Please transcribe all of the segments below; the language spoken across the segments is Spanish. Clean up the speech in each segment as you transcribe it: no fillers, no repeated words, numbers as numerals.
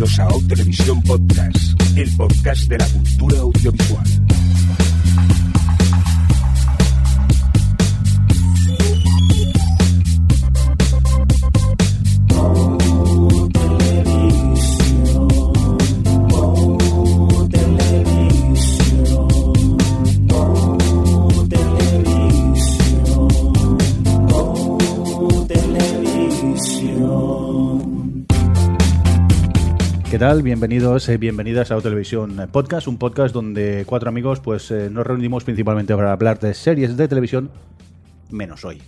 Bienvenidos a O Televisión Podcast, el podcast de la cultura audiovisual. ¿Qué tal? Bienvenidos, bienvenidas a O Televisión Podcast, un podcast donde cuatro amigos pues nos reunimos principalmente para hablar de series de televisión, menos hoy.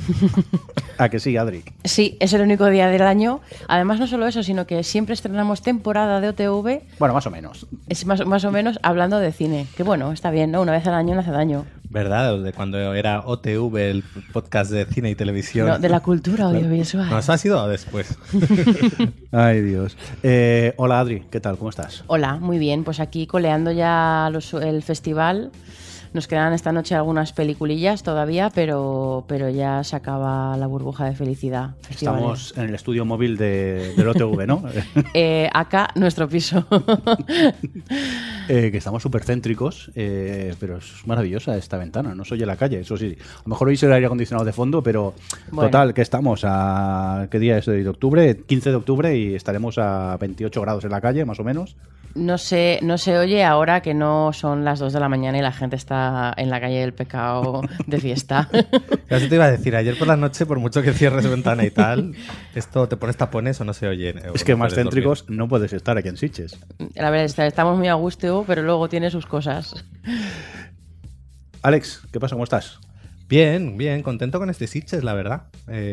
¿A que sí, Adri? Sí, es el único día del año. Además, no solo eso, sino que siempre estrenamos temporada de OTV. Bueno, más o menos. Es más o menos hablando de cine. Que bueno, está bien, ¿no? Una vez al año no hace daño. ¿Verdad? De cuando era OTV, el podcast de cine y televisión. No, de la cultura audiovisual. No, eso ha sido después. Ay, Dios. Hola, Adri, ¿qué tal? ¿Cómo estás? Hola, muy bien. Pues aquí coleando ya el festival. Nos quedan esta noche algunas peliculillas todavía, pero ya se acaba la burbuja de felicidad. Estamos en el estudio móvil del OTV, ¿no? Acá, nuestro piso. Que estamos súper céntricos, pero es maravillosa esta ventana, no se oye la calle, eso sí. A lo mejor hoy será el aire acondicionado de fondo, pero bueno. Total, que estamos a... ¿Qué día es de octubre? 15 de octubre y estaremos a 28 grados en la calle, más o menos. No se oye ahora que no son las 2 de la mañana y la gente está en la calle del pecado de fiesta. Eso te iba a decir, ayer por la noche, por mucho que cierres ventana y tal, esto te pones tapones o no se oye. Es que más céntricos no puedes estar aquí en Sitges. La verdad, estamos muy a gusto, pero luego tiene sus cosas. Alex, ¿qué pasa? ¿Cómo estás? Bien, contento con este Sitges, la verdad.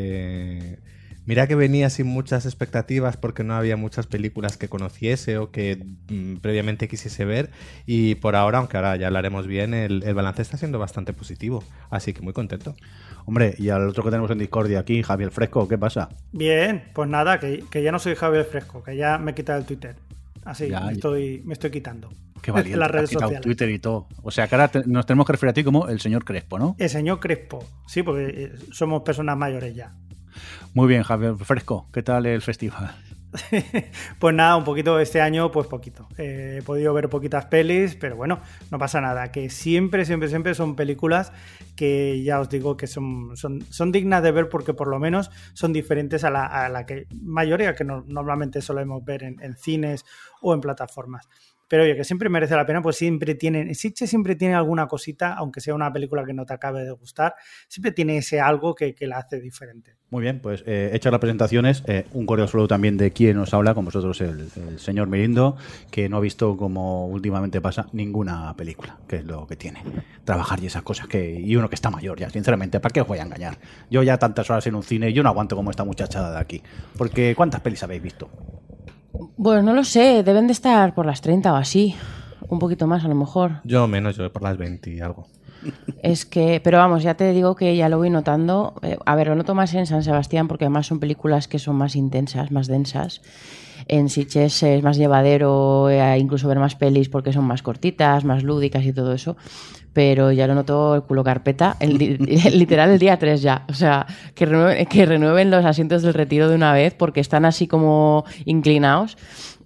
Mira que venía sin muchas expectativas porque no había muchas películas que conociese o que previamente quisiese ver, y por ahora, aunque ahora ya hablaremos bien, el balance está siendo bastante positivo, así que muy contento. Hombre, y al otro que tenemos en Discordia aquí, Javier Fresco, ¿qué pasa? Bien, pues nada, que ya no soy Javier Fresco, que ya me he quitado el Twitter. Así, ya, me estoy quitando. Qué valiente, las redes quitado sociales. Twitter y todo. O sea, que ahora nos tenemos que referir a ti como el señor Crespo, ¿no? El señor Crespo, sí, porque somos personas mayores ya. Muy bien, Javier Fresco, ¿qué tal el festival? Pues nada, un poquito este año, pues poquito. He podido ver poquitas pelis, pero bueno, no pasa nada. Que siempre son películas que ya os digo que son dignas de ver porque por lo menos son diferentes a la que mayoría que normalmente solemos ver en cines o en plataformas. Pero oye, que siempre merece la pena, pues Sitges siempre tiene alguna cosita, aunque sea una película que no te acabe de gustar, siempre tiene ese algo que la hace diferente. Muy bien, pues hechas las presentaciones, un cordial saludo también de quien nos habla, con vosotros el señor Mirindo, que no ha visto, como últimamente pasa, ninguna película, que es lo que tiene. Trabajar y esas cosas, y uno que está mayor ya, sinceramente, ¿para qué os voy a engañar? Yo ya tantas horas en un cine, yo no aguanto como esta muchachada de aquí. Porque ¿cuántas pelis habéis visto? Bueno, no lo sé, deben de estar por las 30 o así, un poquito más a lo mejor. Yo menos, yo por las 20 y algo. Es que, pero vamos, ya te digo que ya lo voy notando. A ver, lo noto más en San Sebastián porque además son películas que son más intensas, más densas. En Sitges es más llevadero, incluso ver más pelis porque son más cortitas, más lúdicas y todo eso. Pero ya lo noto el culo carpeta, literal el día 3 ya. O sea, que renueven los asientos del Retiro de una vez porque están así como inclinados.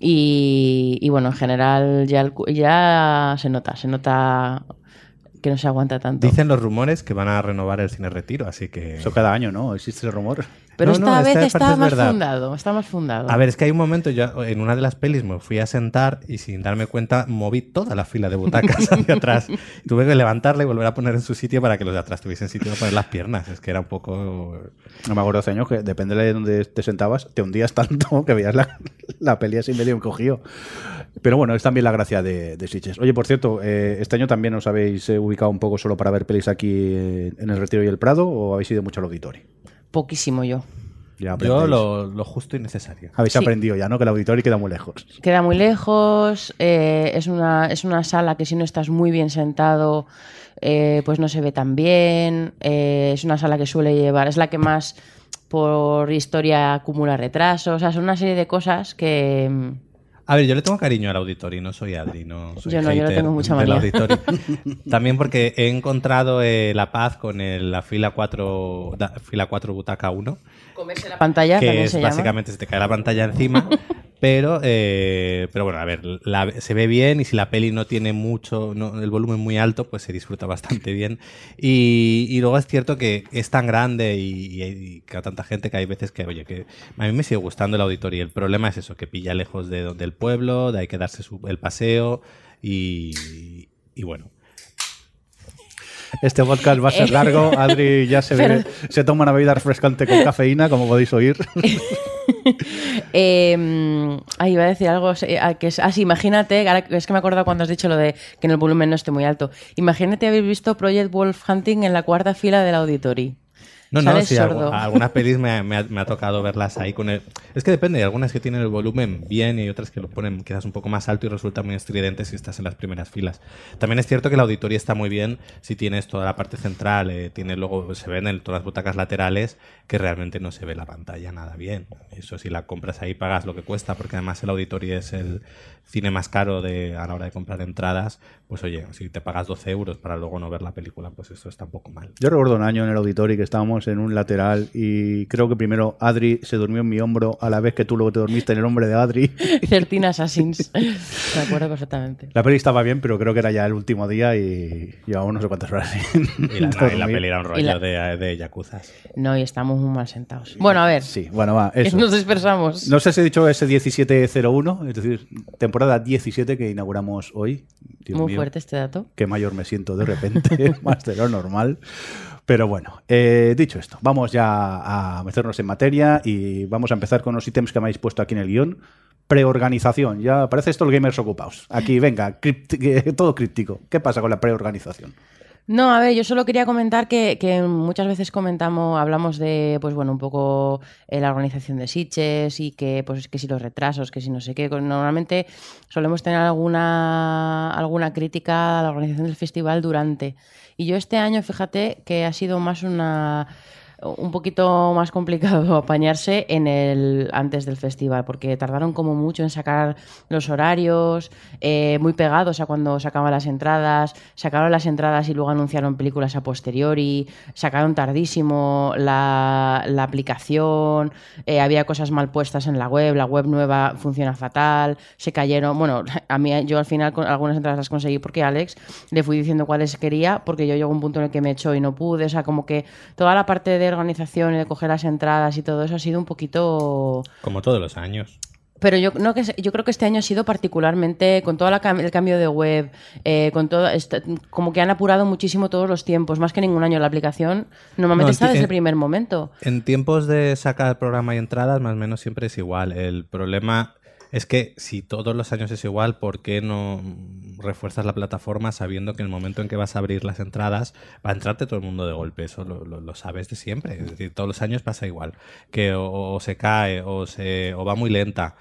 Y bueno, en general ya se nota que no se aguanta tanto. Dicen los rumores que van a renovar el Cine Retiro, así que... Eso cada año, ¿no? ¿Existe ese rumor? Pero esta vez está más fundado. Está más fundado. A ver, es que hay un momento, yo en una de las pelis me fui a sentar y sin darme cuenta moví toda la fila de butacas hacia atrás. Tuve que levantarla y volver a poner en su sitio para que los de atrás tuviesen sitio para poner las piernas. Es que era un poco... No me acuerdo hace años que depende de donde te sentabas, te hundías tanto que veías la peli así medio encogido. Pero bueno, es también la gracia de Sitges. Oye, por cierto, ¿este año también os habéis ubicado un poco solo para ver pelis aquí en el Retiro y el Prado o habéis ido mucho al auditorio? Poquísimo yo. Yo lo justo y necesario. Habéis aprendido ya, ¿no? Que el auditorio queda muy lejos. Queda muy lejos, es una sala que si no estás muy bien sentado, pues no se ve tan bien. Es una sala que suele llevar, es la que más por historia acumula retrasos. O sea, son una serie de cosas que... A ver, yo le tengo cariño al auditorio, no soy Adri, no soy yo le tengo mucha manía. Auditorio. También porque he encontrado la paz con la fila 4 butaca 1. Comerse la pantalla, que también es se llama. básicamente se te cae la pantalla encima Pero bueno, a ver, se ve bien y si la peli no tiene mucho, el volumen muy alto, pues se disfruta bastante bien. Y luego es cierto que es tan grande y que a tanta gente que hay veces que, oye, que a mí me sigue gustando el auditorio. El problema es eso, que pilla lejos del pueblo, de hay que darse el paseo y bueno. Este podcast va a ser largo. Adri ya se toma una bebida refrescante con cafeína, como podéis oír. Iba a decir algo que es así, imagínate, es que me acuerdo cuando has dicho lo de que en el volumen no esté muy alto. Imagínate haber visto Project Wolf Hunting en la cuarta fila del auditorio. No, sí, algunas pelis me ha tocado verlas ahí con el... Es que depende, hay algunas que tienen el volumen bien y hay otras que lo ponen quizás un poco más alto y resulta muy estridente si estás en las primeras filas. También es cierto que el auditorio está muy bien si tienes toda la parte central, luego se ven todas las butacas laterales que realmente no se ve la pantalla nada bien. Eso si la compras ahí pagas lo que cuesta, porque además el auditorio es el cine más caro a la hora de comprar entradas. Pues oye, si te pagas 12 euros para luego no ver la película, pues eso está un poco mal. Yo recuerdo un año en el auditorio que estábamos en un lateral y creo que primero Adri se durmió en mi hombro a la vez que tú luego te dormiste en el hombro de Adri. 13 Assassins. Me acuerdo perfectamente. La peli estaba bien, pero creo que era ya el último día y llevamos no sé cuántas horas. Y la peli era un rollo de yakuzas. No, y estamos muy mal sentados. Bueno, a ver. Sí, bueno, va. Eso. Nos dispersamos. No sé si he dicho ese 1701, es decir, temporada 17 que inauguramos hoy. Dios muy mío, fuerte este dato. Qué mayor me siento de repente, más de lo normal. Pero bueno, dicho esto, vamos ya a meternos en materia y vamos a empezar con los ítems que me habéis puesto aquí en el guión. Preorganización, ya parece esto el Gamers Ocupados. Aquí, venga, todo críptico. ¿Qué pasa con la preorganización? No, a ver, yo solo quería comentar que muchas veces hablamos de, pues bueno, un poco la organización de Sitges y que, pues, que si los retrasos, que si no sé qué. Normalmente solemos tener alguna crítica a la organización del festival durante. Y yo este año, fíjate, que ha sido más un poquito más complicado apañarse antes del festival, porque tardaron como mucho en sacar los horarios, muy pegados a cuando sacaban las entradas, sacaron las entradas y luego anunciaron películas a posteriori, sacaron tardísimo la aplicación, había cosas mal puestas en la web nueva funciona fatal, se cayeron, bueno, yo al final algunas entradas las conseguí porque Alex le fui diciendo cuáles quería, porque yo llegó a un punto en el que me echó y no pude, o sea, como que toda la parte de organización y de coger las entradas y todo eso ha sido un poquito... Como todos los años. Pero yo creo que este año ha sido particularmente, con todo el cambio de web, con todo, como que han apurado muchísimo todos los tiempos, más que ningún año. La aplicación normalmente está desde el primer momento. En tiempos de sacar programa y entradas, más o menos siempre es igual. El problema es que si todos los años es igual, ¿por qué no refuerzas la plataforma sabiendo que en el momento en que vas a abrir las entradas va a entrarte todo el mundo de golpe? Eso lo sabes de siempre. Es decir, todos los años pasa igual. Que o se cae o va muy lenta.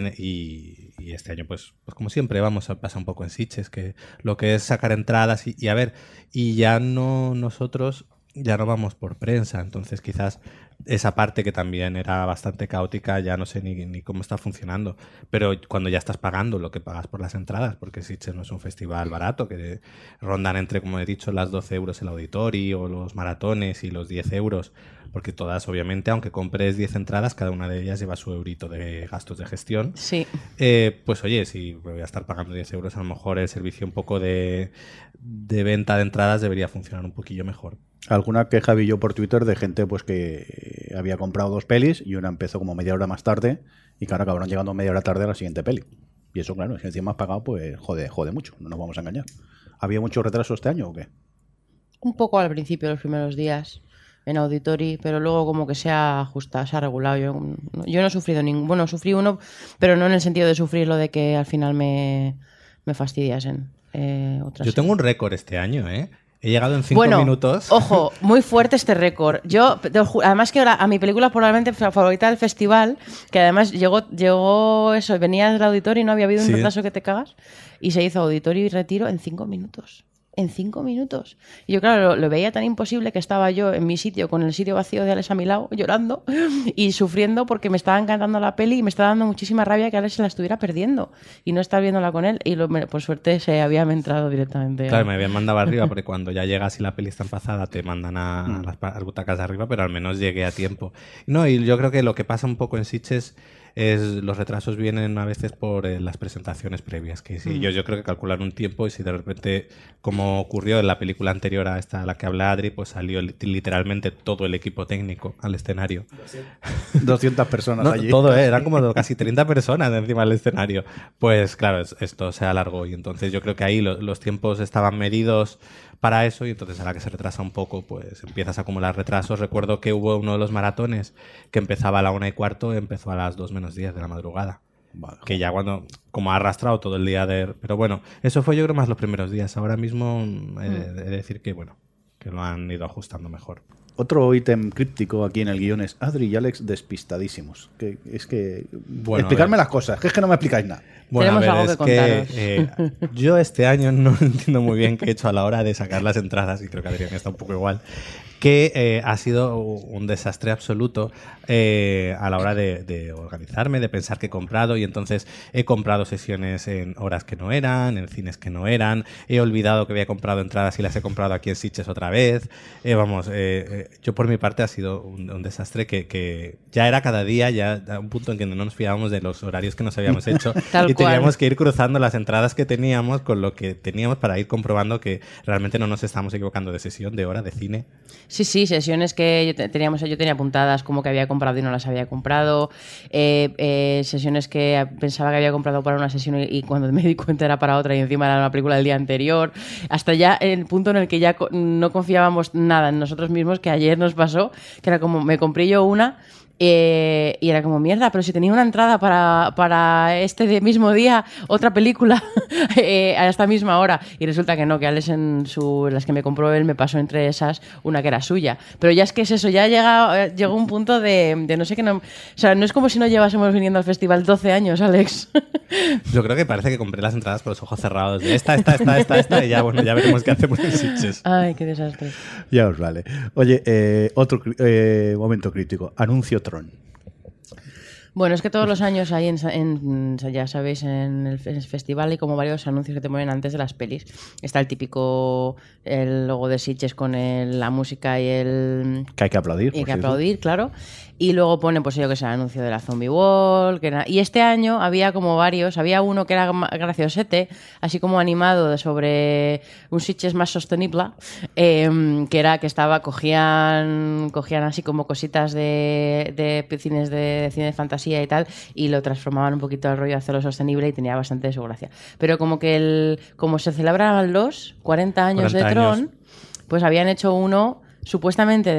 Y este año, pues como siempre, pasa un poco en Sitges, que lo que es sacar entradas y a ver, y ya nosotros ya no vamos por prensa, entonces quizás esa parte que también era bastante caótica ya no sé ni cómo está funcionando, pero cuando ya estás pagando lo que pagas por las entradas, porque Sitges no es un festival barato, que rondan entre, como he dicho, las 12 euros el auditorio o los maratones y los 10 euros, porque todas, obviamente, aunque compres 10 entradas, cada una de ellas lleva su eurito de gastos de gestión. Sí. Pues oye, si voy a estar pagando 10 euros, a lo mejor el servicio un poco de venta de entradas debería funcionar un poquillo mejor. Alguna queja vi yo por Twitter de gente pues que había comprado 2 pelis y una empezó como media hora más tarde y claro, acabaron llegando media hora tarde a la siguiente peli. Y eso, claro, si encima has pagado, pues jode mucho, no nos vamos a engañar. ¿Había mucho retraso este año o qué? Un poco al principio, los primeros días en Auditori, pero luego como que se ha ajustado, se ha regulado. Yo no he sufrido ningún... Bueno, sufrí uno, pero no en el sentido de sufrir lo de que al final me fastidiasen. Yo tengo un récord este año, ¿eh? He llegado en 5 minutos. Ojo, muy fuerte este récord. Yo, además que a mi película probablemente favorita del festival, que además llegó eso, venía del auditorio y no había habido un retraso que te cagas, y se hizo auditorio y retiro en 5 minutos. En 5 minutos. Y yo, claro, lo veía tan imposible que estaba yo en mi sitio, con el sitio vacío de Alex a mi lado, llorando y sufriendo porque me estaba encantando la peli y me estaba dando muchísima rabia que Alex se la estuviera perdiendo y no estar viéndola con él. Y por suerte se había entrado directamente. Claro, me habían mandado arriba porque cuando ya llegas y la peli está empazada te mandan a las butacas de arriba, pero al menos llegué a tiempo. No, y yo creo que lo que pasa un poco en Sitges los retrasos vienen a veces por las presentaciones previas, que sí, yo creo que calculan un tiempo y si de repente, como ocurrió en la película anterior a esta a la que habla Adri, pues salió literalmente todo el equipo técnico al escenario. 200 personas No, allí. todo, eran como casi 30 personas encima del escenario. Pues claro, esto se alargó y entonces yo creo que ahí los tiempos estaban medidos para eso y entonces a la que se retrasa un poco pues empiezas a acumular retrasos. Recuerdo que hubo uno de los maratones que empezaba a la 1:15, empezó a las 2 menos 10 de la madrugada. Vale. Que ya cuando, como ha arrastrado todo el día pero bueno, eso fue yo creo más los primeros días. Ahora mismo he de decir que bueno, que lo han ido ajustando mejor. Otro ítem críptico aquí en el guión es Adri y Alex despistadísimos. Que es que... Bueno, explicarme las cosas, que es que no me explicáis nada. Bueno, Tenemos a ver, algo que yo este año no entiendo muy bien qué he hecho a la hora de sacar las entradas, y creo que Adrián está un poco igual, que ha sido un desastre absoluto a la hora de organizarme, de pensar que he comprado, y entonces he comprado sesiones en horas que no eran, en cines que no eran, he olvidado que había comprado entradas y las he comprado aquí en Sitges otra vez. Yo por mi parte ha sido un desastre que ya era cada día, ya a un punto en que no nos fiábamos de los horarios que nos habíamos hecho Tal y teníamos cual. que ir cruzando las entradas que teníamos con lo que teníamos para ir comprobando que realmente no nos estamos equivocando de sesión, de hora, de cine. Sí, sesiones que yo tenía apuntadas como que había comprado y no las había comprado, sesiones que pensaba que había comprado para una sesión y cuando me di cuenta era para otra y encima era una película del día anterior, hasta ya el punto en el que ya no confiábamos nada en nosotros mismos, que ayer nos pasó, que era como, me compré yo una y era como, mierda, pero si tenía una entrada para este mismo día, otra película a esta misma hora. Y resulta que no, que Alex las que me compró él me pasó entre esas una que era suya. Pero ya es que es eso, ya llegó un punto de no sé qué. No, o sea, no es como si no llevásemos viniendo al festival 12 años, Alex. Yo creo que parece que compré las entradas con los ojos cerrados de esta, y ya, bueno, ya veremos qué hacemos en Sitges. Ay, qué desastre. Ya os vale. Oye, otro momento crítico. Anuncio Tron. Bueno, es que todos los años hay, ya sabéis, en el festival hay como varios anuncios que te mueven antes de las pelis. Está el típico, el logo de Sitges con la música y el... Que hay que aplaudir. Y hay por que cierto. aplaudir, claro. Y luego pone, pues yo que sé, el anuncio de la Zombie Wall. Y este año había como varios. Había uno que era graciosete, así como animado sobre un Sitges más sostenible, que era que cogían así como cositas de cines de cine de fantasía y tal, y lo transformaban un poquito al rollo de hacerlo sostenible y tenía bastante de su gracia. Pero como que como se celebraban los 40 años 40 de Tron, años. pues habían hecho uno supuestamente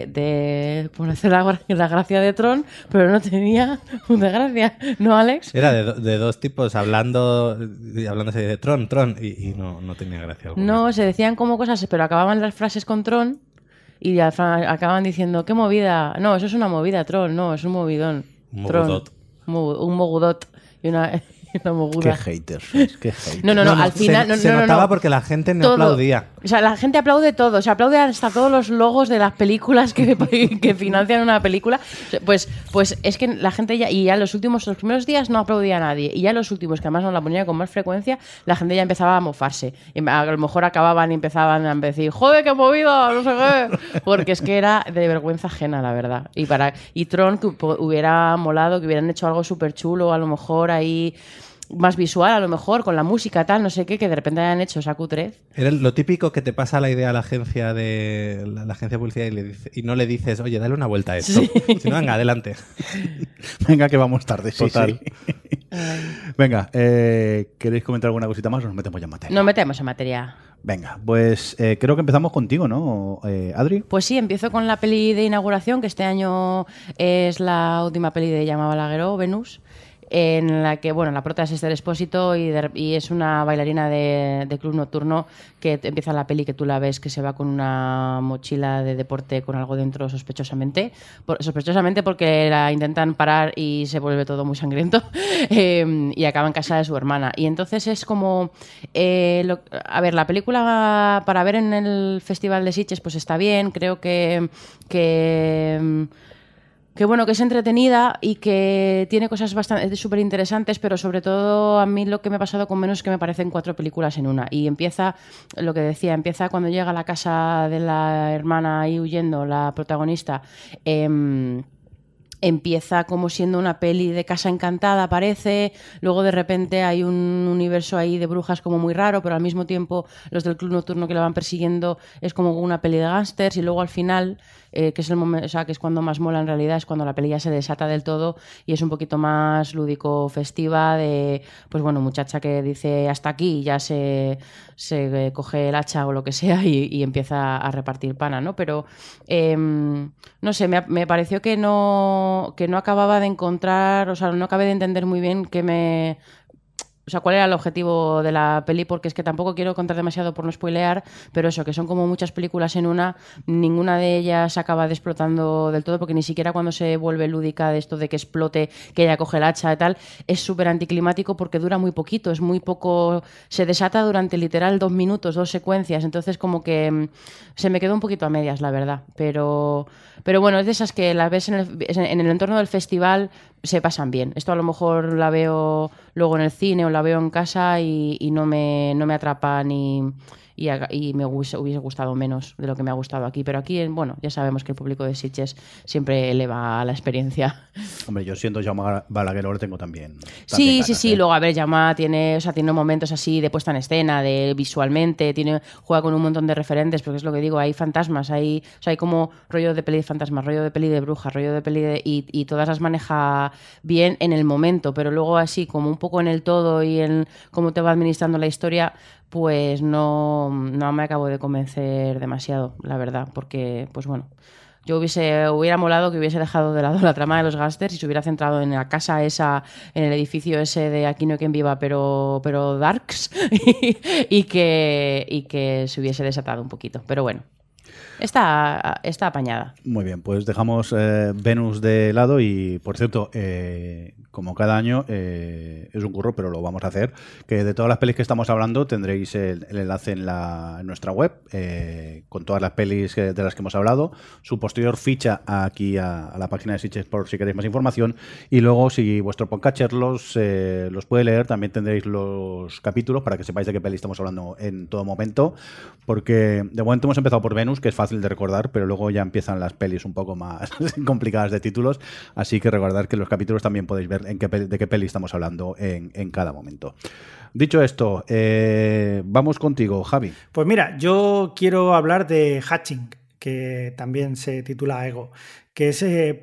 por hacer la gracia de Tron, pero no tenía de gracia, ¿no, Alex? Era de dos tipos hablándose de Tron, y no tenía gracia alguna. No, se decían como cosas, pero acababan las frases con Tron y acababan diciendo, ¿qué movida? No, eso es una movida, Tron, no, es un movidón. Un Tron. mogudot. Un mogudot y una moguda. Qué haters sois, qué haters. No, al final... Se notaba porque la gente no Todo. aplaudía. O sea, la gente aplaude todo. O sea, aplaude hasta todos los logos de las películas que financian una película. Pues es que la gente ya los primeros días no aplaudía a nadie. Y ya los últimos, que además nos la ponían con más frecuencia, la gente ya empezaba a mofarse. Y a lo mejor acababan y empezaban a decir, ¡joder, qué movida! No sé qué. Porque es que era de vergüenza ajena, la verdad. Y Tron, que hubiera molado, que hubieran hecho algo súper chulo, a lo mejor ahí... más visual, a lo mejor, con la música, tal, no sé qué, que de repente hayan hecho esa cutrez. Era lo típico que te pasa la idea a la agencia de publicidad y no le dices, oye, dale una vuelta a esto. Sí. Si no, venga, adelante. Venga, que vamos tarde. Sí, Total. sí. Venga, ¿queréis comentar alguna cosita más o nos metemos ya en materia? Nos metemos en materia. Venga, pues creo que empezamos contigo, ¿no, Adri? Pues sí, empiezo con la peli de inauguración, que este año es la última peli de Jaume Balagueró, Venus, en la que, bueno, la prota es Esther Expósito y es una bailarina de club nocturno que empieza la peli que tú la ves que se va con una mochila de deporte con algo dentro sospechosamente porque la intentan parar y se vuelve todo muy sangriento y acaba en casa de su hermana. Y entonces es como... a ver, la película para ver en el Festival de Sitges pues está bien, creo que bueno, que es entretenida y que tiene cosas bastante súper interesantes, pero sobre todo a mí lo que me ha pasado con Venus es que me parecen 4 películas en una. Y empieza, lo que decía, empieza cuando llega a la casa de la hermana ahí huyendo, la protagonista, empieza como siendo una peli de Casa Encantada, parece, luego de repente hay un universo ahí de brujas como muy raro, pero al mismo tiempo los del Club Nocturno que la van persiguiendo es como una peli de gángsters, y luego al final, que es el momento, o sea, que es cuando más mola en realidad, es cuando la peli ya se desata del todo y es un poquito más lúdico, festiva, de, pues bueno, muchacha que dice hasta aquí y ya se coge el hacha o lo que sea y empieza a repartir pana, ¿no? Pero no sé, me pareció que no acababa de encontrar, o sea, no acabé de entender muy bien o sea, cuál era el objetivo de la peli, porque es que tampoco quiero contar demasiado por no spoilear, pero eso, que son como muchas películas en una, ninguna de ellas acaba de explotando del todo, porque ni siquiera cuando se vuelve lúdica de esto de que explote, que ella coge el hacha y tal, es súper anticlimático porque dura muy poquito, es muy poco, se desata durante literal 2 minutos, 2 secuencias, entonces como que se me quedó un poquito a medias, la verdad, pero bueno, es de esas que las ves en el entorno del festival, se pasan bien. Esto a lo mejor la veo luego en el cine o la veo en casa y no me atrapa y me hubiese gustado menos de lo que me ha gustado aquí. Pero aquí, bueno, ya sabemos que el público de Sitges siempre eleva la experiencia. Hombre, yo siento Jaume Balaguer lo tengo también. Sí, ganas, sí. Luego, a ver, Jaume tiene momentos así de puesta en escena, de visualmente, juega con un montón de referentes, porque es lo que digo, hay fantasmas, hay como rollo de peli de fantasmas, rollo de peli de brujas, rollo de peli de... Y todas las maneja bien en el momento, pero luego así, como un poco en el todo y en cómo te va administrando la historia, pues no me acabo de convencer demasiado, la verdad, porque, pues bueno, yo hubiera molado que hubiese dejado de lado la trama de los gángsters y se hubiera centrado en la casa esa, en el edificio ese de Aquí no hay quien viva, pero darks, y que se hubiese desatado un poquito, pero bueno. Está apañada. Muy bien, pues dejamos Venus de lado y, por cierto, como cada año, es un curro, pero lo vamos a hacer, que de todas las pelis que estamos hablando tendréis el enlace en nuestra web, con todas las pelis de las que hemos hablado, su posterior ficha aquí a la página de Sitges por si queréis más información, y luego si vuestro podcatcher los puede leer, también tendréis los capítulos para que sepáis de qué peli estamos hablando en todo momento, porque de momento hemos empezado por Venus, que es fácil de recordar, pero luego ya empiezan las pelis un poco más complicadas de títulos, así que recordad que en los capítulos también podéis ver de qué peli estamos hablando en cada momento. Dicho esto, vamos contigo, Javi. Pues mira, yo quiero hablar de Hatching, que también se titula Ego, que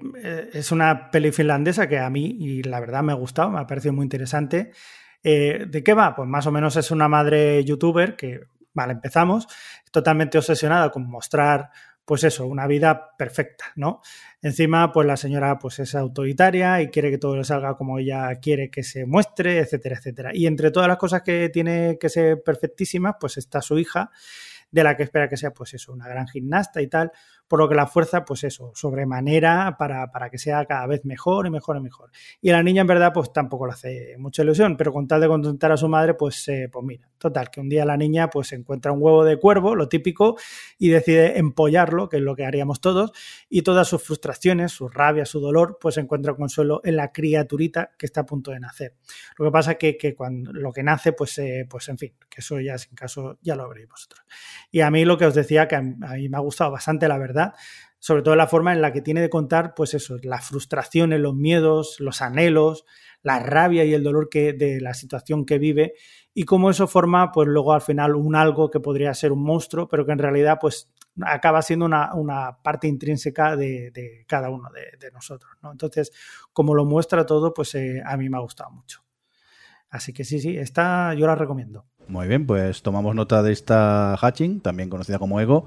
es una peli finlandesa que a mí, y la verdad me ha gustado, me ha parecido muy interesante. ¿De qué va? Pues más o menos es una madre youtuber que, vale, empezamos, totalmente obsesionada con mostrar, pues eso, una vida perfecta, ¿no? Encima, pues la señora pues es autoritaria y quiere que todo le salga como ella quiere que se muestre, etcétera, etcétera. Y entre todas las cosas que tiene que ser perfectísimas, pues está su hija, de la que espera que sea, pues eso, una gran gimnasta y tal, por lo que la fuerza, pues eso, sobremanera para que sea cada vez mejor y mejor y mejor. Y a la niña, en verdad, pues tampoco le hace mucha ilusión, pero con tal de contentar a su madre, pues mira, total, que un día la niña pues encuentra un huevo de cuervo, lo típico, y decide empollarlo, que es lo que haríamos todos, y todas sus frustraciones, su rabia, su dolor, pues encuentra consuelo en la criaturita que está a punto de nacer. Lo que pasa es que cuando lo que nace, pues en fin, que eso ya sin caso ya lo veréis vosotros. Y a mí lo que os decía, que a mí me ha gustado bastante, la verdad, sobre todo la forma en la que tiene de contar, pues eso, las frustraciones, los miedos, los anhelos, la rabia y el dolor de la situación que vive, y cómo eso forma, pues luego al final un algo que podría ser un monstruo, pero que en realidad pues acaba siendo una parte intrínseca de cada uno de nosotros, ¿no? Entonces, como lo muestra todo, pues a mí me ha gustado mucho. Así que sí, esta yo la recomiendo. Muy bien, pues tomamos nota de esta Hatching, también conocida como Ego.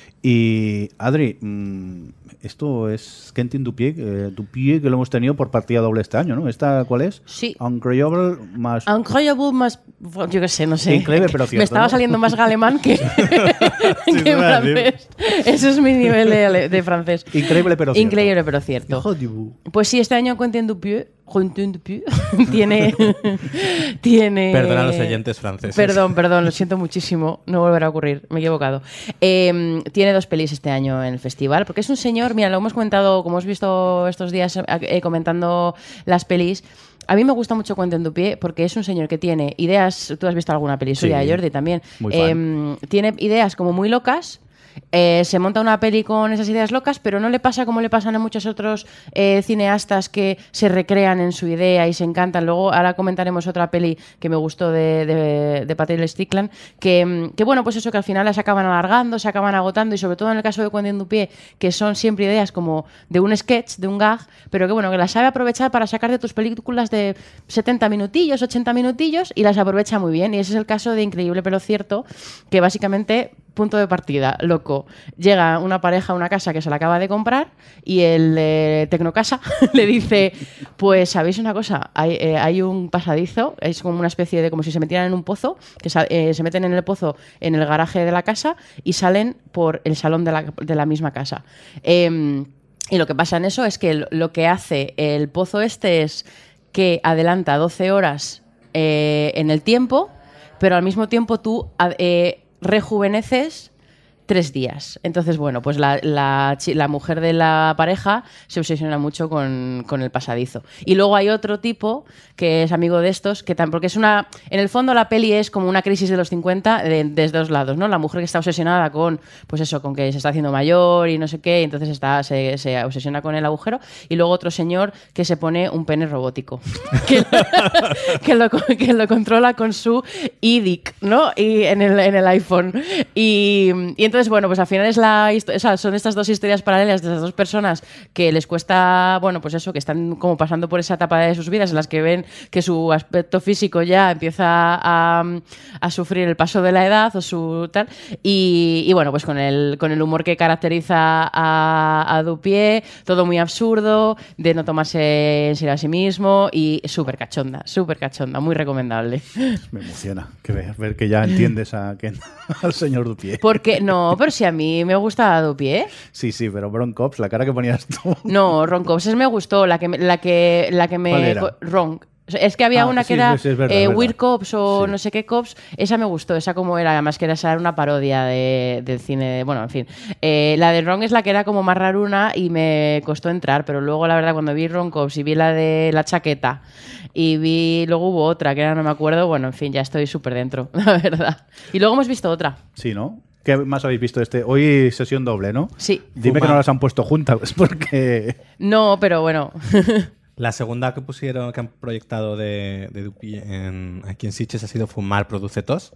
Y Adri, esto es Quentin Dupieux, que lo hemos tenido por partida doble este año, ¿no? ¿Esta cuál es? Sí. Incredible más... Yo qué sé, no sé. Increíble, pero cierto, me estaba ¿no? saliendo más alemán que francés. Ese es mi nivel de francés. Increíble, pero cierto. Increíble, pero cierto. Pues sí, este año Quentin Dupieux tiene... Perdona a los oyentes franceses. Perdón, lo siento muchísimo. No volverá a ocurrir, me he equivocado. Tiene 2 pelis este año en el festival, porque es un señor, mira, lo hemos comentado, como hemos visto estos días comentando las pelis. A mí me gusta mucho Quentin Dupieux porque es un señor que tiene ideas. Tú has visto alguna peli suya, Sí, Jordi, también. muy fan. Tiene ideas como muy locas se monta una peli con esas ideas locas, pero no le pasa como le pasan a muchos otros cineastas que se recrean en su idea y se encantan. Luego, ahora comentaremos otra peli que me gustó de Patrick Stickland, que bueno, pues eso, que al final las acaban alargando, se acaban agotando, y sobre todo en el caso de Quentin Dupieux, que son siempre ideas como de un sketch, de un gag, pero que bueno, que las sabe aprovechar para sacar de tus películas de 70 minutillos, 80 minutillos, y las aprovecha muy bien. Y ese es el caso de Increíble pero cierto, que básicamente, punto de partida, loco. Llega una pareja a una casa que se la acaba de comprar y el Tecnocasa le dice, pues sabéis una cosa, hay un pasadizo, es como una especie de, como si se metieran en un pozo, que se meten en el pozo en el garaje de la casa y salen por el salón de la misma casa. Y lo que pasa en eso es que lo que hace el pozo este es que adelanta 12 horas en el tiempo, pero al mismo tiempo tú rejuveneces 3 días. Entonces, bueno, pues la mujer de la pareja se obsesiona mucho con el pasadizo. Y luego hay otro tipo que es amigo de estos, porque es una... En el fondo la peli es como una crisis de los 50 desde dos lados, ¿no? La mujer que está obsesionada con, pues eso, con que se está haciendo mayor y no sé qué, y entonces se obsesiona con el agujero. Y luego otro señor que se pone un pene robótico que lo controla con su iDick, ¿no? Y en el iPhone. Y entonces, bueno, pues al final son estas dos historias paralelas de estas dos personas que les cuesta, bueno, pues eso, que están como pasando por esa etapa de sus vidas en las que ven que su aspecto físico ya empieza a sufrir el paso de la edad o su tal. Y bueno, pues con el humor que caracteriza a Dupieux, todo muy absurdo, de no tomarse en serio a sí mismo, y súper cachonda, muy recomendable. Me emociona ver que ya entiendes al señor Dupieux. Porque no, pero si a mí me gusta Dupieux. Sí, pero Bron Cops, la cara que ponías tú. No, Ron Cops me gustó, la que me ¿Cuál era? Ron. Es que había una que era es verdad. Weird Cops o Sí. no sé qué Cops. Esa me gustó, esa como era, además que era una parodia del cine, bueno, en fin. La de Ron es la que era como más raruna y me costó entrar, pero luego la verdad cuando vi Ron Cops y vi la de la chaqueta y luego hubo otra que ahora no me acuerdo, bueno, en fin, ya estoy súper dentro, la verdad. Y luego hemos visto otra. Sí, ¿no? ¿Qué más habéis visto Hoy sesión doble, ¿no? Sí. Dime que no las han puesto juntas, porque... No, pero bueno. La segunda que pusieron, que han proyectado de Dupieux aquí en Sitges ha sido Fumar produce tos,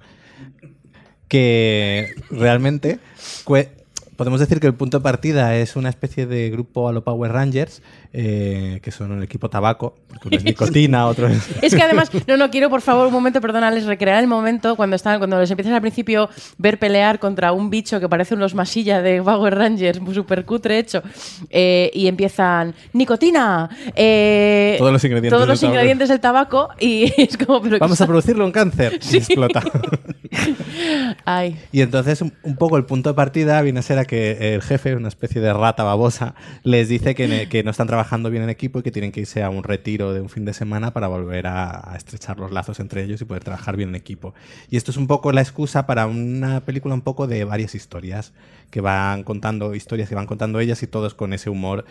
que realmente podemos decir que el punto de partida es una especie de grupo a lo Power Rangers, que son el equipo tabaco, porque uno es nicotina, otro es... Es que además, no quiero por favor un momento, perdónales, recrear el momento cuando les empiezas al principio ver pelear contra un bicho que parece unos masilla de Power Rangers, súper cutre hecho, y empiezan nicotina, todos los ingredientes del tabaco, y es como... Vamos a producirlo un cáncer. Sí. Y explota. Ay. Y entonces un poco el punto de partida viene a ser a que el jefe, una especie de rata babosa, les dice que no están trabajando bien en equipo y que tienen que irse a un retiro de un fin de semana para volver a estrechar los lazos entre ellos y poder trabajar bien en equipo. Y esto es un poco la excusa para una película un poco de varias historias que van contando ellas, y todos con ese humor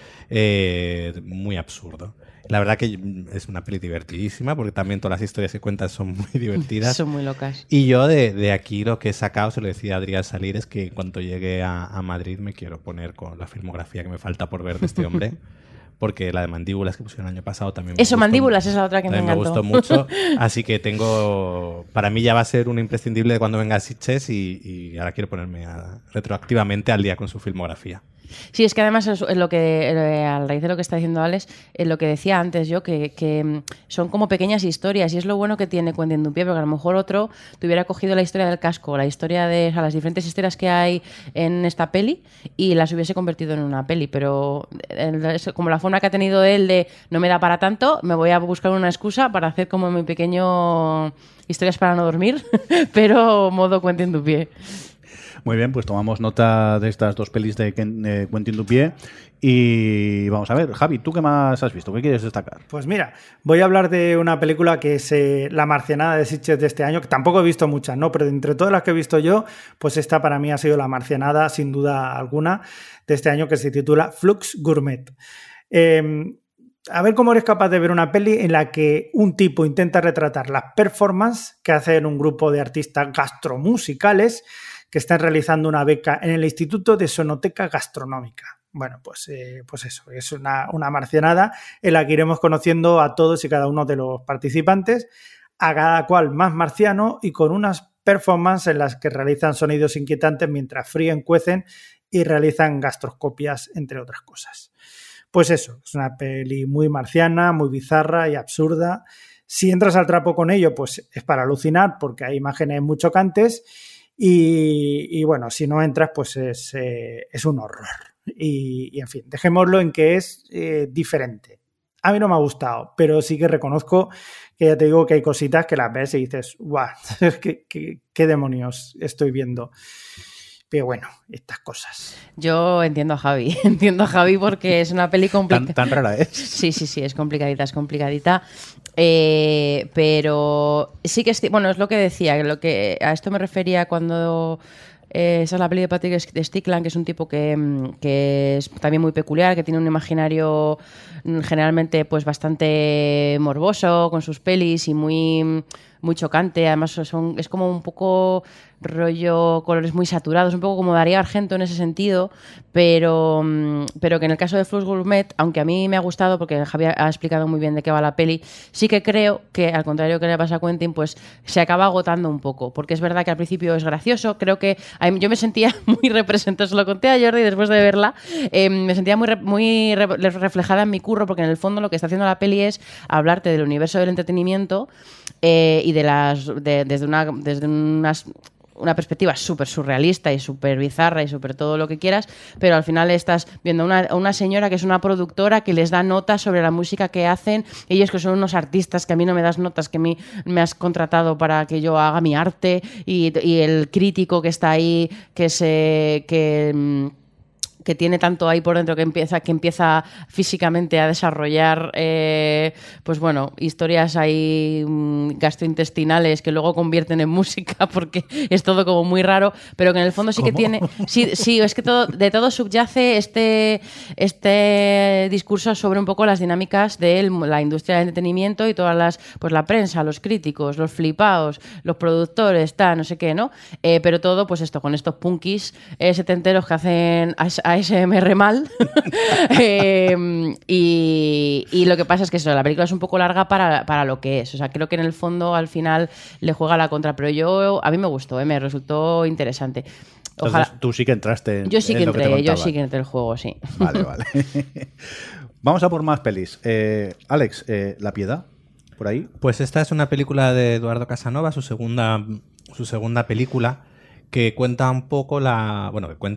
muy absurdo. La verdad que es una peli divertidísima, porque también todas las historias que cuentan son muy divertidas. Son muy locas. Y yo de aquí lo que he sacado, se lo decía a Adrián Salir, es que en cuanto llegue a Madrid me quiero poner con la filmografía que me falta por ver de este hombre. Porque la de Mandíbulas que pusieron el año pasado también me gustó. Mandíbulas es la otra que me encantó. Me gustó mucho. Así que para mí ya va a ser un imprescindible de cuando venga a Sitges, y ahora quiero ponerme retroactivamente al día con su filmografía. Sí, es que además es lo que, a raíz de lo que está diciendo Alex, lo que decía antes yo, que son como pequeñas historias, y es lo bueno que tiene Quentin Dupieux, porque a lo mejor otro te hubiera cogido la historia del casco, la historia de las diferentes historias que hay en esta peli, y las hubiese convertido en una peli, pero es como la forma que ha tenido él de no me da para tanto, me voy a buscar una excusa para hacer como mi pequeño historias para no dormir, pero modo Quentin Dupieux. Muy bien, pues tomamos nota de estas dos pelis de Quentin Dupieux y vamos a ver, Javi, ¿tú qué más has visto? ¿Qué quieres destacar? Pues mira, voy a hablar de una película que es La Marcianada de Sitges de este año, que tampoco he visto muchas, ¿no? Pero entre todas las que he visto yo, pues esta para mí ha sido La Marcianada, sin duda alguna, de este año, que se titula Flux Gourmet. A ver cómo eres capaz de ver una peli en la que un tipo intenta retratar las performances que hacen un grupo de artistas gastromusicales que están realizando una beca en el Instituto de Sonoteca Gastronómica. Bueno, pues eso, es una marcianada en la que iremos conociendo a todos y cada uno de los participantes, a cada cual más marciano y con unas performances en las que realizan sonidos inquietantes mientras fríen, cuecen y realizan gastroscopias, entre otras cosas. Pues eso, es una peli muy marciana, muy bizarra y absurda. Si entras al trapo con ello, pues es para alucinar porque hay imágenes muy chocantes y bueno, si no entras, pues es un horror. Y en fin, dejémoslo en que es diferente. A mí no me ha gustado, pero sí que reconozco que ya te digo que hay cositas que las ves y dices, ¡guau! ¿Qué demonios estoy viendo? Pero bueno, estas cosas. Yo entiendo a Javi porque es una peli complicada. Tan rara es. Sí, es complicadita. Pero sí que bueno, es lo que decía, a esto me refería cuando... esa es la peli de Patrick Stickland, que es un tipo que es también muy peculiar, que tiene un imaginario generalmente pues bastante morboso con sus pelis y muy chocante. Además es como un poco rollo colores muy saturados, un poco como Darío Argento en ese sentido, pero que en el caso de Flux Gourmet, aunque a mí me ha gustado porque Javier ha explicado muy bien de qué va la peli, sí que creo que, al contrario que le pasa a Quentin, pues se acaba agotando un poco, porque es verdad que al principio es gracioso, creo que yo me sentía muy representada, se lo conté a Jordi después de verla, me sentía muy reflejada en mi curro, porque en el fondo lo que está haciendo la peli es hablarte del universo del entretenimiento y desde una perspectiva súper surrealista y súper bizarra y súper todo lo que quieras, pero al final estás viendo a una señora que es una productora que les da notas sobre la música que hacen, ellos que son unos artistas, que a mí no me das notas, que a mí me has contratado para que yo haga mi arte, y el crítico que está ahí, que tiene tanto ahí por dentro que empieza físicamente a desarrollar pues bueno, historias ahí gastrointestinales que luego convierten en música porque es todo como muy raro, pero que en el fondo sí que tiene sí, es que de todo subyace este discurso sobre un poco las dinámicas de la industria del entretenimiento y todas pues la prensa, los críticos, los flipaos, los productores, no sé qué, ¿no? Pero todo pues esto, con estos punkis setenteros que hacen ASMR mal. Y lo que pasa es que la película es un poco larga para lo que es. O sea, creo que en el fondo al final le juega la contra, pero a mí me gustó, me resultó interesante. Ojalá. Entonces, tú sí que entraste Yo sí que entré el juego, sí. Vale. Vamos a por más pelis. Alex, La Piedad, por ahí. Pues esta es una película de Eduardo Casanova, su segunda película, que cuenta un poco la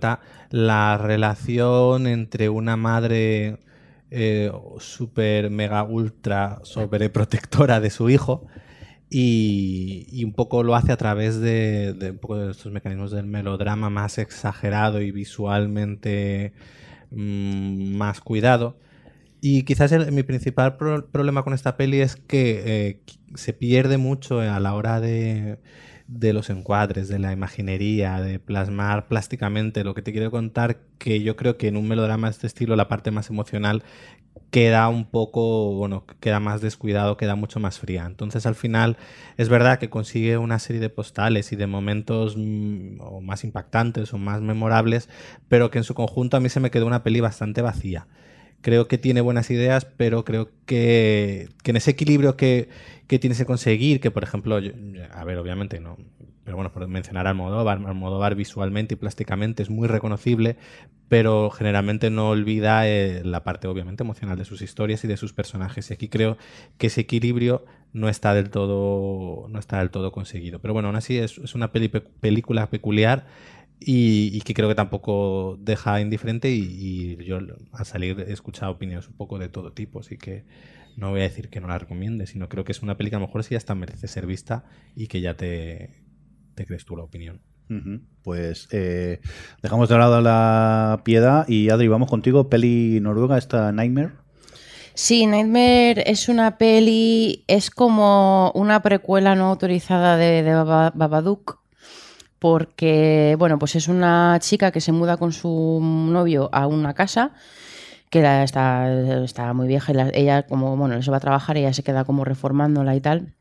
relación entre una madre super mega ultra sobreprotectora de su hijo y un poco lo hace a través de un poco de estos mecanismos del melodrama más exagerado y visualmente más cuidado. Y quizás mi principal problema con esta peli es que se pierde mucho a la hora de los encuadres, de la imaginería, de plasmar plásticamente lo que te quiero contar, que yo creo que en un melodrama de este estilo la parte más emocional queda un poco, queda más descuidado, queda mucho más fría. Entonces al final es verdad que consigue una serie de postales y de momentos o más impactantes o más memorables, pero que en su conjunto a mí se me quedó una peli bastante vacía. Creo que tiene buenas ideas, pero creo que en ese equilibrio que tienes que conseguir, que por ejemplo, obviamente no, pero bueno, por mencionar a Almodóvar visualmente y plásticamente es muy reconocible, pero generalmente no olvida la parte obviamente emocional de sus historias y de sus personajes. Y aquí creo que ese equilibrio no está del todo conseguido. Pero bueno, aún así es una película peculiar. Y que creo que tampoco deja indiferente y yo al salir he escuchado opiniones un poco de todo tipo, así que no voy a decir que no la recomiende, sino creo que es una película a lo mejor sí hasta merece ser vista y que ya te crees tú la opinión. Pues dejamos de lado La Piedad y Adri, vamos contigo, peli noruega, esta Nightmare. Sí, Nightmare es una peli, es como una precuela no autorizada de Babadook, porque, bueno, pues es una chica que se muda con su novio a una casa que está muy vieja y ella, como, bueno, se va a trabajar y ella se queda como reformándola y tal.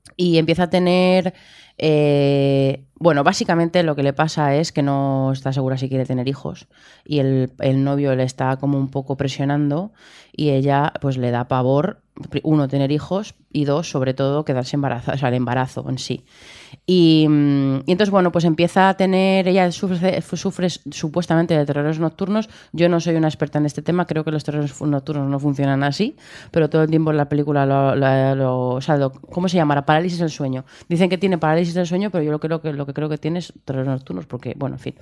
y empieza a tener... bueno, básicamente lo que le pasa es que no está segura si quiere tener hijos y el novio le está como un poco presionando y ella pues le da pavor, uno, tener hijos y dos, sobre todo, quedarse embarazada, o sea, el embarazo en sí. Y entonces, bueno, pues empieza a tener, ella sufre supuestamente de terrores nocturnos. Yo no soy una experta en este tema, creo que los terrores nocturnos no funcionan así, pero todo el tiempo en la película ¿cómo se llama? Parálisis del sueño. Dicen que tiene parálisis del sueño, pero yo lo que creo que tiene es terrores nocturnos, porque, bueno, en fin.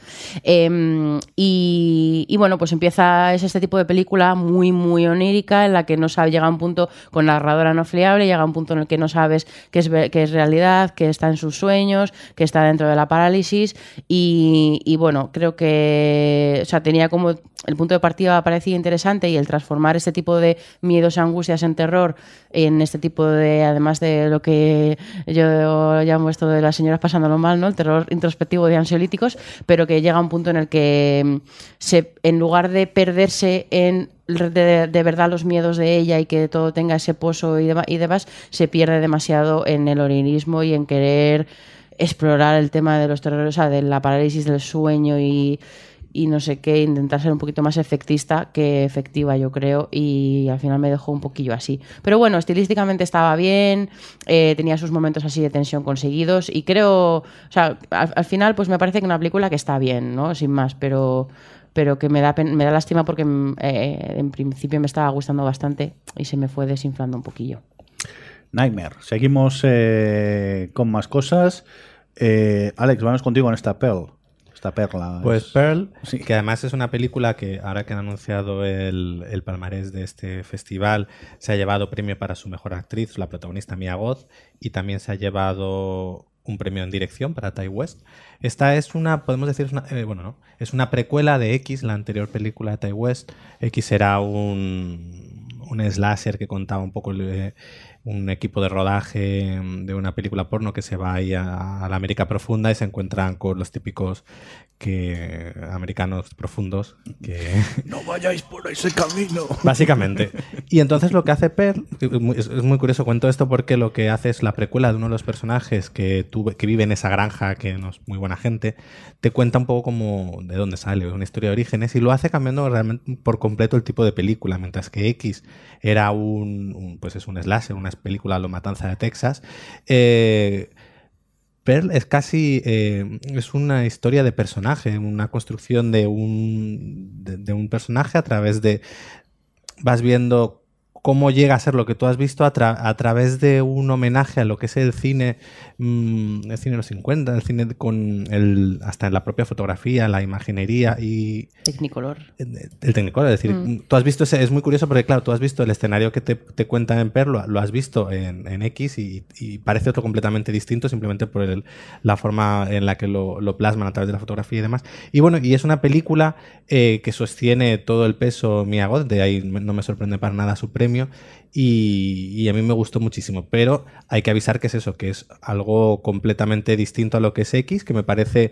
Y bueno, pues es este tipo de película muy, muy onírica, en la que no sabe, llega a un punto con narradora no fiable, llega a un punto en el que no sabes qué es realidad, qué está en sus sueños, que está dentro de la parálisis y bueno, creo que, o sea, tenía como el punto de partida parecía interesante y el transformar este tipo de miedos y angustias en terror en este tipo de, además de lo que yo llamo esto de las señoras pasándolo mal, ¿no? El terror introspectivo de ansiolíticos, pero que llega a un punto en el que en lugar de perderse en de verdad los miedos de ella y que todo tenga ese pozo y demás, se pierde demasiado en el onirismo y en querer explorar el tema de los terrores, o sea, de la parálisis del sueño y no sé qué, intentar ser un poquito más efectista que efectiva, yo creo, y al final me dejó un poquillo así. Pero bueno, estilísticamente estaba bien, tenía sus momentos así de tensión conseguidos y creo, o sea, al final pues me parece que una película que está bien, ¿no? Sin más, pero que me da lástima porque en principio me estaba gustando bastante y se me fue desinflando un poquillo. Nightmare. Seguimos con más cosas. Alex, vamos contigo en esta perla. Pues Pearl, sí, que además es una película que ahora que han anunciado el palmarés de este festival, se ha llevado premio para su mejor actriz, la protagonista Mia Goth, y también se ha llevado un premio en dirección para Ty West. Esta es una, podemos decir, es una precuela de X, la anterior película de Ty West. X era un slasher que contaba un poco un equipo de rodaje de una película porno que se va ahí a la América profunda y se encuentran con los típicos americanos profundos que... No vayáis por ese camino. Básicamente. Y entonces lo que hace Pearl, es muy curioso, cuento esto porque lo que hace es la precuela de uno de los personajes que vive en esa granja, que no es muy buena gente, te cuenta un poco como de dónde sale, una historia de orígenes, y lo hace cambiando realmente por completo el tipo de película, mientras que X era un slasher, una película a lo Matanza de Texas. Pearl es casi es una historia de personaje, una construcción de un personaje a través de... Vas viendo cómo llega a ser lo que tú has visto a través de un homenaje a lo que es el cine de los 50, el cine hasta en la propia fotografía, la imaginería y... Technicolor. El Technicolor, es decir, tú has visto es muy curioso porque, claro, tú has visto el escenario que te cuentan en Pearl, lo has visto en X y parece otro completamente distinto simplemente por la forma en la que lo plasman a través de la fotografía y demás. Y bueno, y es una película que sostiene todo el peso Mia Goth, de ahí no me sorprende para nada su premio, y a mí me gustó muchísimo, pero hay que avisar que es eso, que es algo completamente distinto a lo que es X, que me parece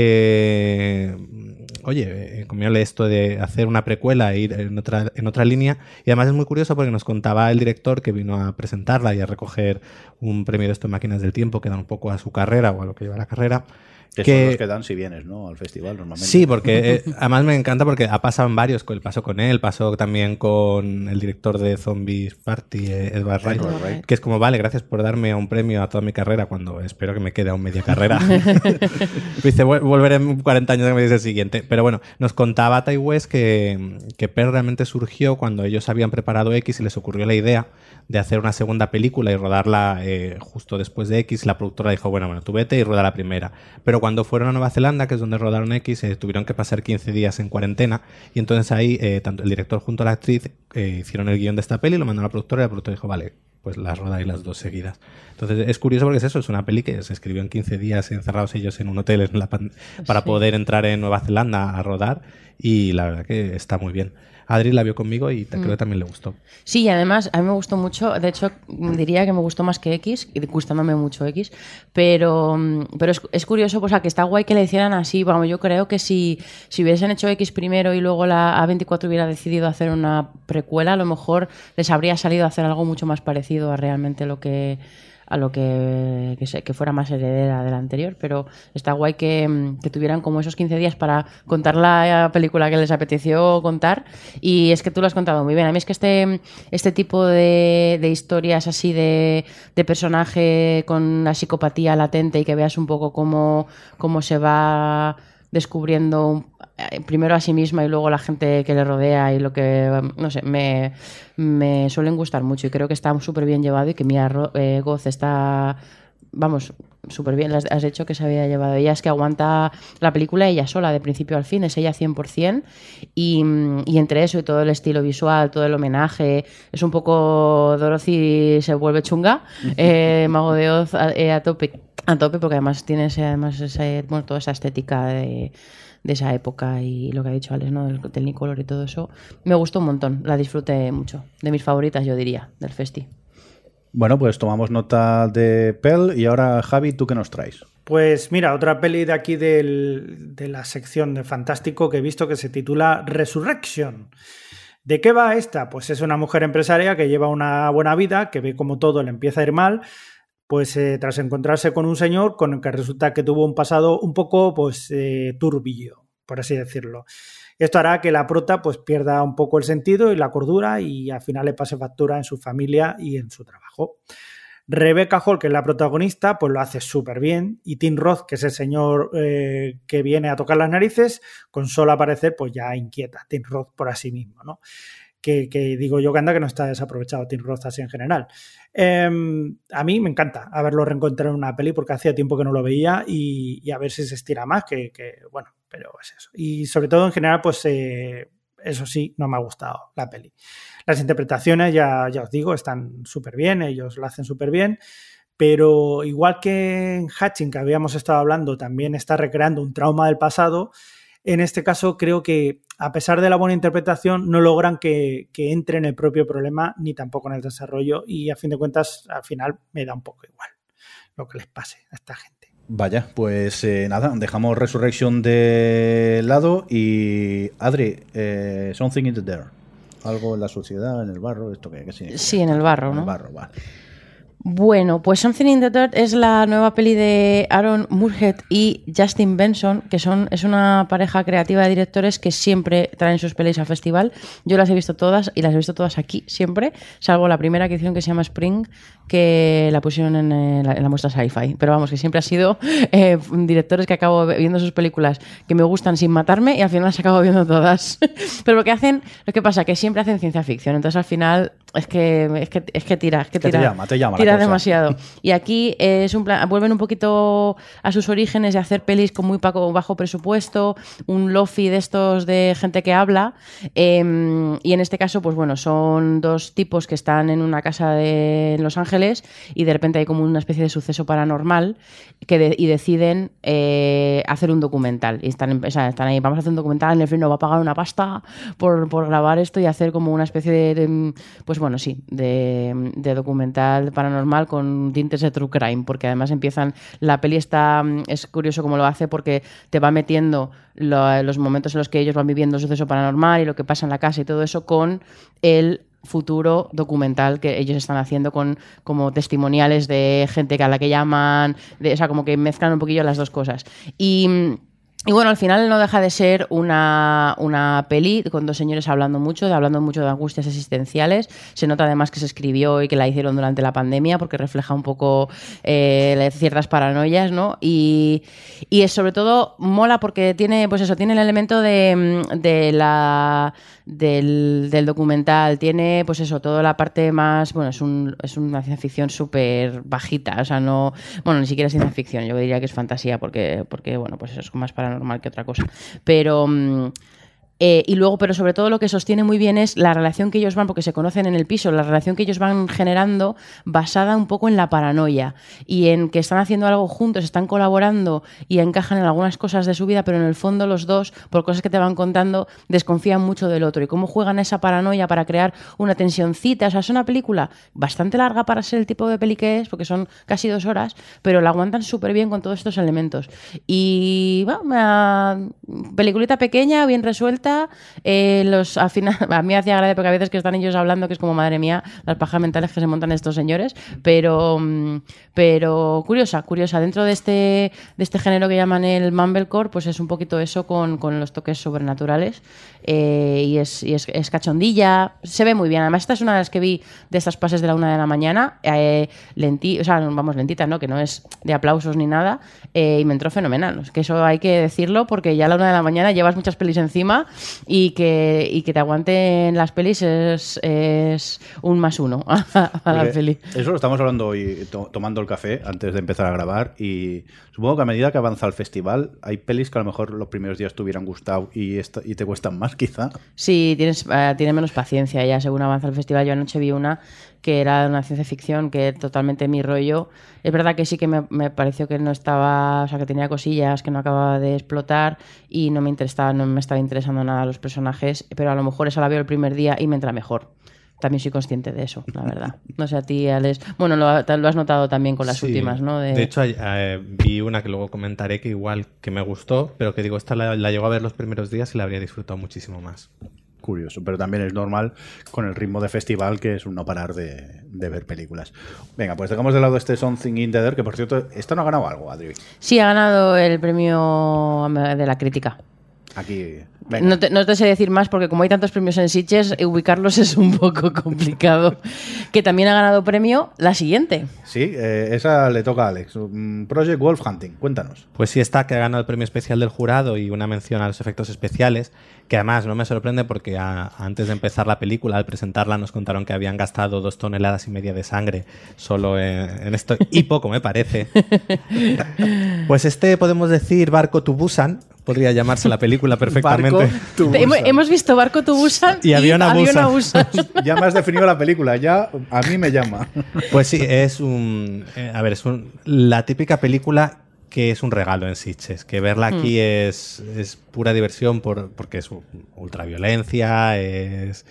encomiable esto de hacer una precuela e ir en otra línea, y además es muy curioso porque nos contaba el director que vino a presentarla y a recoger un premio de esto en Máquinas del Tiempo que dan un poco a su carrera o a lo que lleva la carrera. Que son los que dan si vienes, ¿no? Al festival normalmente. Sí, porque además me encanta porque ha pasado en varios. Pasó con él, pasó también con el director de Zombies Party, Edward Wright, que es como, vale, gracias por darme un premio a toda mi carrera cuando espero que me quede aún media carrera. Dice, volveré en 40 años que me dice el siguiente. Pero bueno, nos contaba Ty West que Pearl realmente surgió cuando ellos habían preparado X y les ocurrió la idea de hacer una segunda película y rodarla justo después de X. La productora dijo, bueno, tú vete y roda la primera. Pero cuando fueron a Nueva Zelanda, que es donde rodaron X, tuvieron que pasar 15 días en cuarentena, y entonces ahí tanto el director junto a la actriz hicieron el guión de esta peli, lo mandó a la productora y la productora dijo, vale, pues las rodáis las dos seguidas. Entonces es curioso porque es una peli que se escribió en 15 días encerrados ellos en un hotel para poder entrar en Nueva Zelanda a rodar, y la verdad que está muy bien. Adri la vio conmigo y creo que también le gustó. Sí, y además a mí me gustó mucho, de hecho diría que me gustó más que X, gustándome mucho X, pero es curioso, pues, que está guay que le hicieran así. Vamos, yo creo que si hubiesen hecho X primero y luego la A24 hubiera decidido hacer una precuela, a lo mejor les habría salido a hacer algo mucho más parecido a realmente a lo que fuera más heredera de la anterior, pero está guay que tuvieran como esos 15 días para contar la película que les apeteció contar, y es que tú lo has contado muy bien. A mí es que este tipo de historias así de personaje con la psicopatía latente y que veas un poco cómo se va descubriendo primero a sí misma y luego la gente que le rodea y lo que, no sé, me suelen gustar mucho y creo que está súper bien llevado y que Mia Goth está, vamos, súper bien. Has hecho que se había llevado. Ella es que aguanta la película ella sola, de principio al fin, es ella 100%, y entre eso y todo el estilo visual, todo el homenaje, es un poco Dorothy se vuelve chunga, Mago de Oz a tope, porque además tiene toda esa estética de esa época y lo que ha dicho Alex, ¿no? del Technicolor y todo eso. Me gustó un montón, la disfruté mucho. De mis favoritas, yo diría, del festi. Bueno, pues tomamos nota de Pearl y ahora, Javi, ¿tú qué nos traes? Pues mira, otra peli de aquí de la sección de Fantástico que he visto que se titula Resurrection. ¿De qué va esta? Pues es una mujer empresaria que lleva una buena vida, que ve como todo le empieza a ir mal, pues tras encontrarse con un señor con el que resulta que tuvo un pasado un poco pues turbillo, por así decirlo. Esto hará que la prota pues pierda un poco el sentido y la cordura y al final le pase factura en su familia y en su trabajo. Rebecca Hall, que es la protagonista, pues lo hace súper bien, y Tim Roth, que es el señor que viene a tocar las narices, con solo aparecer pues ya inquieta Tim Roth por así mismo, ¿no? Que digo yo que anda que no está desaprovechado Tim Roth así en general. A mí me encanta haberlo reencontrado en una peli porque hacía tiempo que no lo veía y a ver si se estira más, que bueno, pero es eso. Y sobre todo en general, pues eso sí, no me ha gustado la peli. Las interpretaciones, ya os digo, están súper bien, ellos lo hacen súper bien, pero igual que en Hatching, que habíamos estado hablando, también está recreando un trauma del pasado. En este caso creo que a pesar de la buena interpretación no logran que entre en el propio problema ni tampoco en el desarrollo y a fin de cuentas al final me da un poco igual lo que les pase a esta gente. Vaya, pues nada, dejamos Resurrection de lado y Adri, Something in the Dirt. Algo en la suciedad, en el barro, esto que significa. Sí, en el barro, ¿no? En el barro, vale. Bueno, pues Something in the Dirt es la nueva peli de Aaron Moorhead y Justin Benson, que es una pareja creativa de directores que siempre traen sus pelis al festival. Yo las he visto todas y las he visto todas aquí siempre, salvo la primera que hicieron que se llama Spring, que la pusieron en la muestra Sci-Fi. Pero vamos, que siempre ha sido directores que acabo viendo sus películas que me gustan sin matarme y al final las acabo viendo todas. Pero lo que pasa que siempre hacen ciencia ficción, entonces al final es que tira. Te llama tira demasiado. Y aquí es un plan, vuelven un poquito a sus orígenes de hacer pelis con muy bajo presupuesto, un lofi de estos de gente que habla, y en este caso, pues bueno, son dos tipos que están en una casa en Los Ángeles y de repente hay como una especie de suceso paranormal y deciden hacer un documental. Y están ahí, vamos a hacer un documental, en el film nos va a pagar una pasta por grabar esto y hacer como una especie de pues bueno, sí, de documental paranormal con tintes de true crime, porque además la peli es curioso cómo lo hace porque te va metiendo los momentos en los que ellos van viviendo el suceso paranormal y lo que pasa en la casa y todo eso con el futuro documental que ellos están haciendo con como testimoniales de gente a la que llaman, o sea, como que mezclan un poquillo las dos cosas. Y bueno, al final no deja de ser una peli con dos señores hablando mucho de angustias existenciales. Se nota además que se escribió y que la hicieron durante la pandemia porque refleja un poco ciertas paranoias, ¿no? Y es sobre todo mola porque tiene el elemento del documental, tiene pues eso, toda la parte más, bueno, es una ciencia ficción súper bajita, o sea, no, bueno, ni siquiera es ciencia ficción, yo diría que es fantasía porque bueno, pues eso es más paranormal que otra cosa, pero y luego, pero sobre todo lo que sostiene muy bien es la relación que ellos van, porque se conocen en el piso, la relación que ellos van generando basada un poco en la paranoia y en que están haciendo algo juntos, están colaborando y encajan en algunas cosas de su vida, pero en el fondo los dos, por cosas que te van contando, desconfían mucho del otro y cómo juegan esa paranoia para crear una tensioncita. O sea, es una película bastante larga para ser el tipo de peli que es, porque son casi 2 horas, pero la aguantan súper bien con todos estos elementos. Y bueno, una peliculita pequeña, bien resuelta, bonita. Al final, a mí me hacía gracia porque a veces que están ellos hablando que es como, madre mía, las pajas mentales que se montan estos señores, pero curiosa. Dentro de este género que llaman el mumblecore, pues es un poquito eso con los toques sobrenaturales, y es cachondilla, se ve muy bien. Además, esta es una de las que vi de estas pases de la 1 de la mañana, lentita, ¿no? Que no es de aplausos ni nada, y me entró fenomenal. Que eso hay que decirlo, porque ya a la 1 de la mañana llevas muchas pelis encima, y que te aguanten las pelis es un +1 a la peli. Eso lo estamos hablando hoy tomando el café antes de empezar a grabar, y supongo que a medida que avanza el festival hay pelis que a lo mejor los primeros días te hubieran gustado y te cuestan más, quizá. Sí, tienes menos paciencia ya según avanza el festival. Yo anoche vi una que era una ciencia ficción, que totalmente mi rollo. Es verdad que sí que me pareció que no estaba, o sea, que tenía cosillas que no acababa de explotar y no me estaba interesando nada los personajes, pero a lo mejor esa la veo el primer día y me entra mejor. También soy consciente de eso, la verdad. No sé a ti, Alex. Bueno, lo has notado también con las últimas, ¿no? De hecho, vi una que luego comentaré que igual que me gustó, pero que digo, esta la llego a ver los primeros días y la habría disfrutado muchísimo más. Curioso, pero también es normal con el ritmo de festival, que es un no parar de ver películas. Venga, pues dejamos de lado este Something in the Air, que por cierto, ¿esta no ha ganado algo, Adri? Sí, ha ganado el premio de la crítica. Aquí. No te sé decir más porque como hay tantos premios en Sitges, ubicarlos es un poco complicado. Que también ha ganado premio la siguiente. Sí, esa le toca a Alex. Project Wolf Hunting, cuéntanos. Pues sí, está, que ha ganado el premio especial del jurado y una mención a los efectos especiales, que además no me sorprende porque antes de empezar la película, al presentarla, nos contaron que habían gastado 2,5 toneladas de sangre solo en esto, y poco me parece. Pues podemos decir Barco to Busan, podría llamarse la película perfectamente. Hemos visto Barco to Busan y Avión a Busan. Ya me has definido la película, ya a mí me llama. Pues sí, es la típica película que es un regalo en Sitges, que verla aquí es pura diversión porque es ultraviolencia, es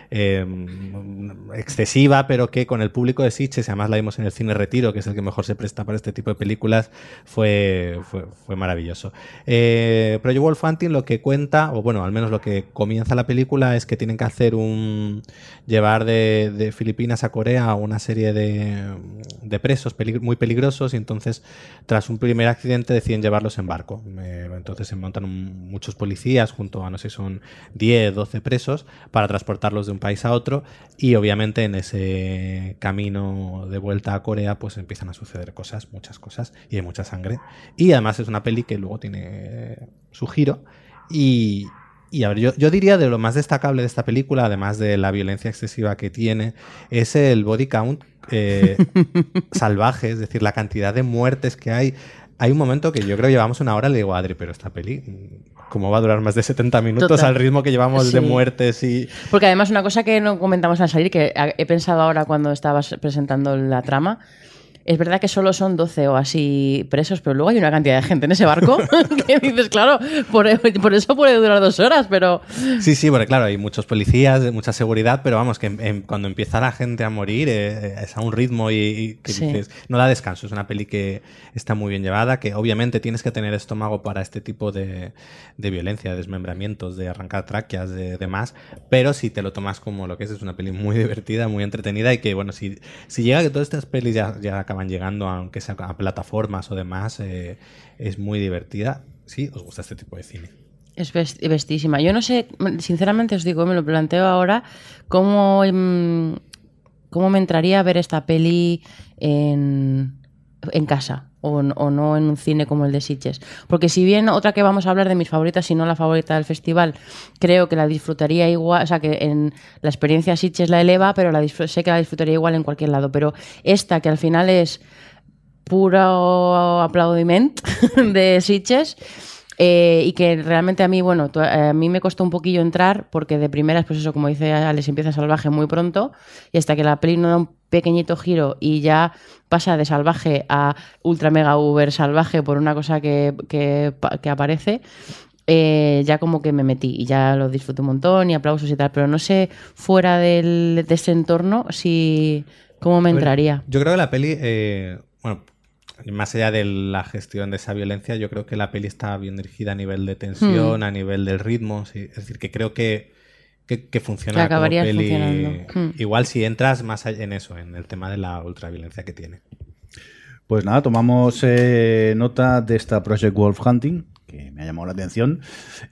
excesiva, pero que con el público de Sitges, y además la vimos en el Cine Retiro, que es el que mejor se presta para este tipo de películas, fue maravilloso. Project Wolf Hunting lo que cuenta, o bueno, al menos lo que comienza la película, es que tienen que hacer llevar de Filipinas a Corea una serie de presos muy peligrosos, y entonces tras un primer accidente deciden llevarlos en barco. Entonces se montan muchos policías junto a, no sé, son 10, 12 presos para transportarlos de un país a otro, y obviamente en ese camino de vuelta a Corea pues empiezan a suceder cosas, muchas cosas, y hay mucha sangre, y además es una peli que luego tiene su giro. Y a ver, yo diría de lo más destacable de esta película, además de la violencia excesiva que tiene, es el body count salvaje, es decir, la cantidad de muertes que hay. Hay un momento que yo creo que llevamos una hora, le digo a Adri, pero esta peli, ¿cómo va a durar más de 70 minutos? Total. Al ritmo que llevamos de muertes y... Porque además una cosa que no comentamos al salir, que he pensado ahora cuando estabas presentando la trama, es verdad que solo son 12 o así presos, pero luego hay una cantidad de gente en ese barco que dices, claro, por eso puede durar 2 horas, pero... Sí, porque claro, hay muchos policías, mucha seguridad, pero vamos, que cuando empieza la gente a morir es a un ritmo y que dices, no da descanso. Es una peli que está muy bien llevada, que obviamente tienes que tener estómago para este tipo de violencia, de desmembramientos, de arrancar tráqueas, de demás, pero si te lo tomas como lo que es una peli muy divertida, muy entretenida, y que bueno, si llega que todas estas pelis ya acaban llegando, aunque sea a plataformas o demás, es muy divertida. Sí, os gusta este tipo de cine. Es bestísima. Yo no sé, sinceramente os digo, me lo planteo ahora, cómo me entraría a ver esta peli en casa o no en un cine como el de Sitges. Porque si bien otra que vamos a hablar de mis favoritas, si no la favorita del festival, creo que la disfrutaría igual, o sea, que en la experiencia Sitges la eleva, pero sé que la disfrutaría igual en cualquier lado. Pero esta, que al final es puro aplaudiment de Sitges, y que realmente a mí, bueno, a mí me costó un poquillo entrar, porque de primeras, pues eso, como dice Alex, empieza salvaje muy pronto, y hasta que la peli no da un pequeñito giro y ya pasa de salvaje a ultra mega uber salvaje por una cosa que aparece, ya como que me metí y ya lo disfruté un montón y aplausos y tal, pero no sé fuera de ese entorno cómo me entraría. Yo creo que la peli, más allá de la gestión de esa violencia, yo creo que la peli está bien dirigida a nivel de tensión, a nivel del ritmo. Sí. Es decir, que creo que funciona Que acabaría como peli. funcionando. Igual si entras más allá en eso, en el tema de la ultraviolencia que tiene. Pues nada, tomamos nota de esta Project Wolf Hunting, que me ha llamado la atención,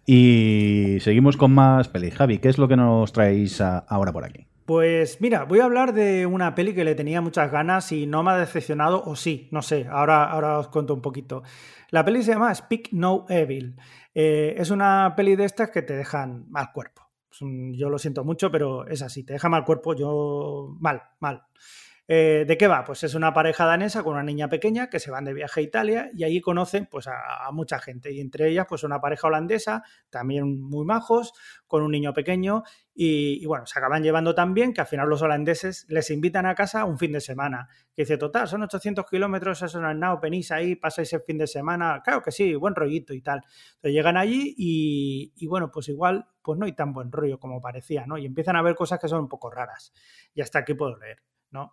y seguimos con más pelis. Javi, ¿qué es lo que nos traéis ahora por aquí? Pues mira, voy a hablar de una peli que le tenía muchas ganas y no me ha decepcionado, o sí, no sé, ahora os cuento un poquito. La peli se llama Speak No Evil. Es una peli de estas que te dejan mal cuerpo. Yo lo siento mucho, pero es así, te deja mal cuerpo, yo mal. ¿De qué va? Pues es una pareja danesa con una niña pequeña que se van de viaje a Italia y allí conocen pues a mucha gente, y entre ellas pues una pareja holandesa, también muy majos, con un niño pequeño y bueno, se acaban llevando tan bien que al final los holandeses les invitan a casa un fin de semana. Que dice, total, son 800 kilómetros, eso no es nada, venís ahí, pasáis el fin de semana, claro que sí, buen rollito y tal. Entonces llegan allí y bueno, pues igual pues no hay tan buen rollo como parecía, ¿no? Y empiezan a ver cosas que son un poco raras. Y hasta aquí puedo leer, ¿no?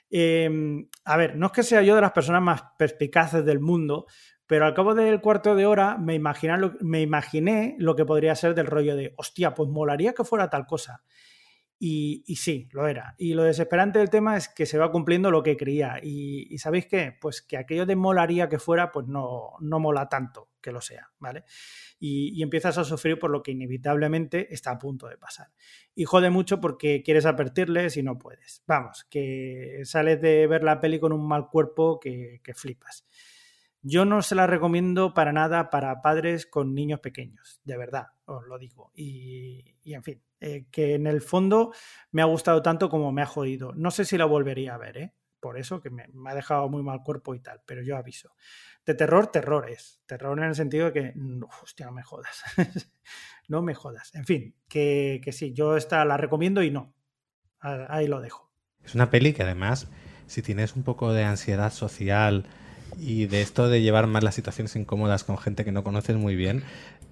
A ver, no es que sea yo de las personas más perspicaces del mundo, pero al cabo del cuarto de hora me imaginé lo que podría ser del rollo de, hostia, pues molaría que fuera tal cosa. Y sí, lo era. Y lo desesperante del tema es que se va cumpliendo lo que creía. Y ¿sabéis qué? Pues que aquello de molaría que fuera, pues no mola tanto que lo sea, ¿vale? Y empiezas a sufrir por lo que inevitablemente está a punto de pasar. Y jode mucho porque quieres advertirles y no puedes. Vamos, que sales de ver la peli con un mal cuerpo que flipas. Yo no se la recomiendo para nada para padres con niños pequeños, de verdad, os lo digo. Y en fin, que en el fondo me ha gustado tanto como me ha jodido. No sé si la volvería a ver, ¿eh? Por eso que me ha dejado muy mal cuerpo y tal, pero yo aviso. De terror es. Terror en el sentido de que, hostia, no me jodas. No me jodas. En fin, que sí, yo esta la recomiendo y no. Ahí lo dejo. Es una peli que además, si tienes un poco de ansiedad social y de esto de llevar más las situaciones incómodas con gente que no conoces muy bien,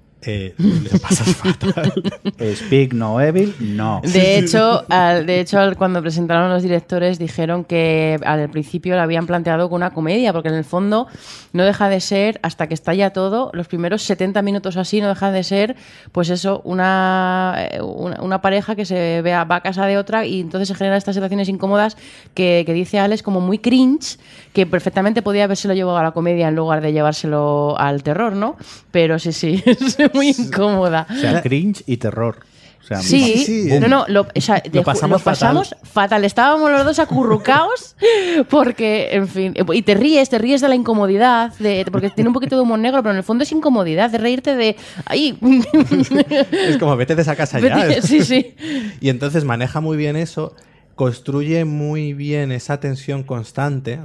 lo pasas fatal. Speak No Evil, no. De hecho, cuando presentaron los directores dijeron que al principio la habían planteado con una comedia, porque en el fondo no deja de ser, hasta que estalla todo, los primeros 70 minutos así, no deja de ser, pues eso, una pareja que va a casa de otra y entonces se generan estas situaciones incómodas que dice Alex como muy cringe, que perfectamente podía habérselo llevado a la comedia en lugar de llevárselo al terror, ¿no? Pero sí, es muy incómoda. O sea, cringe y terror. O sea, Sí, lo pasamos fatal. Estábamos los dos acurrucados porque, en fin, y te ríes de la incomodidad, porque tiene un poquito de humor negro, pero en el fondo es incomodidad, de reírte de... ¡Ay! Es como, vete de esa casa ya. Sí. Y entonces maneja muy bien eso, construye muy bien esa tensión constante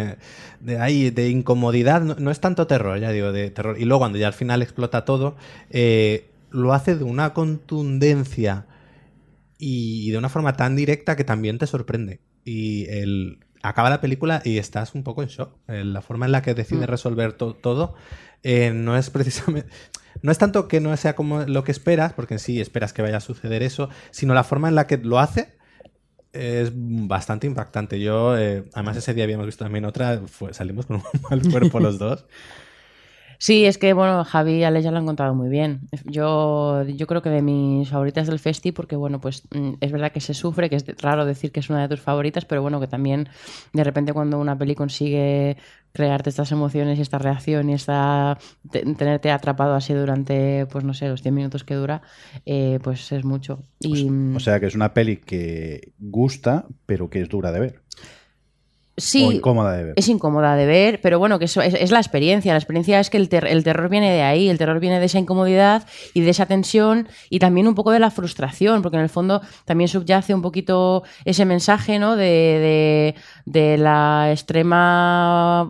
de incomodidad. No es tanto terror, ya digo, de terror. Y luego cuando ya al final explota todo, lo hace de una contundencia y de una forma tan directa que también te sorprende. Y acaba la película y estás un poco en shock. La forma en la que decide resolver todo no es precisamente... No es tanto que no sea como lo que esperas, porque en sí esperas que vaya a suceder eso, sino la forma en la que lo hace es bastante impactante. Yo, además ese día habíamos visto también otra, salimos con un mal cuerpo los dos. Sí, es que, bueno, Javi y Ale ya lo han contado muy bien. Yo creo que de mis favoritas del festi, porque, bueno, pues es verdad que se sufre, que es raro decir que es una de tus favoritas, pero bueno, que también de repente cuando una peli consigue crearte estas emociones y esta reacción y tenerte atrapado así durante, pues no sé, los 10 minutos que dura, pues es mucho. O sea, que es una peli que gusta, pero que es dura de ver. Sí, o incómoda de ver. Es incómoda de ver, pero bueno, que eso es la experiencia. La experiencia es que el terror viene de ahí, el terror viene de esa incomodidad y de esa tensión y también un poco de la frustración, porque en el fondo también subyace un poquito ese mensaje, ¿no? de la extrema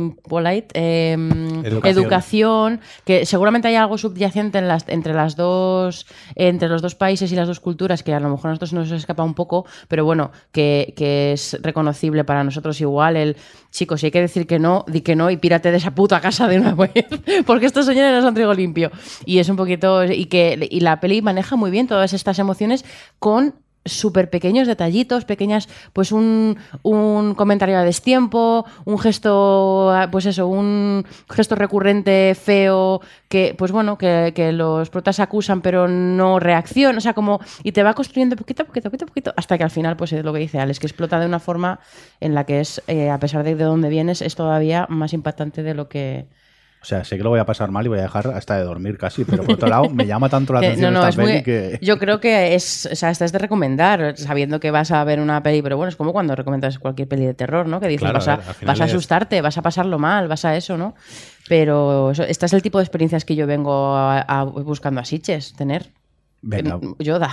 educación, que seguramente hay algo subyacente entre los dos países y las dos culturas que a lo mejor a nosotros nos escapa un poco, pero bueno, que es reconocible para nosotros igual. Chicos, si hay que decir que no, di que no y pírate de esa puta casa de una vez, porque estos señores no son trigo limpio. Y es un poquito... Y la peli maneja muy bien todas estas emociones con súper pequeños detallitos, pequeñas, pues un comentario a destiempo, un gesto, pues eso, un gesto recurrente feo que, pues bueno, que los protas acusan pero no reaccionan, o sea, como, y te va construyendo poquito, hasta que al final, pues es lo que dice Alex, que explota de una forma en la que es, a pesar de dónde vienes, es todavía más impactante de lo que... O sea, sé que lo voy a pasar mal y voy a dejar hasta de dormir casi, pero por otro lado me llama tanto la atención esta peli que... Yo creo que es, o sea, esta es de recomendar, sabiendo que vas a ver una peli, pero bueno, es como cuando recomiendas cualquier peli de terror, ¿no? Que dices, Claro, vas a asustarte, vas a pasarlo mal, vas a eso, ¿no? Pero este es el tipo de experiencias que yo vengo buscando a Sitges, tener. Venga. Yoda.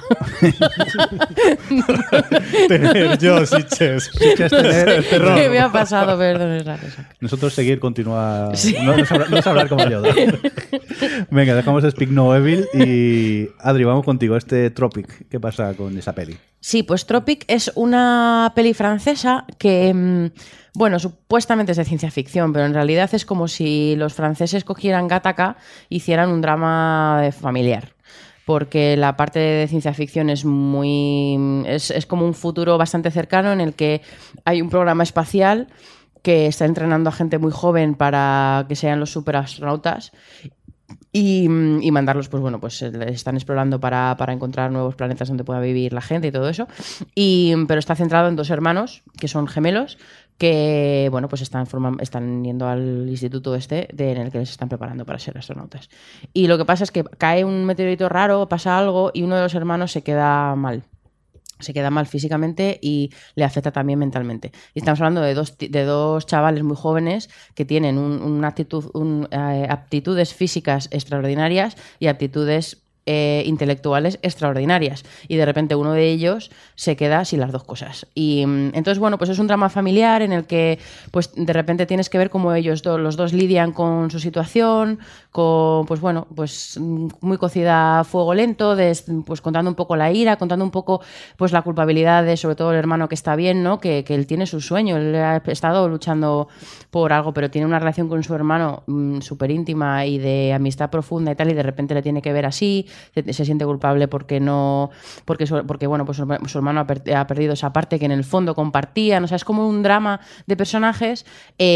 Tener yo, Sitges. Tener terror. ¿Qué me ha pasado? Perdón, es raro. Nosotros continuar... Sí. No es hablar como Yoda. Venga, dejamos Speak No Evil y Adri, vamos contigo. Tropic, ¿qué pasa con esa peli? Sí, pues Tropic es una peli francesa que, bueno, supuestamente es de ciencia ficción, pero en realidad es como si los franceses cogieran Gattaca e hicieran un drama familiar. Porque la parte de ciencia ficción es es como un futuro bastante cercano en el que hay un programa espacial que está entrenando a gente muy joven para que sean los superastronautas y mandarlos, pues bueno, pues están explorando para encontrar nuevos planetas donde pueda vivir la gente y todo eso. Pero está centrado en 2 hermanos que son gemelos que, bueno, pues están yendo al instituto en el que les están preparando para ser astronautas. Y lo que pasa es que cae un meteorito raro, pasa algo y uno de los hermanos se queda mal. Se queda mal físicamente y le afecta también mentalmente. Y estamos hablando de dos chavales muy jóvenes que tienen aptitudes físicas extraordinarias y aptitudes intelectuales extraordinarias. Y de repente uno de ellos se queda sin las 2 cosas. Y entonces, bueno, pues es un drama familiar en el que pues de repente tienes que ver cómo los dos lidian con su situación, pues bueno, pues muy cocida a fuego lento, pues contando un poco la ira, contando un poco pues la culpabilidad de sobre todo el hermano que está bien, ¿no? Que él tiene su sueño, él ha estado luchando por algo, pero tiene una relación con su hermano súper íntima y de amistad profunda y tal, y de repente le tiene que ver así, se siente culpable porque bueno, pues su hermano ha perdido esa parte que en el fondo compartían, o sea, es como un drama de personajes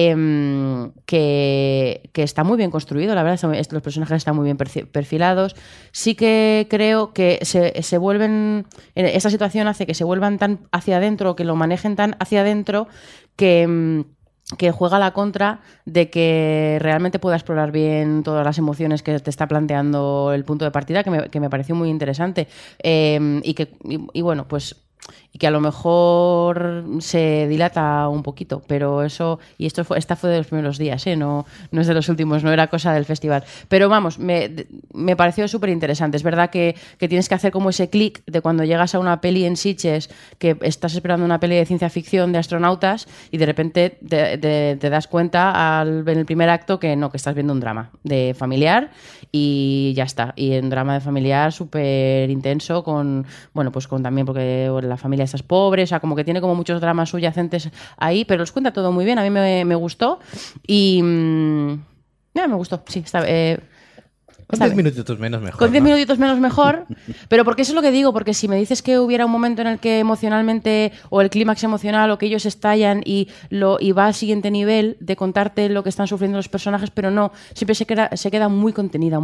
que está muy bien construido, la verdad, los personajes están muy bien perfilados. Sí que creo que se vuelven, esta situación hace que se vuelvan tan hacia adentro, que lo manejen tan hacia adentro que juega a la contra de que realmente pueda explorar bien todas las emociones que te está planteando el punto de partida, que me pareció muy interesante. Y bueno, pues... y que a lo mejor se dilata un poquito, pero esta fue de los primeros días, no es de los últimos, no era cosa del festival. Pero vamos, me pareció súper interesante. Es verdad que tienes que hacer como ese clic de cuando llegas a una peli en Sitges, que estás esperando una peli de ciencia ficción de astronautas y de repente te das cuenta en el primer acto que no, que estás viendo un drama de familiar y ya está. Y un drama de familiar súper intenso bueno, pues con también porque la familia estás pobre, o sea, como que tiene como muchos dramas subyacentes ahí, pero los cuenta todo muy bien, a mí me gustó y me gustó, sí, está con 10 minutitos menos mejor. Con 10 minutitos menos mejor, pero porque eso es lo que digo, porque si me dices que hubiera un momento en el que emocionalmente, o el clímax emocional, o que ellos estallan y va al siguiente nivel de contarte lo que están sufriendo los personajes, pero no, siempre se queda muy contenida,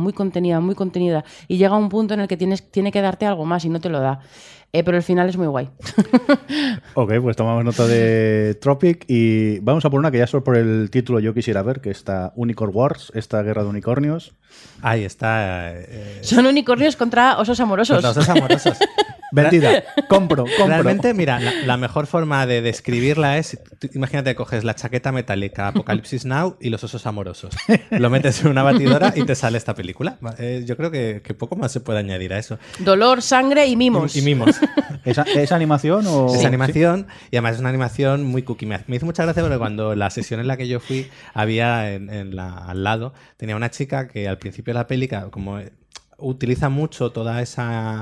y llega a un punto en el que tiene que darte algo más y no te lo da. Pero el final es muy guay. Ok, pues tomamos nota de Tropic y vamos a por una que ya solo por el título yo quisiera ver, que está Unicorn Wars, esta guerra de unicornios. Ahí está. Son unicornios contra osos amorosos. Contra osos amorosos. Vendida. Compro. Realmente, mira, la mejor forma de describirla es, imagínate, coges la chaqueta metálica Apocalipsis Now y los osos amorosos. Lo metes en una batidora y te sale esta película. Yo creo que poco más se puede añadir a eso. Dolor, sangre y mimos. Y mimos. ¿Es animación o...? Es animación, ¿sí? Y además es una animación muy cookie. Me hizo mucha gracia porque cuando la sesión en la que yo fui había al lado, tenía una chica que al principio de la peli, como utiliza mucho toda esa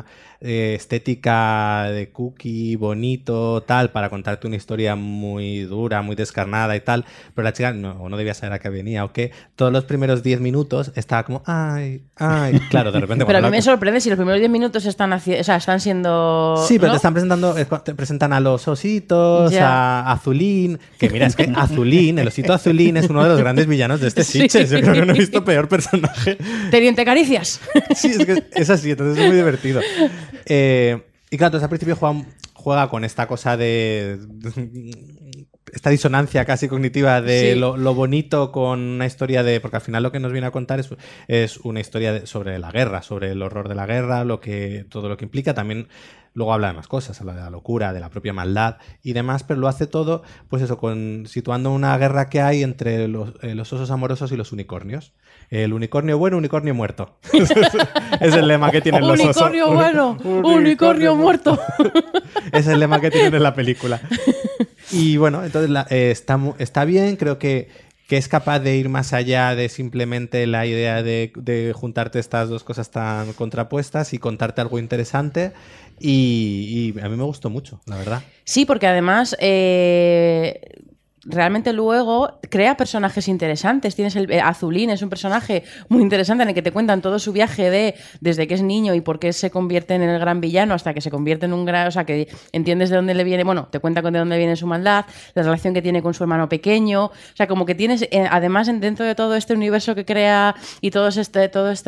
estética de cookie, bonito, tal, para contarte una historia muy dura, muy descarnada y tal, pero la chica no debía saber a qué venía o qué. Todos los primeros 10 minutos estaba como, ay, claro, de repente... Pero bueno, a mí me sorprende si los primeros 10 minutos están siendo... Sí, pero ¿no? te están presentando, te presentan a los ositos, Ya. a Azulín, que mira, es que Azulín, el osito Azulín es uno de los grandes villanos de este Sí. Sitges. Yo creo que no he visto peor personaje. Teniente Caricias. Sí, es que es así, entonces es muy divertido. Y claro, entonces al principio juega con esta cosa de esta disonancia casi cognitiva de Sí. lo bonito con una historia de... Porque al final lo que nos viene a contar es una historia sobre la guerra, sobre el horror de la guerra, todo lo que implica. También luego habla de más cosas, habla de la locura, de la propia maldad y demás, pero lo hace todo, pues eso, situando una guerra que hay entre los osos amorosos y los unicornios. El unicornio bueno, unicornio muerto. Es el lema que tienen los osos. Unicornio bueno, unicornio muerto. Es el lema que tienen en la película. Y bueno, entonces está bien, creo que es capaz de ir más allá de simplemente la idea de juntarte estas dos cosas tan contrapuestas y contarte algo interesante. Y a mí me gustó mucho, la verdad. Sí, porque además realmente luego crea personajes interesantes. Tienes Azulín, es un personaje muy interesante en el que te cuentan todo su viaje desde que es niño y por qué se convierte en el gran villano hasta que se convierte en un gran... O sea, que entiendes de dónde le viene... Bueno, te cuenta de dónde viene su maldad, la relación que tiene con su hermano pequeño. O sea, como que tienes... además, dentro de todo este universo que crea y todo este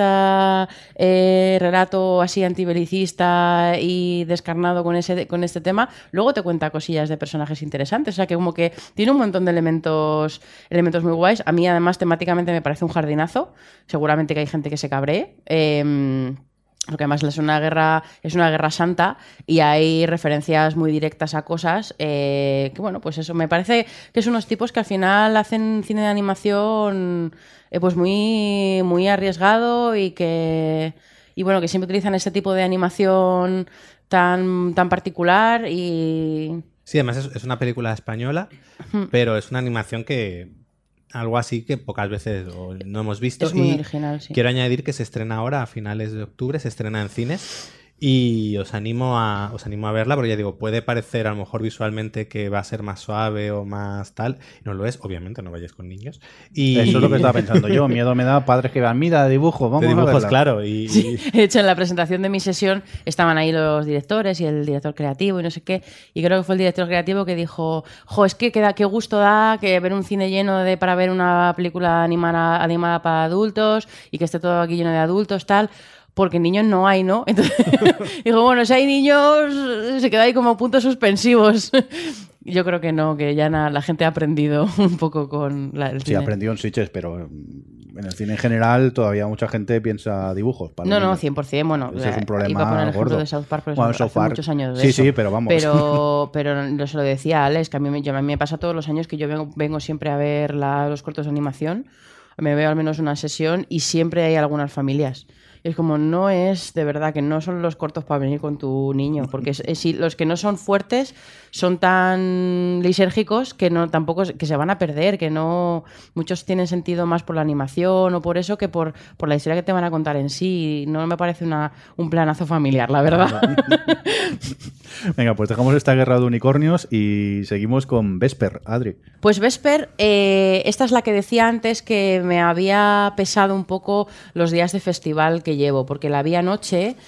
relato así antibelicista y descarnado con este tema, luego te cuenta cosillas de personajes interesantes. O sea, que como que tiene un montón de elementos muy guays. A mí, además, temáticamente me parece un jardinazo. Seguramente que hay gente que se cabree. Porque además es una guerra santa y hay referencias muy directas a cosas que, bueno, pues eso, me parece que son unos tipos que al final hacen cine de animación pues muy, muy arriesgado y bueno, que siempre utilizan este tipo de animación tan particular y... Sí, además es una película española, pero es una animación que... Algo así que pocas veces no hemos visto. Es muy original, sí. Quiero añadir que se estrena ahora a finales de octubre, se estrena en cines y os animo a verla porque ya digo, puede parecer a lo mejor visualmente que va a ser más suave o más tal, y no lo es, obviamente, no vayáis con niños. Y... Eso es lo que estaba pensando yo, miedo me da padres que vean, mira, dibujo, vamos de dibujos, a verla. claro. Sí, de hecho, en la presentación de mi sesión estaban ahí los directores y el director creativo y no sé qué, y creo que fue el director creativo que dijo, es que qué gusto da que ver un cine lleno para ver una película animada para adultos y que esté todo aquí lleno de adultos, tal... porque niños no hay, ¿no? Entonces dijo, bueno, si hay niños, se queda ahí como puntos suspensivos. Yo creo que no, que ya la gente ha aprendido un poco con el cine. Sí, aprendió en Sitges, pero en el cine en general todavía mucha gente piensa dibujos. Para No, niños. 100%, bueno, Ese es un problema iba a poner el ejemplo gordo. de South Park, pero Bueno, hace South Park. muchos años de Sí, eso. sí, pero vamos. Pero se lo decía a Alex, que a mí me pasa todos los años que yo vengo siempre a ver los cortos de animación, me veo al menos una sesión y siempre hay algunas familias. Es como, no es de verdad que no son los cortos para venir con tu niño, porque si los que no son fuertes son tan lisérgicos que no tampoco que se van a perder, que no muchos tienen sentido más por la animación o por eso que por la historia que te van a contar en sí. No me parece un planazo familiar, la verdad. Venga, pues dejamos esta guerra de unicornios y seguimos con Vesper, Adri. Pues Vesper, esta es la que decía antes que me había pesado un poco los días de festival que llevo, porque la vi anoche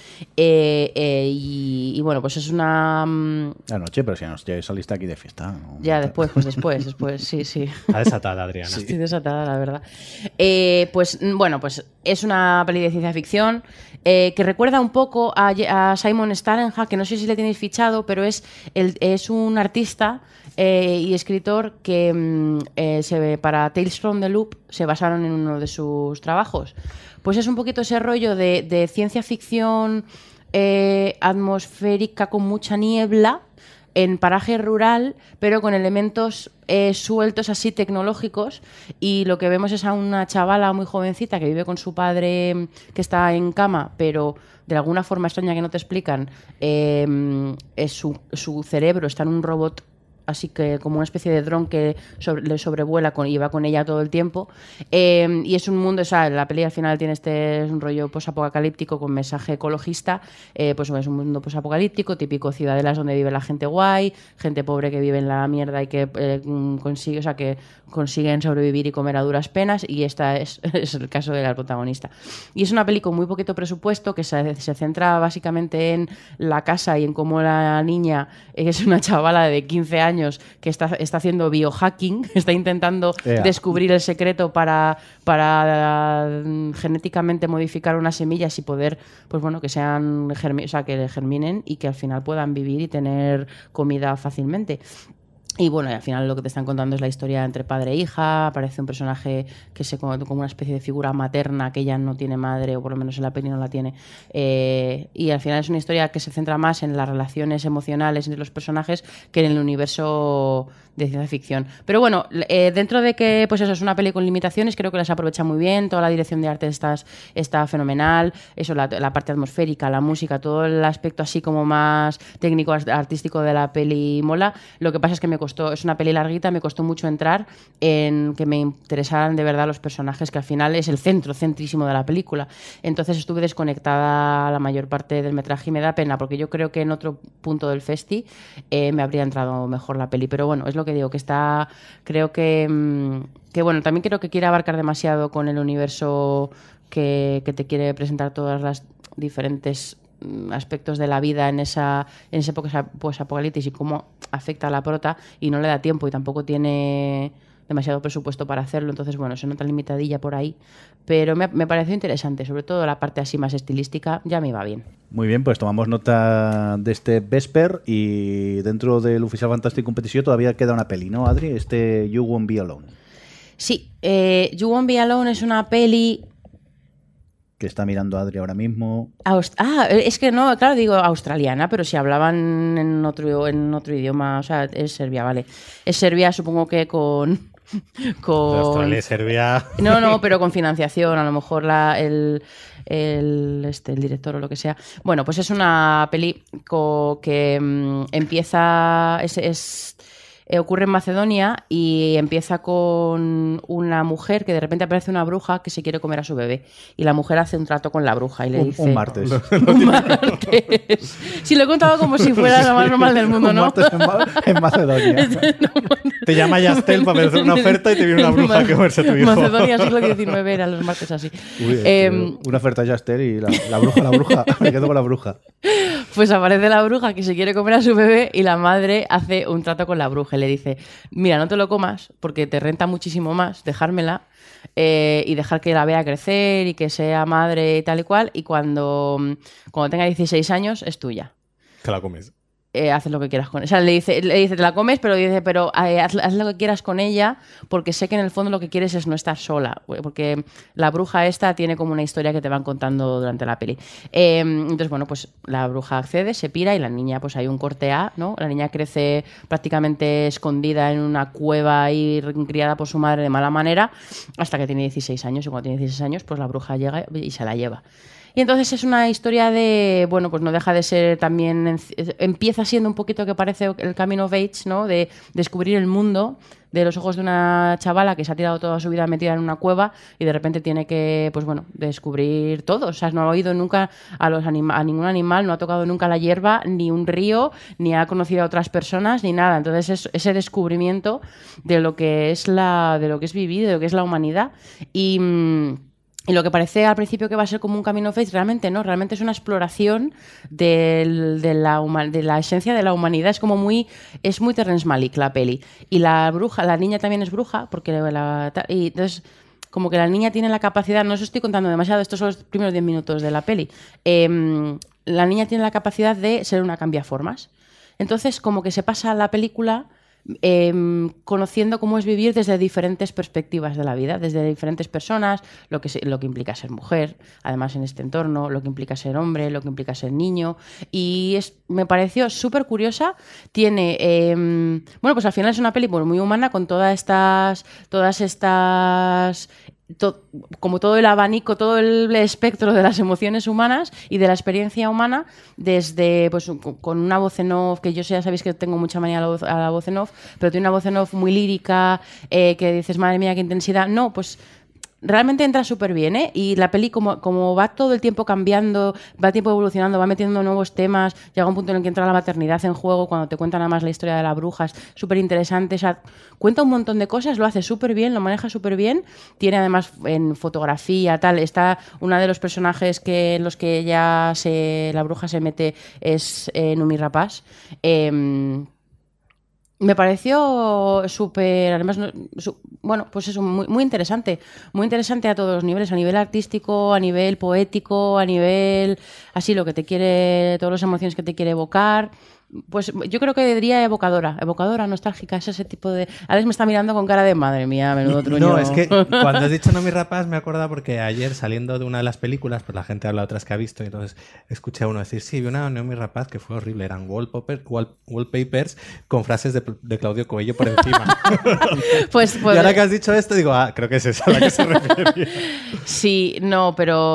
y bueno, pues es una... Anoche, pero si ya saliste aquí de fiesta. ¿No? Ya después, sí. Está desatada, Adriana. Estoy desatada, la verdad. Pues bueno, pues es una peli de ciencia ficción que recuerda un poco a Simon Starenhag, que no sé si le tenéis fichado, pero es un artista y escritor que para Tales from the Loop se basaron en uno de sus trabajos. Pues es un poquito ese rollo de ciencia ficción atmosférica con mucha niebla en paraje rural, pero con elementos sueltos así tecnológicos, y lo que vemos es a una chavala muy jovencita que vive con su padre que está en cama, pero de alguna forma extraña que no te explican, su cerebro está en un robot así que como una especie de dron que le sobrevuela y va con ella todo el tiempo. Y es un mundo, o sea, la peli al final tiene es un rollo posapocalíptico con mensaje ecologista. Pues es un mundo posapocalíptico, típico ciudadelas donde vive la gente guay, gente pobre que vive en la mierda y que que consiguen sobrevivir y comer a duras penas, y esta es el caso de la protagonista. Y es una peli con muy poquito presupuesto que se centra básicamente en la casa y en cómo la niña es una chavala de 15 años que está haciendo biohacking, está intentando descubrir el secreto para genéticamente modificar unas semillas y poder, pues bueno, que sean que germinen y que al final puedan vivir y tener comida fácilmente. Y bueno, y al final lo que te están contando es la historia entre padre e hija. Aparece un personaje que se como una especie de figura materna, que ella no tiene madre, o por lo menos en la peli no la tiene. Y al final es una historia que se centra más en las relaciones emocionales entre los personajes que en el universo de ciencia ficción. Pero bueno, dentro de que pues eso es una peli con limitaciones, creo que las aprovecha muy bien. Toda la dirección de arte está fenomenal. Eso, la parte atmosférica, la música, todo el aspecto así como más técnico, artístico de la peli mola. Lo que pasa es que es una peli larguita, me costó mucho entrar en que me interesaran de verdad los personajes, que al final es el centrísimo de la película. Entonces estuve desconectada la mayor parte del metraje y me da pena, porque yo creo que en otro punto del festi me habría entrado mejor la peli. Pero bueno, es lo que digo, que creo que bueno, también creo que quiere abarcar demasiado con el universo que te quiere presentar todas las diferentes aspectos de la vida en esa época posapocalipsis y cómo afecta a la prota, y no le da tiempo y tampoco tiene demasiado presupuesto para hacerlo. Entonces bueno, se nota limitadilla por ahí, pero me pareció interesante, sobre todo la parte así más estilística ya me iba bien. Muy bien, pues tomamos nota de este Vesper, y dentro del Oficial Fantastic Competition todavía queda una peli, ¿no, Adri? You Won't Be Alone. Sí, You Won't Be Alone es una peli que está mirando Adri ahora mismo. Es que no, claro, digo australiana, pero si hablaban en otro idioma, o sea, es Serbia, vale. Es Serbia, supongo que con Australia y Serbia. No, pero con financiación, a lo mejor el director o lo que sea. Bueno, pues es una peli que empieza ocurre en Macedonia y empieza con una mujer que de repente aparece una bruja que se quiere comer a su bebé, y la mujer hace un trato con la bruja y le dice... Un martes. Un martes. Si lo he contado como si fuera lo más normal del mundo, ¿no? Un martes en Macedonia. Te llama Yastel para hacer una oferta y te viene una bruja a comerse a tu hijo. Macedonia, siglo XIX, eran los martes así. Una oferta Yastel y la bruja. Me quedo con la bruja. Pues aparece la bruja que se quiere comer a su bebé y la madre hace un trato con la bruja y le dice: mira, no te lo comas porque te renta muchísimo más dejármela y dejar que la vea crecer y que sea madre y tal y cual, y cuando tenga 16 años es tuya. Te la comes. Haces lo que quieras con ella. O sea, le dice, te la comes, pero dice, pero haz lo que quieras con ella, porque sé que en el fondo lo que quieres es no estar sola, porque la bruja esta tiene como una historia que te van contando durante la peli. Entonces, bueno, pues la bruja accede, se pira, y la niña, pues hay un corte A, ¿no? La niña crece prácticamente escondida en una cueva y criada por su madre de mala manera, hasta que tiene 16 años, y cuando tiene 16 años, pues la bruja llega y se la lleva. Y entonces es una historia de, bueno, pues no deja de ser también, empieza siendo un poquito que parece el coming of age, ¿no? De descubrir el mundo de los ojos de una chavala que se ha tirado toda su vida metida en una cueva y de repente tiene que, pues bueno, descubrir todo. O sea, no ha oído nunca a ningún animal, no ha tocado nunca la hierba, ni un río, ni ha conocido a otras personas, ni nada. Entonces es ese descubrimiento de lo que es vivir, de lo que es la humanidad. Y lo que parece al principio que va a ser como un camino face, realmente no, realmente es una exploración de la esencia de la humanidad. Es muy Terrence Malick la peli. Y la niña también es bruja, porque y entonces como que la niña tiene la capacidad, no os estoy contando demasiado, estos son los primeros 10 minutos de la peli, la niña tiene la capacidad de ser una cambiaformas. Entonces como que se pasa la película conociendo cómo es vivir desde diferentes perspectivas de la vida, desde diferentes personas, lo que implica ser mujer, además en este entorno, lo que implica ser hombre, lo que implica ser niño, y me pareció súper curiosa. Tiene, bueno, pues al final es una peli muy humana, con todas estas como todo el abanico, todo el espectro de las emociones humanas y de la experiencia humana, desde pues con una voz en off, que yo ya sabéis que tengo mucha manía a la voz en off, pero tiene una voz en off muy lírica, que dices, madre mía, qué intensidad. No, pues realmente entra súper bien, ¿eh? Y la peli, como va todo el tiempo cambiando, va el tiempo evolucionando, va metiendo nuevos temas, llega un punto en el que entra la maternidad en juego, cuando te cuentan además la historia de la bruja, es súper interesante. O sea, cuenta un montón de cosas, lo hace súper bien, lo maneja súper bien. Tiene además en fotografía, tal, está una de los personajes en los que la bruja se mete es Numi Rapaz. Me pareció súper, además, bueno, pues eso, muy interesante a todos los niveles, a nivel artístico, a nivel poético, a nivel, así, lo que te quiere, todas las emociones que te quiere evocar. Pues yo creo que diría evocadora, nostálgica, es ese tipo de... Alex me está mirando con cara de madre mía, menudo truño. No, es que cuando has dicho No mi rapaz me he acordado porque ayer saliendo de una de las películas, pues la gente habla de otras que ha visto y entonces escuché a uno decir, sí, vi una No mi rapaz que fue horrible, eran wallpapers con frases de Claudio Coello por encima. Pues, y ahora que has dicho esto digo, creo que es esa a la que se refiere. Sí, no,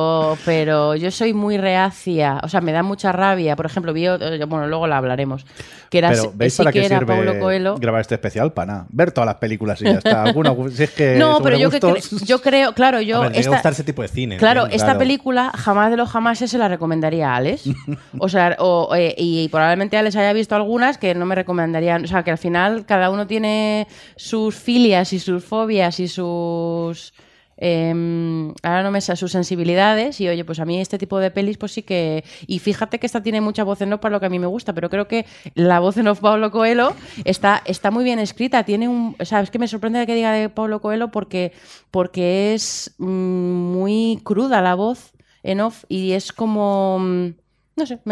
pero yo soy muy reacia, o sea, me da mucha rabia. Por ejemplo, bueno, luego la hablaremos. Que era, pero ¿veis sí para que qué era sirve Paulo Coelho. grabar este especial? Para nada. Ver todas las películas y ya está. Si es que no, pero gustos... yo creo, claro, yo... Hombre, me gusta ese tipo de cine. Claro, ¿entiendes? esta película jamás de los jamases se la recomendaría a Alex. O sea, y probablemente Alex haya visto algunas que no me recomendarían. O sea, que al final cada uno tiene sus filias y sus fobias y sus... ahora no me sé sus sensibilidades y oye, pues a mí este tipo de pelis pues sí que... Y fíjate que esta tiene mucha voz en off para lo que a mí me gusta, pero creo que la voz en off Paulo Coelho está muy bien escrita, tiene o sea, es que me sorprende que diga de Paulo Coelho porque es muy cruda la voz en off y es como... no sé,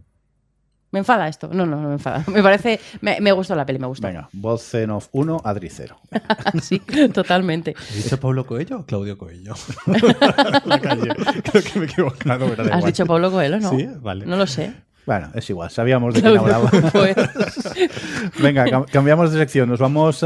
me enfada esto. No me enfada. Me parece... Me gustó la peli, me gustó. Venga, voz en off 1, Adri 0. Sí, totalmente. ¿Has dicho Paulo Coelho o Claudio Coelho? La calle. Creo que me he equivocado. Pero da ¿Has igual. dicho Paulo Coelho? No. Sí, vale. No lo sé. Bueno, es igual. Sabíamos de quién hablaba. Pues, Venga, cambiamos de sección. Nos vamos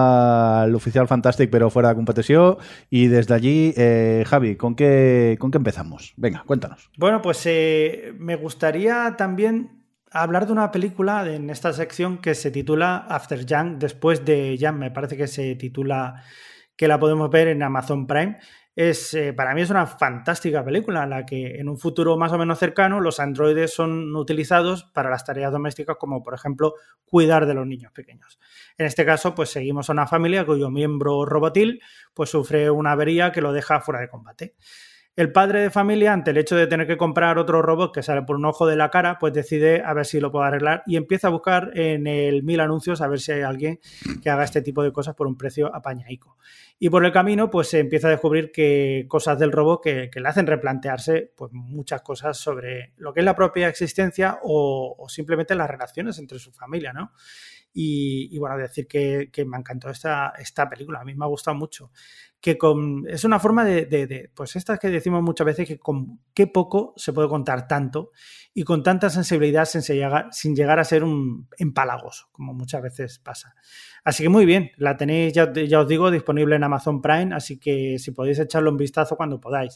al Oficial Fantastic, pero fuera de competición. Y desde allí, Javi, ¿con qué empezamos? Venga, cuéntanos. Bueno, pues me gustaría también hablar de una película en esta sección que se titula After Yang, después de Yang, me parece que se titula, que la podemos ver en Amazon Prime. Para mí es una fantástica película en la que en un futuro más o menos cercano los androides son utilizados para las tareas domésticas como por ejemplo cuidar de los niños pequeños. En este caso pues seguimos a una familia cuyo miembro robotil pues sufre una avería que lo deja fuera de combate. El padre de familia, ante el hecho de tener que comprar otro robot que sale por un ojo de la cara, pues decide a ver si lo puede arreglar y empieza a buscar en el 1000 anuncios a ver si hay alguien que haga este tipo de cosas por un precio apañaico. Y por el camino, pues se empieza a descubrir que cosas del robot que le hacen replantearse pues, muchas cosas sobre lo que es la propia existencia o simplemente las relaciones entre su familia, ¿no? Y bueno, decir que me encantó esta película, a mí me ha gustado mucho. Es una forma pues estas que decimos muchas veces que con qué poco se puede contar tanto y con tanta sensibilidad sin llegar a ser un empalagoso, como muchas veces pasa. Así que muy bien, la tenéis, ya os digo, disponible en Amazon Prime, así que si podéis echarle un vistazo cuando podáis.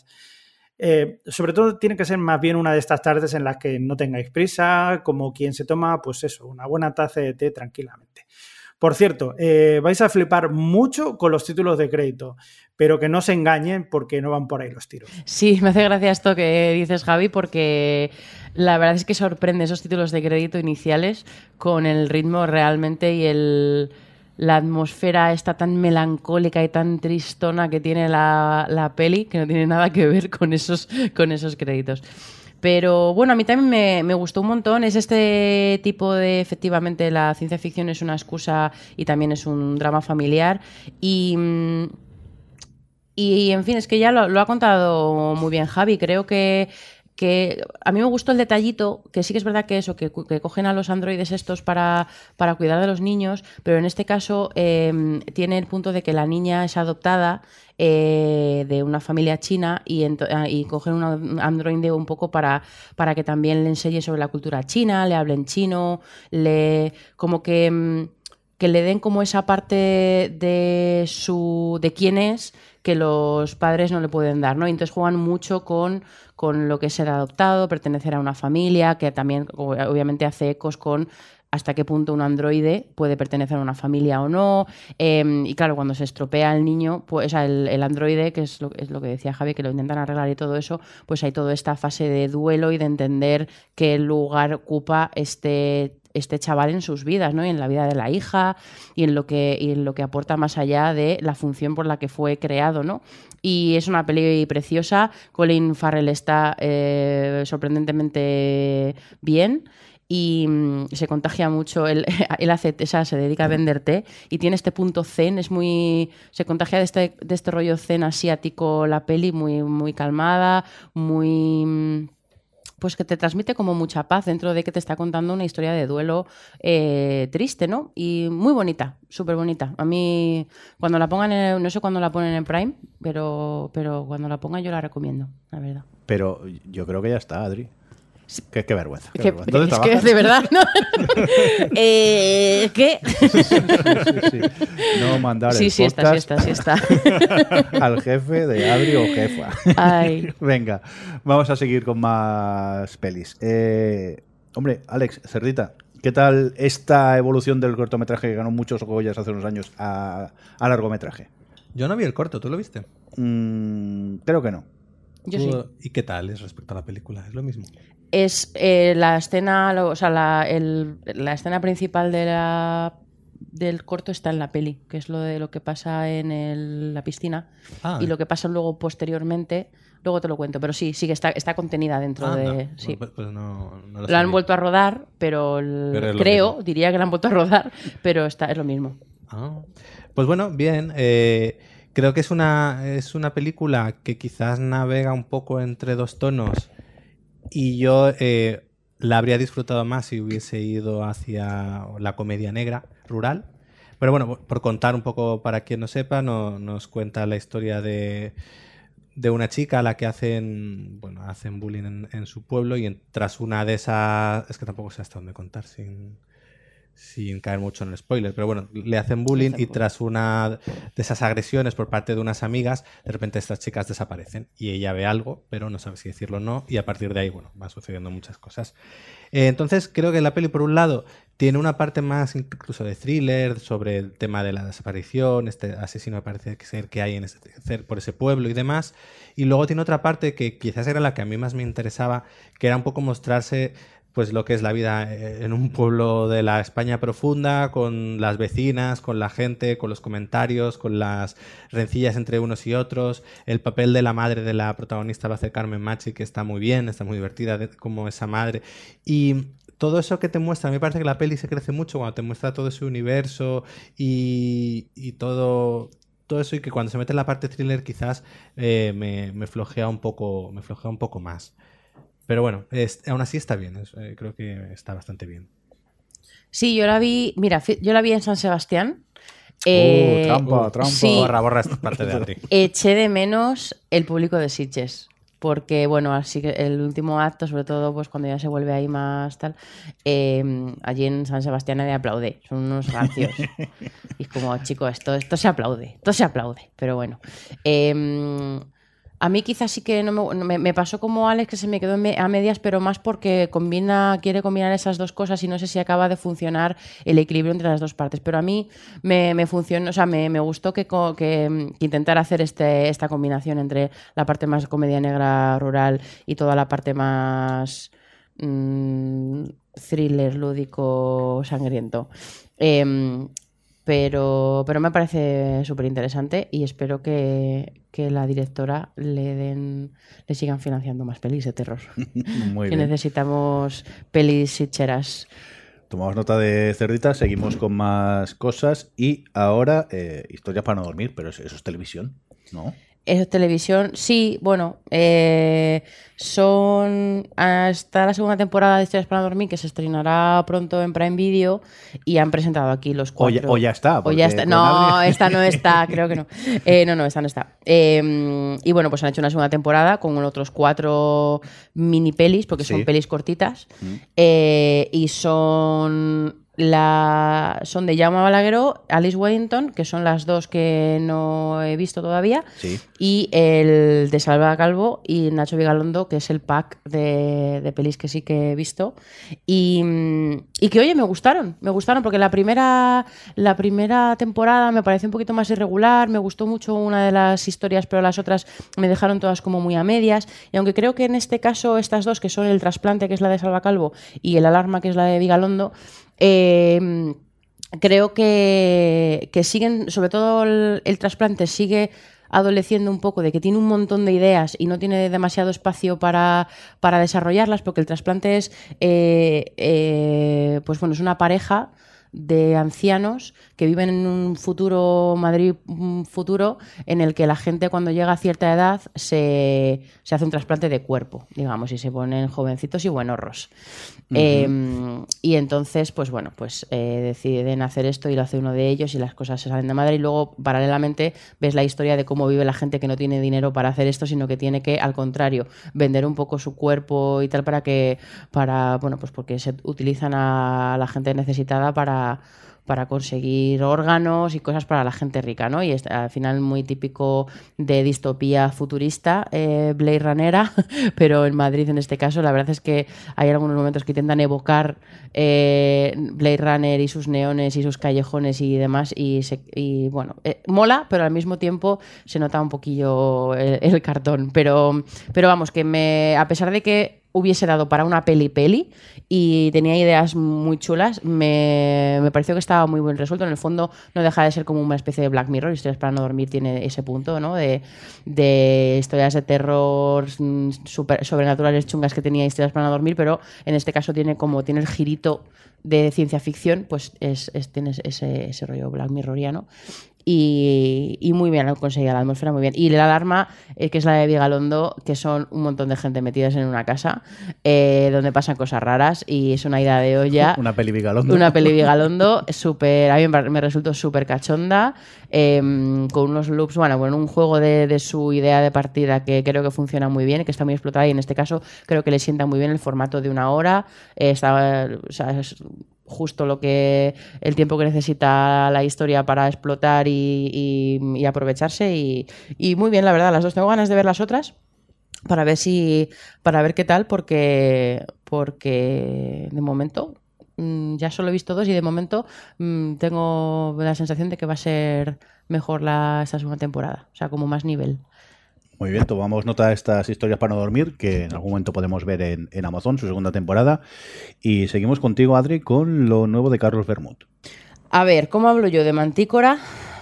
Sobre todo tiene que ser más bien una de estas tardes en las que no tengáis prisa, como quien se toma, pues eso, una buena taza de té tranquilamente. Por cierto, vais a flipar mucho con los títulos de crédito, pero que no se engañen porque no van por ahí los tiros. sí, me hace gracia esto que dices, Javi, porque la verdad es que sorprende esos títulos de crédito iniciales con el ritmo realmente y la atmósfera esta tan melancólica y tan tristona que tiene la peli, que no tiene nada que ver con esos créditos. Pero bueno, a mí también me gustó un montón. Es este tipo de, efectivamente, la ciencia ficción es una excusa y también es un drama familiar. Y en fin, es que ya lo ha contado muy bien Javi. Creo que a mí me gustó el detallito, que sí que es verdad que eso, que cogen a los androides estos para cuidar de los niños, pero en este caso tiene el punto de que la niña es adoptada de una familia china y cogen un androide un poco para que también le enseñe sobre la cultura china, le hable en chino, como que que le den como esa parte de quién es que los padres no le pueden dar, ¿no? Y entonces juegan mucho con lo que es ser adoptado, pertenecer a una familia, que también obviamente hace ecos con hasta qué punto un androide puede pertenecer a una familia o no. Y claro, cuando se estropea el niño, pues, o sea, el androide, que es lo que decía Javi, que lo intentan arreglar y todo eso, pues hay toda esta fase de duelo y de entender qué lugar ocupa este chaval en sus vidas, ¿no? Y en la vida de la hija y en lo que aporta más allá de la función por la que fue creado, ¿no? Y es una peli preciosa. Colin Farrell está sorprendentemente bien. Y se contagia mucho, él se dedica a vender té y tiene este punto zen, se contagia de este rollo zen asiático la peli, muy, muy calmada, muy pues que te transmite como mucha paz dentro de que te está contando una historia de duelo triste, ¿no? Y muy bonita, súper bonita. A mí, cuando la pongan, no sé cuándo la ponen en Prime, pero cuando la pongan yo la recomiendo, la verdad. Pero yo creo que ya está, Adri. Qué vergüenza. ¿Dónde trabajas? Que de verdad, ¿no? ¿Qué? Sí. No mandar el podcast sí está. al jefe de Adri o jefa. Ay. Venga, vamos a seguir con más pelis. Hombre, Alex, Cerdita, ¿qué tal esta evolución del cortometraje que ganó muchos Goyas hace unos años a largometraje? Yo no vi el corto, ¿tú lo viste? Creo que no. Yo sí. ¿Y qué tal es respecto a la película? ¿Es lo mismo? Es la escena, o sea, la escena principal del corto está en la peli, que es lo de lo que pasa en la piscina y lo que pasa luego posteriormente. Luego te lo cuento, pero sí que está contenida dentro de... Sí. Pues no lo la han vuelto a rodar, pero diría que la han vuelto a rodar, pero es lo mismo. Pues bueno, bien. Creo que es una película que quizás navega un poco entre dos tonos y yo la habría disfrutado más si hubiese ido hacia la comedia negra rural. Pero bueno, por contar un poco para quien no sepa, nos cuenta la historia de una chica a la que hacen bullying en su pueblo y tras una de esas... Es que tampoco sé hasta dónde contar sin caer mucho en el spoiler, pero bueno, le hacen bullying y tras una de esas agresiones por parte de unas amigas, de repente estas chicas desaparecen y ella ve algo, pero no sabe si decirlo o no, y a partir de ahí, bueno, va sucediendo muchas cosas. Entonces, creo que la peli, por un lado, tiene una parte más incluso de thriller sobre el tema de la desaparición, este asesino parece ser que hay por ese pueblo y demás, y luego tiene otra parte que quizás era la que a mí más me interesaba, que era un poco mostrarse pues lo que es la vida en un pueblo de la España profunda, con las vecinas, con la gente, con los comentarios, con las rencillas entre unos y otros. El papel de la madre de la protagonista lo hace Carmen Machi, que está muy bien, está muy divertida como esa madre. Y todo eso que te muestra, a mí me parece que la peli se crece mucho cuando te muestra todo ese universo y todo eso, y que cuando se mete en la parte thriller quizás me flojea un poco más. Pero bueno, aún así está bien, creo que está bastante bien. Sí, yo la vi en San Sebastián. Trampa. Sí, borra esta parte de Adri. Eché de menos el público de Sitges. Porque, bueno, así que el último acto, sobre todo pues cuando ya se vuelve ahí más tal, allí en San Sebastián nadie aplaude, son unos rancios. Y es como, chicos, esto se aplaude, pero bueno. A mí quizás sí que no me pasó como Alex, que se me quedó a medias, pero más porque quiere combinar esas dos cosas y no sé si acaba de funcionar el equilibrio entre las dos partes. Pero a mí me funcionó, o sea, me gustó que intentara hacer esta combinación entre la parte más comedia negra rural y toda la parte más thriller, lúdico, sangriento. Pero me parece súper interesante y espero que la directora le sigan financiando más pelis de terror. Muy que bien. Necesitamos pelis sicheras. Tomamos nota de Cerdita, seguimos con más cosas y ahora historias para no dormir, pero eso es televisión, ¿no? Es televisión, sí, bueno, son hasta la segunda temporada de Historias para dormir, que se estrenará pronto en Prime Video, y han presentado aquí los 4. O ya está. O ya está. No, esta no está, creo que no. No, esta no está. Y bueno, pues han hecho una segunda temporada con otros 4 mini pelis, porque son pelis cortitas, y son son de Jaume Balagueró, Alice Waddington, que son las dos que no he visto todavía, Sí. y el de Salva Calvo y Nacho Vigalondo, que es el pack de pelis que sí que he visto. Y que, oye, me gustaron porque la primera temporada me pareció un poquito más irregular, me gustó mucho una de las historias, pero las otras me dejaron todas como muy a medias. Y aunque creo que en este caso estas dos, que son El trasplante, que es la de Salva Calvo, y El alarma, que es la de Vigalondo, creo que siguen, sobre todo el trasplante sigue adoleciendo un poco de que tiene un montón de ideas y no tiene demasiado espacio para desarrollarlas, porque el trasplante es pues bueno, es una pareja de ancianos que viven en un futuro Madrid futuro en el que la gente cuando llega a cierta edad se hace un trasplante de cuerpo, digamos, y se ponen jovencitos y buenorros. Y entonces, pues bueno, pues deciden hacer esto y lo hace uno de ellos y las cosas se salen de madre, y luego paralelamente ves la historia de cómo vive la gente que no tiene dinero para hacer esto, sino que tiene que, al contrario, vender un poco su cuerpo y tal bueno, pues porque se utilizan a la gente necesitada para conseguir órganos y cosas para la gente rica, ¿no? Y es al final muy típico de distopía futurista, Blade Runnera, pero en Madrid en este caso. La verdad es que hay algunos momentos que intentan evocar Blade Runner y sus neones y sus callejones y demás, y bueno, mola, pero al mismo tiempo se nota un poquillo el cartón, pero vamos, que a pesar de que hubiese dado para una peli y tenía ideas muy chulas, me pareció que estaba muy bien resuelto. En el fondo no deja de ser como una especie de Black Mirror. Historias para no dormir tiene ese punto, ¿no? De historias de terror sobrenaturales chungas que tenía Historias para no dormir, pero en este caso tiene el girito de ciencia ficción, pues tiene ese rollo Black Mirroriano. Y muy bien conseguida la atmósfera, muy bien. Y La alarma, que es la de Vigalondo, que son un montón de gente metidas en una casa donde pasan cosas raras y es una idea de olla. Una peli Vigalondo. Una peli Vigalondo, a mí me resultó súper cachonda, con unos loops, bueno, un juego de su idea de partida que creo que funciona muy bien, que está muy explotada, y en este caso creo que le sienta muy bien el formato de 1 hora. Es justo el tiempo que necesita la historia para explotar y aprovecharse, y muy bien, la verdad. Las dos tengo ganas de ver las otras para ver qué tal, porque de momento ya solo he visto 2 y de momento tengo la sensación de que va a ser mejor esta segunda temporada, o sea, como más nivel. Muy bien, tomamos nota de estas Historias para no dormir, que en algún momento podemos ver en Amazon, su segunda temporada. Y seguimos contigo, Adri, con lo nuevo de Carlos Bermud. A ver, ¿cómo hablo yo de Mantícora?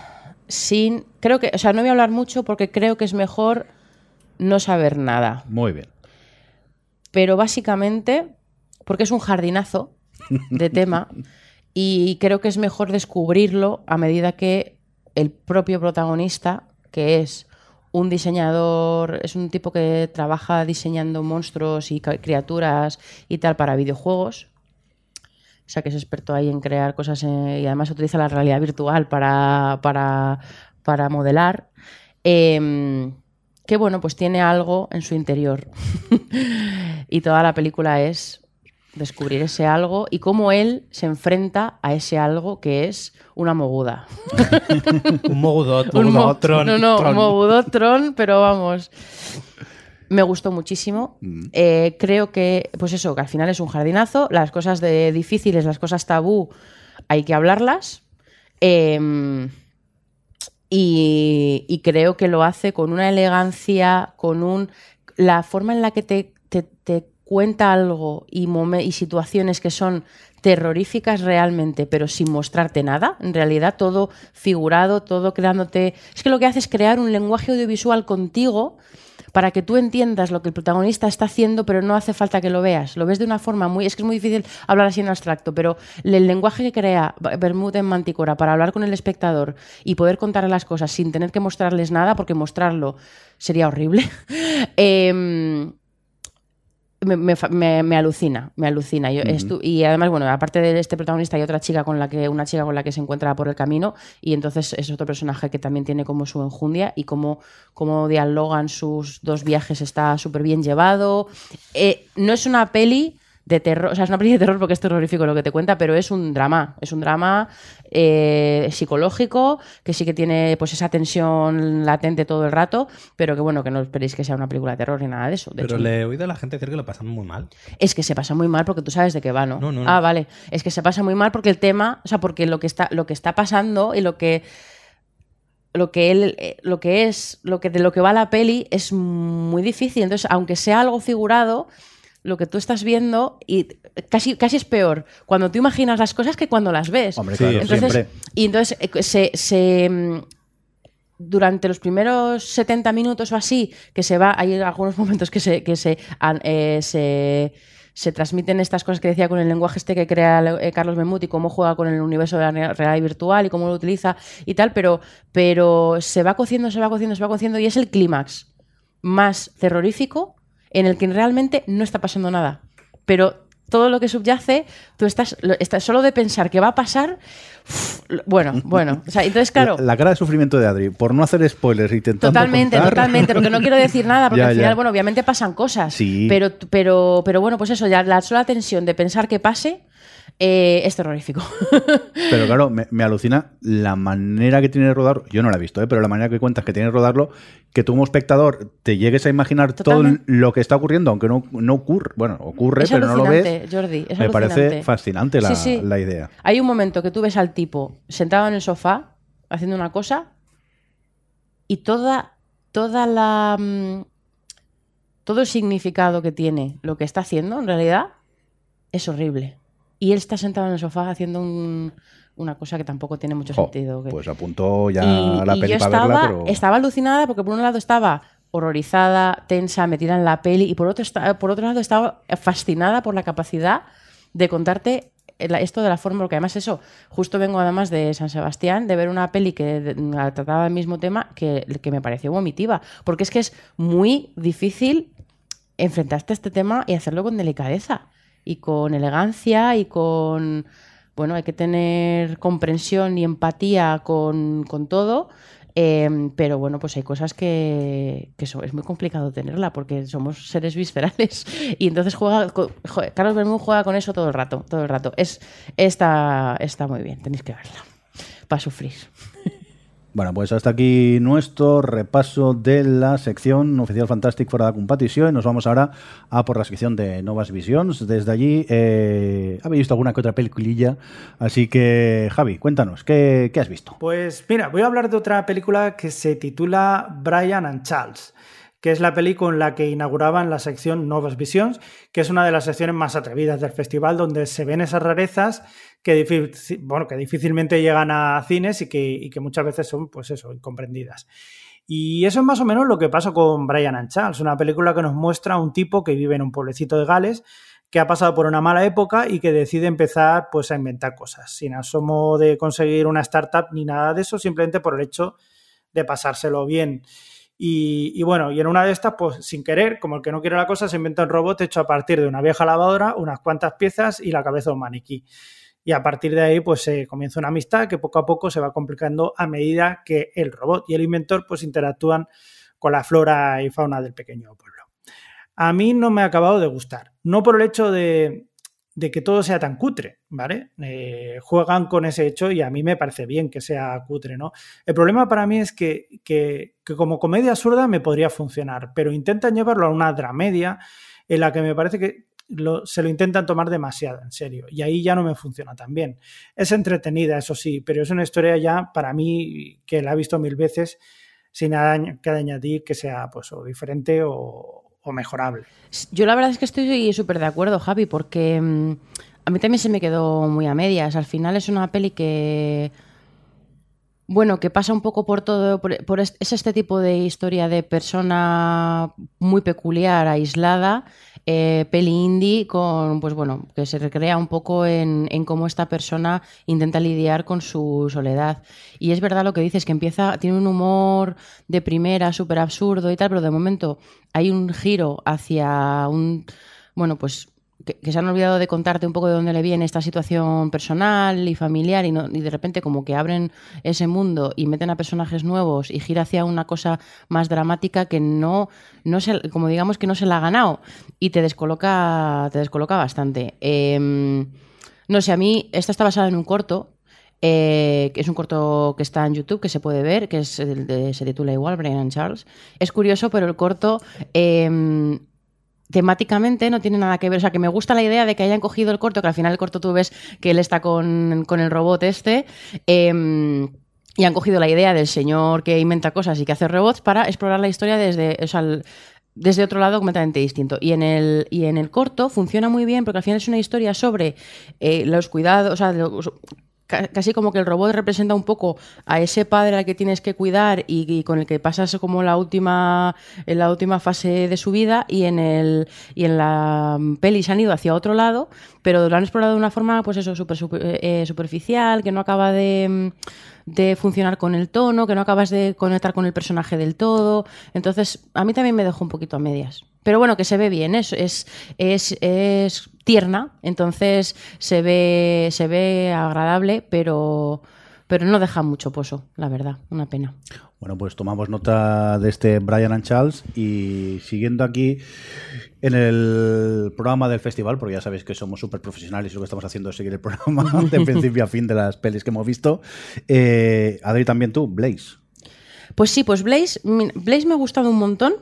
Creo que, o sea, no voy a hablar mucho porque creo que es mejor no saber nada. Muy bien. Pero básicamente, porque es un jardinazo de tema, y creo que es mejor descubrirlo a medida que el propio protagonista, que es un diseñador, es un tipo que trabaja diseñando monstruos y criaturas y tal para videojuegos. O sea, que es experto ahí en crear cosas, y además utiliza la realidad virtual para modelar. Que bueno, pues tiene algo en su interior. Y toda la película es descubrir ese algo y cómo él se enfrenta a ese algo, que es una moguda. Un mogudot, Un tron. mogudot-tron, pero vamos. Me gustó muchísimo. Creo que, pues eso, que al final es un jardinazo. Las cosas difíciles, las cosas tabú, hay que hablarlas. Y creo que lo hace con una elegancia, la forma en la que te cuenta algo y situaciones que son terroríficas realmente, pero sin mostrarte nada. En realidad todo figurado, todo creándote... Es que lo que hace es crear un lenguaje audiovisual contigo para que tú entiendas lo que el protagonista está haciendo, pero no hace falta que lo veas. Lo ves de una forma es que es muy difícil hablar así en abstracto, pero el lenguaje que crea Bermud en Mantícora para hablar con el espectador y poder contarle las cosas sin tener que mostrarles nada, porque mostrarlo sería horrible, me alucina. Y además, bueno, aparte de este protagonista hay una chica con la que se encuentra por el camino, y entonces es otro personaje que también tiene como su enjundia, y cómo dialogan sus 2 viajes está súper bien llevado. No es una peli de terror, o sea, es una peli de terror porque es terrorífico lo que te cuenta, pero es un drama psicológico, que sí que tiene pues esa tensión latente todo el rato, pero que bueno, que no esperéis que sea una película de terror ni nada de eso. De Pero hecho, le he oído a la gente decir que lo pasan muy mal. es que se pasa muy mal porque tú sabes de qué va, ¿no? No. Ah, vale. Es que se pasa muy mal porque el tema, o sea, porque lo que está pasando y de lo que va la peli es muy difícil. Entonces, aunque sea algo figurado, lo que tú estás viendo y casi es peor cuando tú imaginas las cosas que cuando las ves. Hombre, Sí, claro, entonces, siempre. y entonces durante los primeros 70 minutos o así, que se va, hay algunos momentos que se transmiten estas cosas que decía con el lenguaje este que crea Carlos Bermud y cómo juega con el universo de la realidad virtual y cómo lo utiliza y tal, pero se va cociendo y es el clímax más terrorífico en el que realmente no está pasando nada. Pero todo lo que subyace, tú estás solo de pensar que va a pasar. Bueno. O sea, entonces, claro. La cara de sufrimiento de Adri, por no hacer spoilers, intentando Totalmente, porque no quiero decir nada, porque Ya, al final, ya. bueno, obviamente pasan cosas. Sí. Pero bueno, pues eso, ya la sola tensión de pensar que pase es terrorífico. Pero claro, me alucina la manera que tiene de rodarlo. Yo no la he visto, pero la manera que cuentas que tiene de rodarlo, que tú como espectador te llegues a imaginar Totalmente. todo lo que está ocurriendo, aunque no ocurre. Bueno, ocurre, Es pero no lo ves. alucinante, Jordi, es Me parece alucinante. fascinante Sí, sí. la idea. Hay un momento que tú ves al tipo sentado en el sofá haciendo una cosa y todo el significado que tiene lo que está haciendo en realidad es horrible. Y él está sentado en el sofá haciendo una cosa que tampoco tiene mucho sentido. Pues apuntó ya y la peli yo para verla, pero estaba alucinada porque por un lado estaba horrorizada, tensa, metida en la peli y por otro lado estaba fascinada por la capacidad de contarte esto de la forma, porque además eso, justo vengo además de San Sebastián, de ver una peli que trataba el mismo tema que me pareció vomitiva, porque es que es muy difícil enfrentarte a este tema y hacerlo con delicadeza y con elegancia y con... Bueno, hay que tener comprensión y empatía con todo, pero bueno, pues hay cosas que es muy complicado tenerla porque somos seres viscerales y entonces Carlos Bermúdez juega con eso todo el rato. Está muy bien, tenéis que verla para sufrir. Bueno, pues hasta aquí nuestro repaso de la sección oficial Fantastic Fora de Competició y nos vamos ahora a por la sección de Novas Visions. Desde allí habéis visto alguna que otra peliculilla, así que Javi, cuéntanos, ¿qué has visto? Pues mira, voy a hablar de otra película que se titula Brian and Charles, que es la peli con la que inauguraban la sección Novas Visions, que es una de las secciones más atrevidas del festival, donde se ven esas rarezas que difícilmente llegan a cines y que muchas veces son, pues eso, incomprendidas. Y eso es más o menos lo que pasó con Brian and Charles, una película que nos muestra a un tipo que vive en un pueblecito de Gales, que ha pasado por una mala época y que decide empezar pues a inventar cosas, sin asomo de conseguir una startup ni nada de eso, simplemente por el hecho de pasárselo bien. Y bueno, y en una de estas, pues sin querer, como el que no quiere la cosa, se inventa un robot hecho a partir de una vieja lavadora, unas cuantas piezas y la cabeza de un maniquí. Y a partir de ahí, pues se comienza una amistad que poco a poco se va complicando a medida que el robot y el inventor pues interactúan con la flora y fauna del pequeño pueblo. A mí no me ha acabado de gustar. No por el hecho de que todo sea tan cutre, ¿vale? Juegan con ese hecho y a mí me parece bien que sea cutre, ¿no? El problema para mí es que como comedia absurda me podría funcionar, pero intentan llevarlo a una dramedia en la que me parece que se lo intentan tomar demasiado en serio y ahí ya no me funciona tan bien. Es entretenida, eso sí, pero es una historia ya para mí que la he visto 1000 veces sin nada que añadir que sea pues o diferente o mejorable. Yo la verdad es que estoy súper de acuerdo, Javi, porque a mí también se me quedó muy a medias. Al final es una peli que... Bueno, que pasa un poco por todo, es este tipo de historia de persona muy peculiar, aislada, peli indie, con, pues bueno, que se recrea un poco en cómo esta persona intenta lidiar con su soledad. Y es verdad lo que dices, que tiene un humor de primera, súper absurdo y tal, pero de momento hay un giro hacia bueno, pues que se han olvidado de contarte un poco de dónde le viene esta situación personal y familiar y de repente como que abren ese mundo y meten a personajes nuevos y gira hacia una cosa más dramática que no como digamos que no se la ha ganado y te descoloca bastante. No sé, a mí esta está basada en un corto. Que es un corto que está en YouTube, que se puede ver, que se titula igual, Brian and Charles. Es curioso, pero el corto temáticamente no tiene nada que ver. O sea, que me gusta la idea de que hayan cogido el corto, que al final el corto tú ves que él está con el robot y han cogido la idea del señor que inventa cosas y que hace robots para explorar la historia desde otro lado completamente distinto. Y en el corto funciona muy bien porque al final es una historia sobre los cuidados, o sea, casi como que el robot representa un poco a ese padre al que tienes que cuidar y con el que pasas como en la última fase de su vida y en la peli se han ido hacia otro lado, pero lo han explorado de una forma pues eso superficial, que no acaba de funcionar con el tono, que no acabas de conectar con el personaje del todo. Entonces, a mí también me dejó un poquito a medias. Pero bueno, que se ve bien, es tierna, entonces se ve agradable, pero no deja mucho pozo, la verdad, una pena. Bueno, pues tomamos nota de este Brian and Charles y siguiendo aquí en el programa del festival, porque ya sabéis que somos súper profesionales y lo que estamos haciendo es seguir el programa de principio a fin de las pelis que hemos visto. Adri, también tú, Blaze. Pues sí, pues Blaze me ha gustado un montón.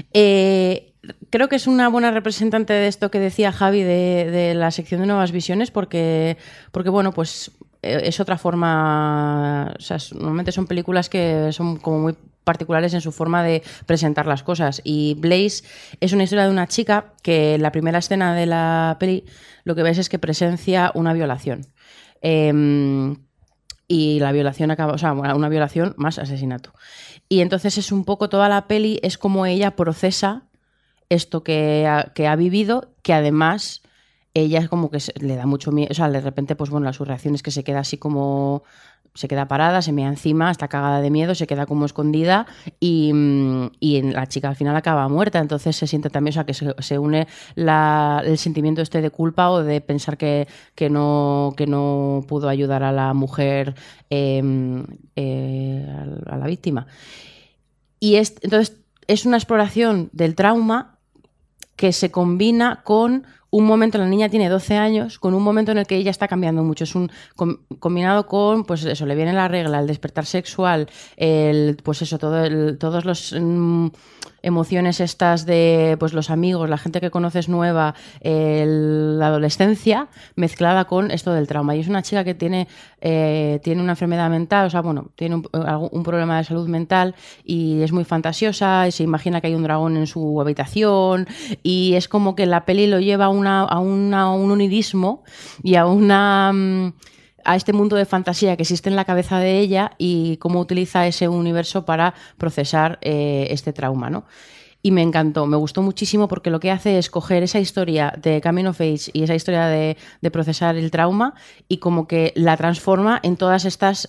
Creo que es una buena representante de esto que decía Javi de la sección de Nuevas Visiones porque bueno, pues es otra forma, o sea, normalmente son películas que son como muy particulares en su forma de presentar las cosas y Blaze es una historia de una chica que en la primera escena de la peli lo que ves es que presencia una violación. Y la violación acaba, o sea, una violación más asesinato. Y entonces es un poco toda la peli, es como ella procesa esto que ha vivido, que además ella es como que le da mucho miedo, o sea, de repente, pues bueno, su reacción es que se queda así como, se queda parada, se mea encima, está cagada de miedo, se queda como escondida y la chica al final acaba muerta, entonces se siente también, o sea, que se une el sentimiento este de culpa o de pensar que no pudo ayudar a la mujer, a la víctima. Y entonces es una exploración del trauma que se combina con un momento, la niña tiene 12 años, con un momento en el que ella está cambiando mucho. Es un combinado con, pues eso, le viene la regla, el despertar sexual, pues eso, todos los emociones estas de pues los amigos, la gente que conoces nueva, la adolescencia, mezclada con esto del trauma. Y es una chica que tiene una enfermedad mental, o sea, bueno, tiene un problema de salud mental y es muy fantasiosa y se imagina que hay un dragón en su habitación y es como que la peli lo lleva a un onidismo y a este mundo de fantasía que existe en la cabeza de ella y cómo utiliza ese universo para procesar este trauma, ¿no? Y me encantó, me gustó muchísimo porque lo que hace es coger esa historia de Coming of Age y esa historia de procesar el trauma y como que la transforma en todas estas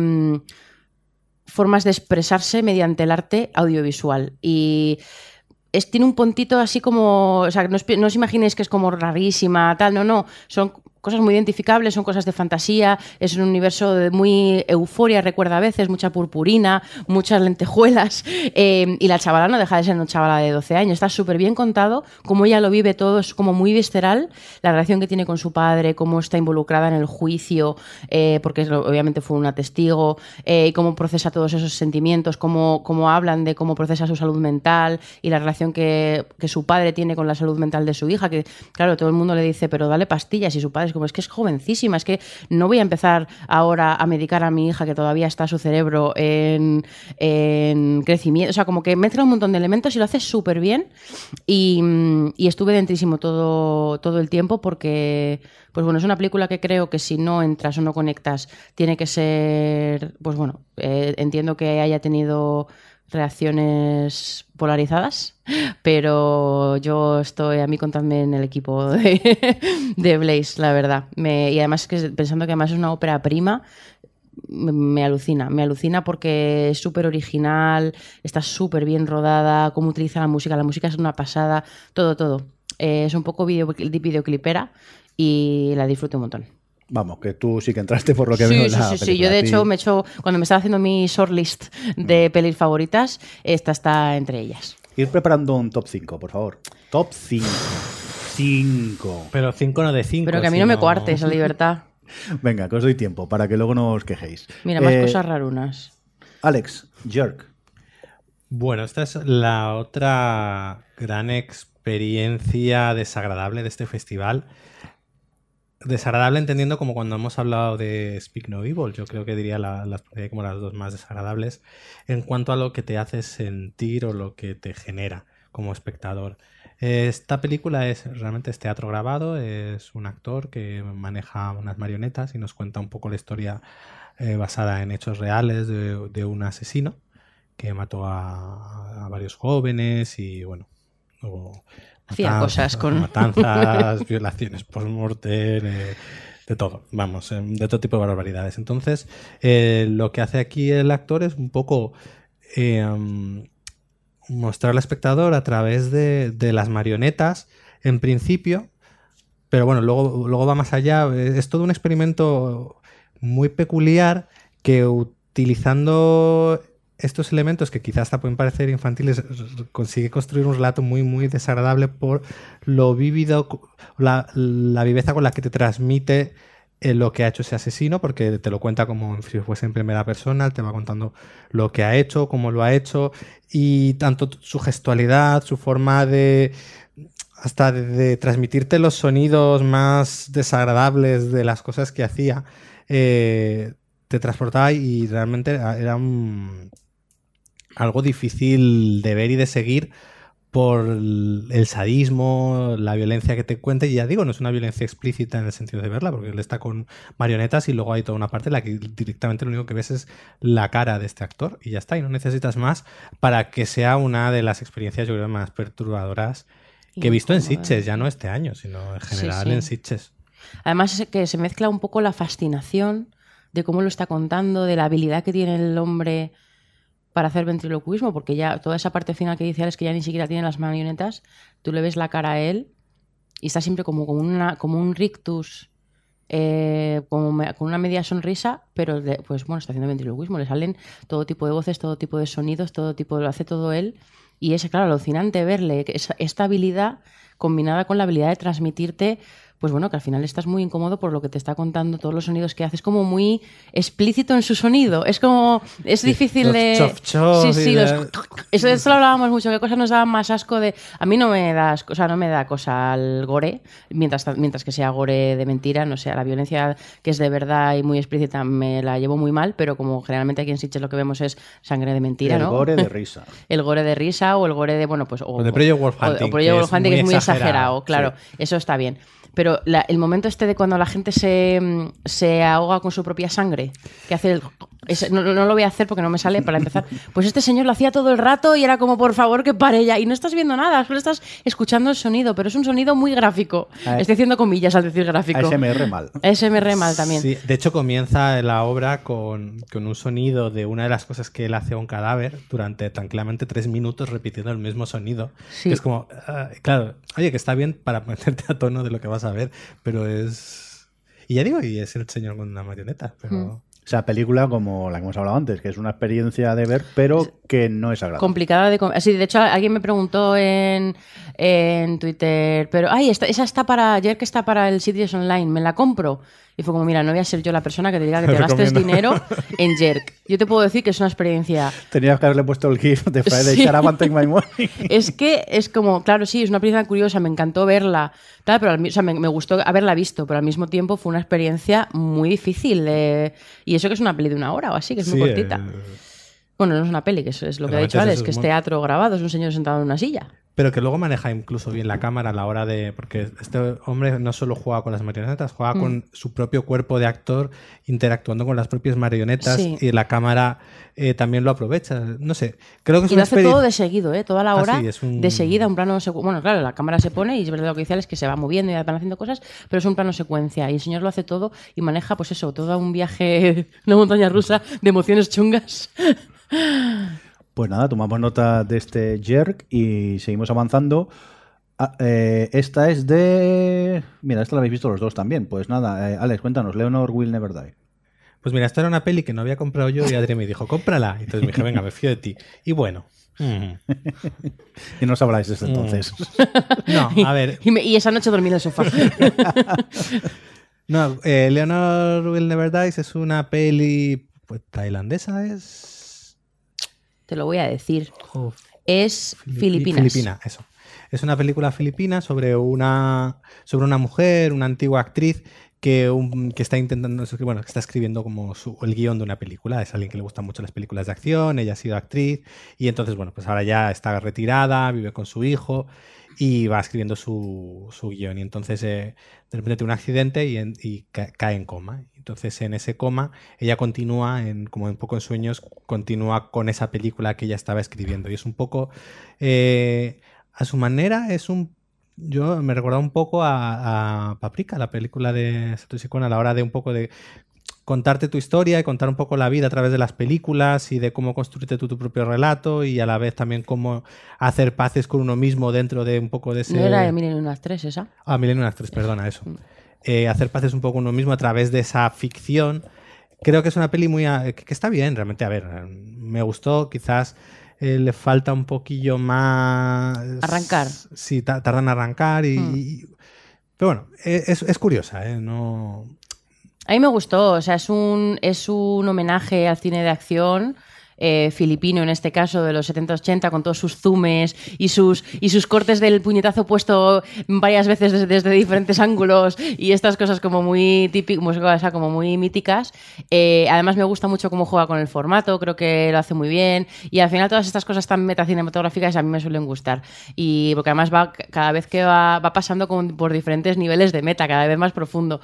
formas de expresarse mediante el arte audiovisual. Y tiene un puntito así como, o sea, no os imaginéis que es como rarísima, tal, no, son cosas muy identificables, son cosas de fantasía, es un universo de muy euforia, recuerda a veces, mucha purpurina, muchas lentejuelas, y la chavala no deja de ser una chavala de 12 años, está súper bien contado, cómo ella lo vive todo, es como muy visceral, la relación que tiene con su padre, cómo está involucrada en el juicio, porque obviamente fue una testigo, y cómo procesa todos esos sentimientos, cómo hablan de cómo procesa su salud mental y la relación que su padre tiene con la salud mental de su hija, que claro, todo el mundo le dice, pero dale pastillas, y su padre es que es jovencísima, es que no voy a empezar ahora a medicar a mi hija que todavía está su cerebro en crecimiento, o sea, como que mezcla un montón de elementos y lo hace súper bien y estuve dentrísimo todo el tiempo porque, pues bueno, es una película que creo que si no entras o no conectas tiene que ser, pues bueno, entiendo que haya tenido reacciones polarizadas, pero yo estoy, a mí contadme en el equipo de Blaze, la verdad. Y además que pensando que además es una ópera prima, me alucina porque es súper original, está súper bien rodada, cómo utiliza la música es una pasada, todo. Es un poco videoclipera y la disfruto un montón. Vamos, que tú sí que entraste por lo que Sí, veo en sí, la sí, sí. película. Yo de A ti- hecho, cuando me estaba haciendo mi shortlist de pelis favoritas, esta está entre ellas. Ir preparando un top 5, por favor. Top 5. 5. Pero 5 no de 5. Pero que a mí no me coartes la libertad. Venga, que os doy tiempo para que luego no os quejéis. Mira, más cosas rarunas. Alex, Jerk. Bueno, esta es la otra gran experiencia desagradable de este festival. Desagradable entendiendo como cuando hemos hablado de Speak No Evil. Yo creo que diría las pondría como las dos más desagradables en cuanto a lo que te hace sentir o lo que te genera como espectador. Esta película realmente es teatro grabado, es un actor que maneja unas marionetas y nos cuenta un poco la historia basada en hechos reales de un asesino que mató a varios jóvenes y bueno, luego Hacía cosas con... matanzas, violaciones post-mortem, de todo, vamos, de todo tipo de barbaridades. Entonces, lo que hace aquí el actor es un poco mostrar al espectador a través de las marionetas, en principio, pero bueno, luego va más allá. Es todo un experimento muy peculiar que utilizando estos elementos que quizás hasta pueden parecer infantiles, consigue construir un relato muy, muy desagradable por lo vívido, la viveza con la que te transmite lo que ha hecho ese asesino, porque te lo cuenta como si fuese en primera persona, te va contando lo que ha hecho, cómo lo ha hecho, y tanto su gestualidad, su forma hasta de transmitirte los sonidos más desagradables de las cosas que hacía, te transportaba y realmente era algo difícil de ver y de seguir por el sadismo, la violencia que te cuenta. Y ya digo, no es una violencia explícita en el sentido de verla, porque él está con marionetas y luego hay toda una parte en la que directamente lo único que ves es la cara de este actor y ya está, y no necesitas más para que sea una de las experiencias, yo creo, más perturbadoras que he visto en Sitges, ya no este año, sino en general en Sitges. Además es que se mezcla un poco la fascinación de cómo lo está contando, de la habilidad que tiene el hombre para hacer ventriloquismo, porque ya toda esa parte final que dice Alex, que ya ni siquiera tiene las marionetas, tú le ves la cara a él y está siempre como un rictus, con una media sonrisa, pero pues bueno, está haciendo ventriloquismo, le salen todo tipo de voces, todo tipo de sonidos, lo hace todo él, y es, claro, alucinante verle esta habilidad combinada con la habilidad de transmitirte, pues bueno, que al final estás muy incómodo por lo que te está contando, todos los sonidos que hace, es como muy explícito en su sonido, es como, es difícil los de... chof chof Eso lo hablábamos mucho, qué cosas nos daban más asco de... A mí no me da cosa al gore, mientras que sea gore de mentira, no sé, la violencia que es de verdad y muy explícita me la llevo muy mal, pero como generalmente aquí en Sitges lo que vemos es sangre de mentira, ¿no? El gore de risa. El gore de risa o el gore de, bueno, pues... O de Project Wolf Hunting, o Project Wolf Hunting, que es muy exagerado, claro, sí. eso está bien. Pero el momento este de cuando la gente se ahoga con su propia sangre, que hace no lo voy a hacer porque no me sale para empezar. Pues este señor lo hacía todo el rato y era como, por favor, que pare ya. Y no estás viendo nada, solo estás escuchando el sonido, pero es un sonido muy gráfico. Estoy haciendo comillas al decir gráfico. ASMR mal. ASMR mal también. Sí, de hecho comienza la obra con un sonido de una de las cosas que él hace a un cadáver durante tranquilamente 3 minutos repitiendo el mismo sonido. Sí. Que es como, claro, oye, que está bien para ponerte a tono de lo que vas a ver, pero es... Y ya digo, y es el señor con una marioneta, pero... O sea, película como la que hemos hablado antes, que es una experiencia de ver, pero que no es agradable. Complicada sí, de hecho, alguien me preguntó en Twitter, pero, esa está para, ayer que está para el Sitges Online, ¿me la compro? Y fue como, mira, no voy a ser yo la persona que te diga que te gastes dinero en Jerk. Yo te puedo decir que es una experiencia... Tenías que haberle puesto el GIF de Friday, Sí. Shut Up and Take My Money. Es que es como, claro, sí, es una experiencia curiosa, me encantó verla, tal, pero me gustó haberla visto, pero al mismo tiempo fue una experiencia muy difícil. Y eso que es una peli de 1 hora o así, que es muy cortita. Bueno, no es una peli, que es lo que ha dicho Alex, que es teatro grabado, es un señor sentado en una silla. Pero que luego maneja incluso bien la cámara a la hora de... Porque este hombre no solo juega con las marionetas, juega con su propio cuerpo de actor interactuando con las propias marionetas, Sí. y la cámara también lo aprovecha. No sé, creo que es Y una lo hace todo de seguido, toda la hora, sí, es un... de seguida, un plano... Bueno, claro, la cámara se pone y es verdad lo que dice Alex, que se va moviendo y van haciendo cosas, pero es un plano secuencia y el señor lo hace todo y maneja, pues eso, todo un viaje, una montaña rusa de emociones chungas. Pues nada, tomamos nota de este Jerk y seguimos avanzando. Esta es de... Mira, esta la habéis visto los dos también. Pues nada, Alex, cuéntanos. Leonor Will Never Die. Pues mira, esta era una peli que no había comprado yo y Adri me dijo, cómprala. Y entonces me dije, venga, me fío de ti. Y bueno. Y no os habláis desde entonces. No, a ver. Y esa noche dormí en el sofá. No, Leonor Will Never Die es una peli pues, tailandesa, ¿es? Te lo voy a decir. O Es Filipinas. Filipina, eso. Es una película filipina sobre una mujer, una antigua actriz que está intentando, bueno, que está escribiendo como el guión de una película. Es alguien que le gustan mucho las películas de acción, ella ha sido actriz y entonces, bueno, pues ahora ya está retirada, vive con su hijo y va escribiendo su guión. Y entonces de repente tiene un accidente y cae en coma. Entonces en ese coma ella continúa, como un poco en sueños, continúa con esa película que ella estaba escribiendo. Y es un poco, a su manera, yo me recuerda un poco a Paprika, la película de Satoshi Kon, a la hora de un poco de contarte tu historia y contar un poco la vida a través de las películas y de cómo construirte tu propio relato y a la vez también cómo hacer paces con uno mismo dentro de un poco de ese... ¿No era de Millennium Actress esa? Ah, Millennium Actress, perdona, eso. Hacer paces un poco con uno mismo a través de esa ficción. Creo que es una peli que está bien, realmente. A ver, me gustó, quizás... le falta un poquillo más... Arrancar. Sí, tardan en arrancar pero bueno, es curiosa, ¿eh? No... A mí me gustó, o sea, es un homenaje al cine de acción filipino, en este caso, de los 70-80, con todos sus zoomes y sus cortes del puñetazo puesto varias veces desde diferentes ángulos y estas cosas como muy típicas, o sea, como muy míticas. Además me gusta mucho cómo juega con el formato, creo que lo hace muy bien y al final todas estas cosas tan metacinematográficas a mí me suelen gustar y porque además cada vez que va pasando por diferentes niveles de meta, cada vez más profundo.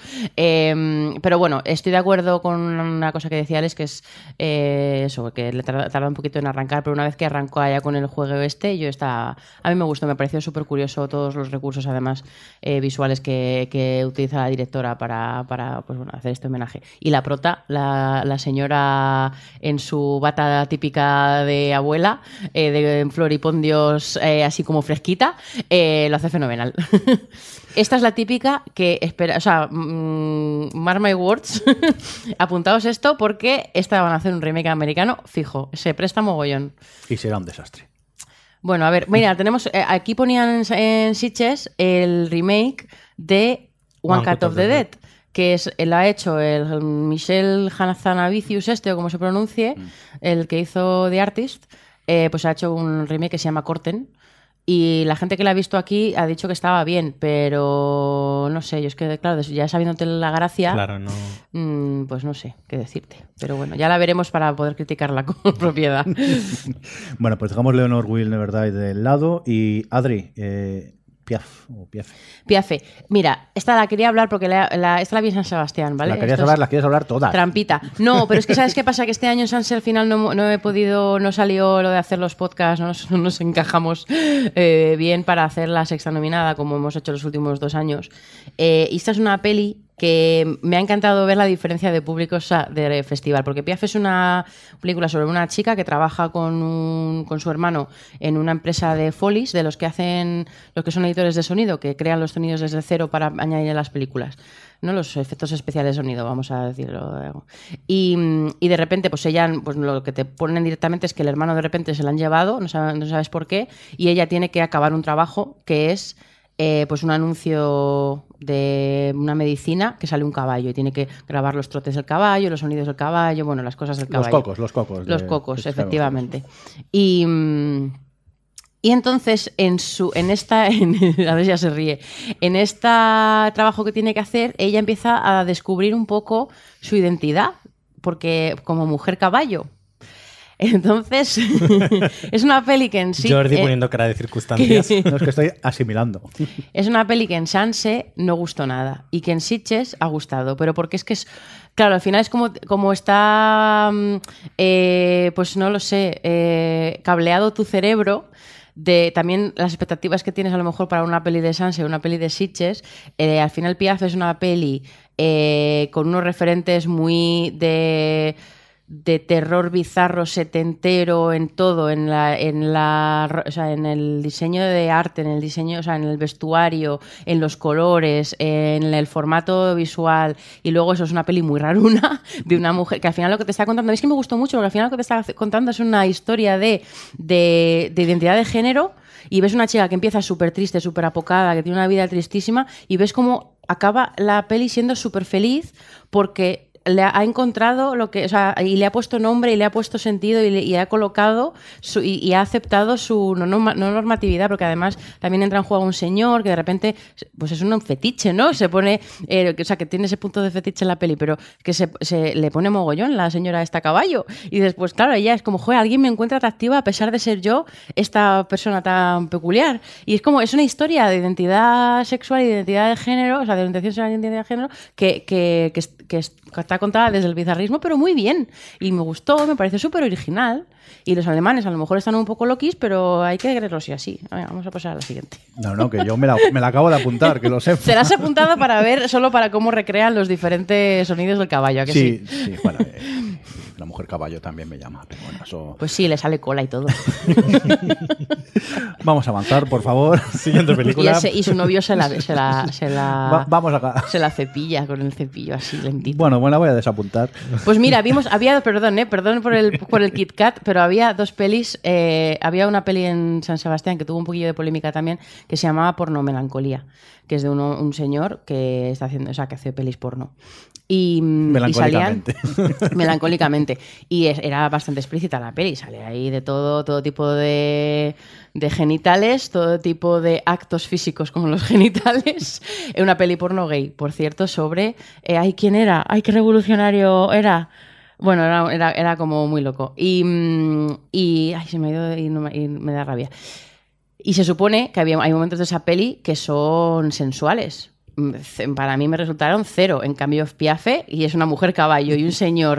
Pero bueno, estoy de acuerdo con una cosa que decía Alex, que es eso, que le tarda un poquito en arrancar, pero una vez que arrancó allá con el juego a mí me gustó, me pareció súper curioso todos los recursos además visuales que utiliza la directora para pues, bueno, hacer este homenaje. Y la prota, la señora en su bata típica de abuela, de floripondios así como fresquita, lo hace fenomenal. Esta es la típica que espera, o sea, mark my words, apuntaos esto porque esta van a hacer un remake americano fijo, se presta mogollón. Y será un desastre. Bueno, a ver, mira, tenemos, aquí ponían en Sitges el remake de One Cut of the Dead, que lo ha hecho el Michel Hazanavicius o como se pronuncie, el que hizo The Artist, pues ha hecho un remake que se llama Corten. Y la gente que la ha visto aquí ha dicho que estaba bien, pero no sé, yo es que, claro, ya sabiéndote la gracia, claro, no. Pues no sé qué decirte. Pero bueno, ya la veremos para poder criticarla con propiedad. Bueno, pues dejamos Leonor Will Never Die del lado y Adri, Piaf o Piafe. Piafe. Mira, esta la quería hablar porque esta la vi en San Sebastián, ¿vale? Las quieres hablar todas. Trampita. No, pero es que ¿sabes qué pasa? Que este año en Sanse al final no he podido, no salió lo de hacer los podcasts, no nos encajamos bien para hacer la sexta nominada como hemos hecho los últimos 2 años. Y esta es una peli que me ha encantado ver la diferencia de públicos de festival, porque Piaf es una película sobre una chica que trabaja con su hermano en una empresa de Follies, de los que son editores de sonido, que crean los sonidos desde cero para añadir a las películas, ¿no? Los efectos especiales de sonido, vamos a decirlo. Y de repente, pues ella, pues lo que te ponen directamente es que el hermano de repente se la han llevado, no sabes por qué, y ella tiene que acabar un trabajo que es pues un anuncio de una medicina que sale un caballo y tiene que grabar los trotes del caballo, los sonidos del caballo, bueno, las cosas del caballo. Los cocos, efectivamente. Y entonces a ver, ya se ríe, en este trabajo que tiene que hacer, ella empieza a descubrir un poco su identidad, porque como mujer caballo. Entonces, es una peli que en sí... Jordi poniendo cara de circunstancias. No, es que estoy asimilando. Es una peli que en Sanse no gustó nada y que en Sitges ha gustado, pero porque es... Claro, al final es como está, pues no lo sé, cableado tu cerebro de también las expectativas que tienes a lo mejor para una peli de Sanse o una peli de Sitges. Al final Piaf es una peli con unos referentes muy de de terror bizarro setentero en todo, o sea, en el diseño de arte, en el diseño, o sea, en el vestuario, en los colores, en el formato visual, y luego eso es una peli muy raruna de una mujer que al final lo que te está contando, es que me gustó mucho porque al final lo que te está contando es una historia de identidad de género, y ves una chica que empieza súper triste, súper apocada, que tiene una vida tristísima, y ves cómo acaba la peli siendo súper feliz porque le ha encontrado lo que, o sea, y le ha puesto nombre y le ha puesto sentido y ha colocado y ha aceptado su no normatividad, porque además también entra en juego un señor que de repente pues es un fetiche, ¿no? Se pone, o sea, que tiene ese punto de fetiche en la peli, pero que se le pone mogollón la señora esta a caballo, y después, claro, ella es como, joder, alguien me encuentra atractiva a pesar de ser yo esta persona tan peculiar, y es como, es una historia de identidad sexual y de identidad de género, o sea, de orientación sexual y identidad de género que está contada desde el bizarrismo, pero muy bien. Y me gustó, me pareció súper original. Y los alemanes a lo mejor están un poco loquis, pero hay que creerlos y así. Vamos a pasar a la siguiente. No, que yo me la acabo de apuntar, que lo sé. Te la has apuntado para ver, solo para cómo recrean los diferentes sonidos del caballo, ¿a que sí? Sí, bueno, la mujer caballo también me llama. Pero bueno, eso... Pues sí, le sale cola y todo. Vamos a avanzar, por favor. Siguiente película. Y su novio se la vamos acá. Se la cepilla con el cepillo así lentito. Bueno, la voy a desapuntar. Pues mira, perdón por el Kit Kat, pero había dos pelis. Había una peli en San Sebastián que tuvo un poquillo de polémica también, que se llamaba Porno Melancolía, que es de un señor que está haciendo, o sea, que hace pelis porno. Y salían melancólicamente, y era bastante explícita la peli, sale ahí de todo tipo de genitales, todo tipo de actos físicos con los genitales. Una peli porno gay, por cierto, sobre ¿quién era? Qué revolucionario era. Bueno, era como muy loco, y se me ha ido y me da rabia. Y se supone que hay momentos de esa peli que son sensuales. Para mí me resultaron 0. En cambio, Piafe, y es una mujer caballo y un señor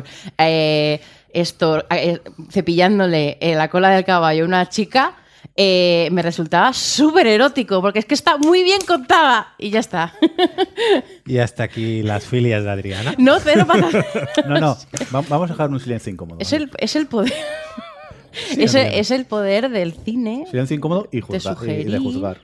cepillándole la cola del caballo a una chica, me resultaba súper erótico, porque es que está muy bien contada y ya está. Y hasta aquí las filias de Adriana. No, 0 para... No, vamos a dejar un silencio incómodo. Es el poder... Sí, es el poder del cine. Silencio incómodo y de juzgar.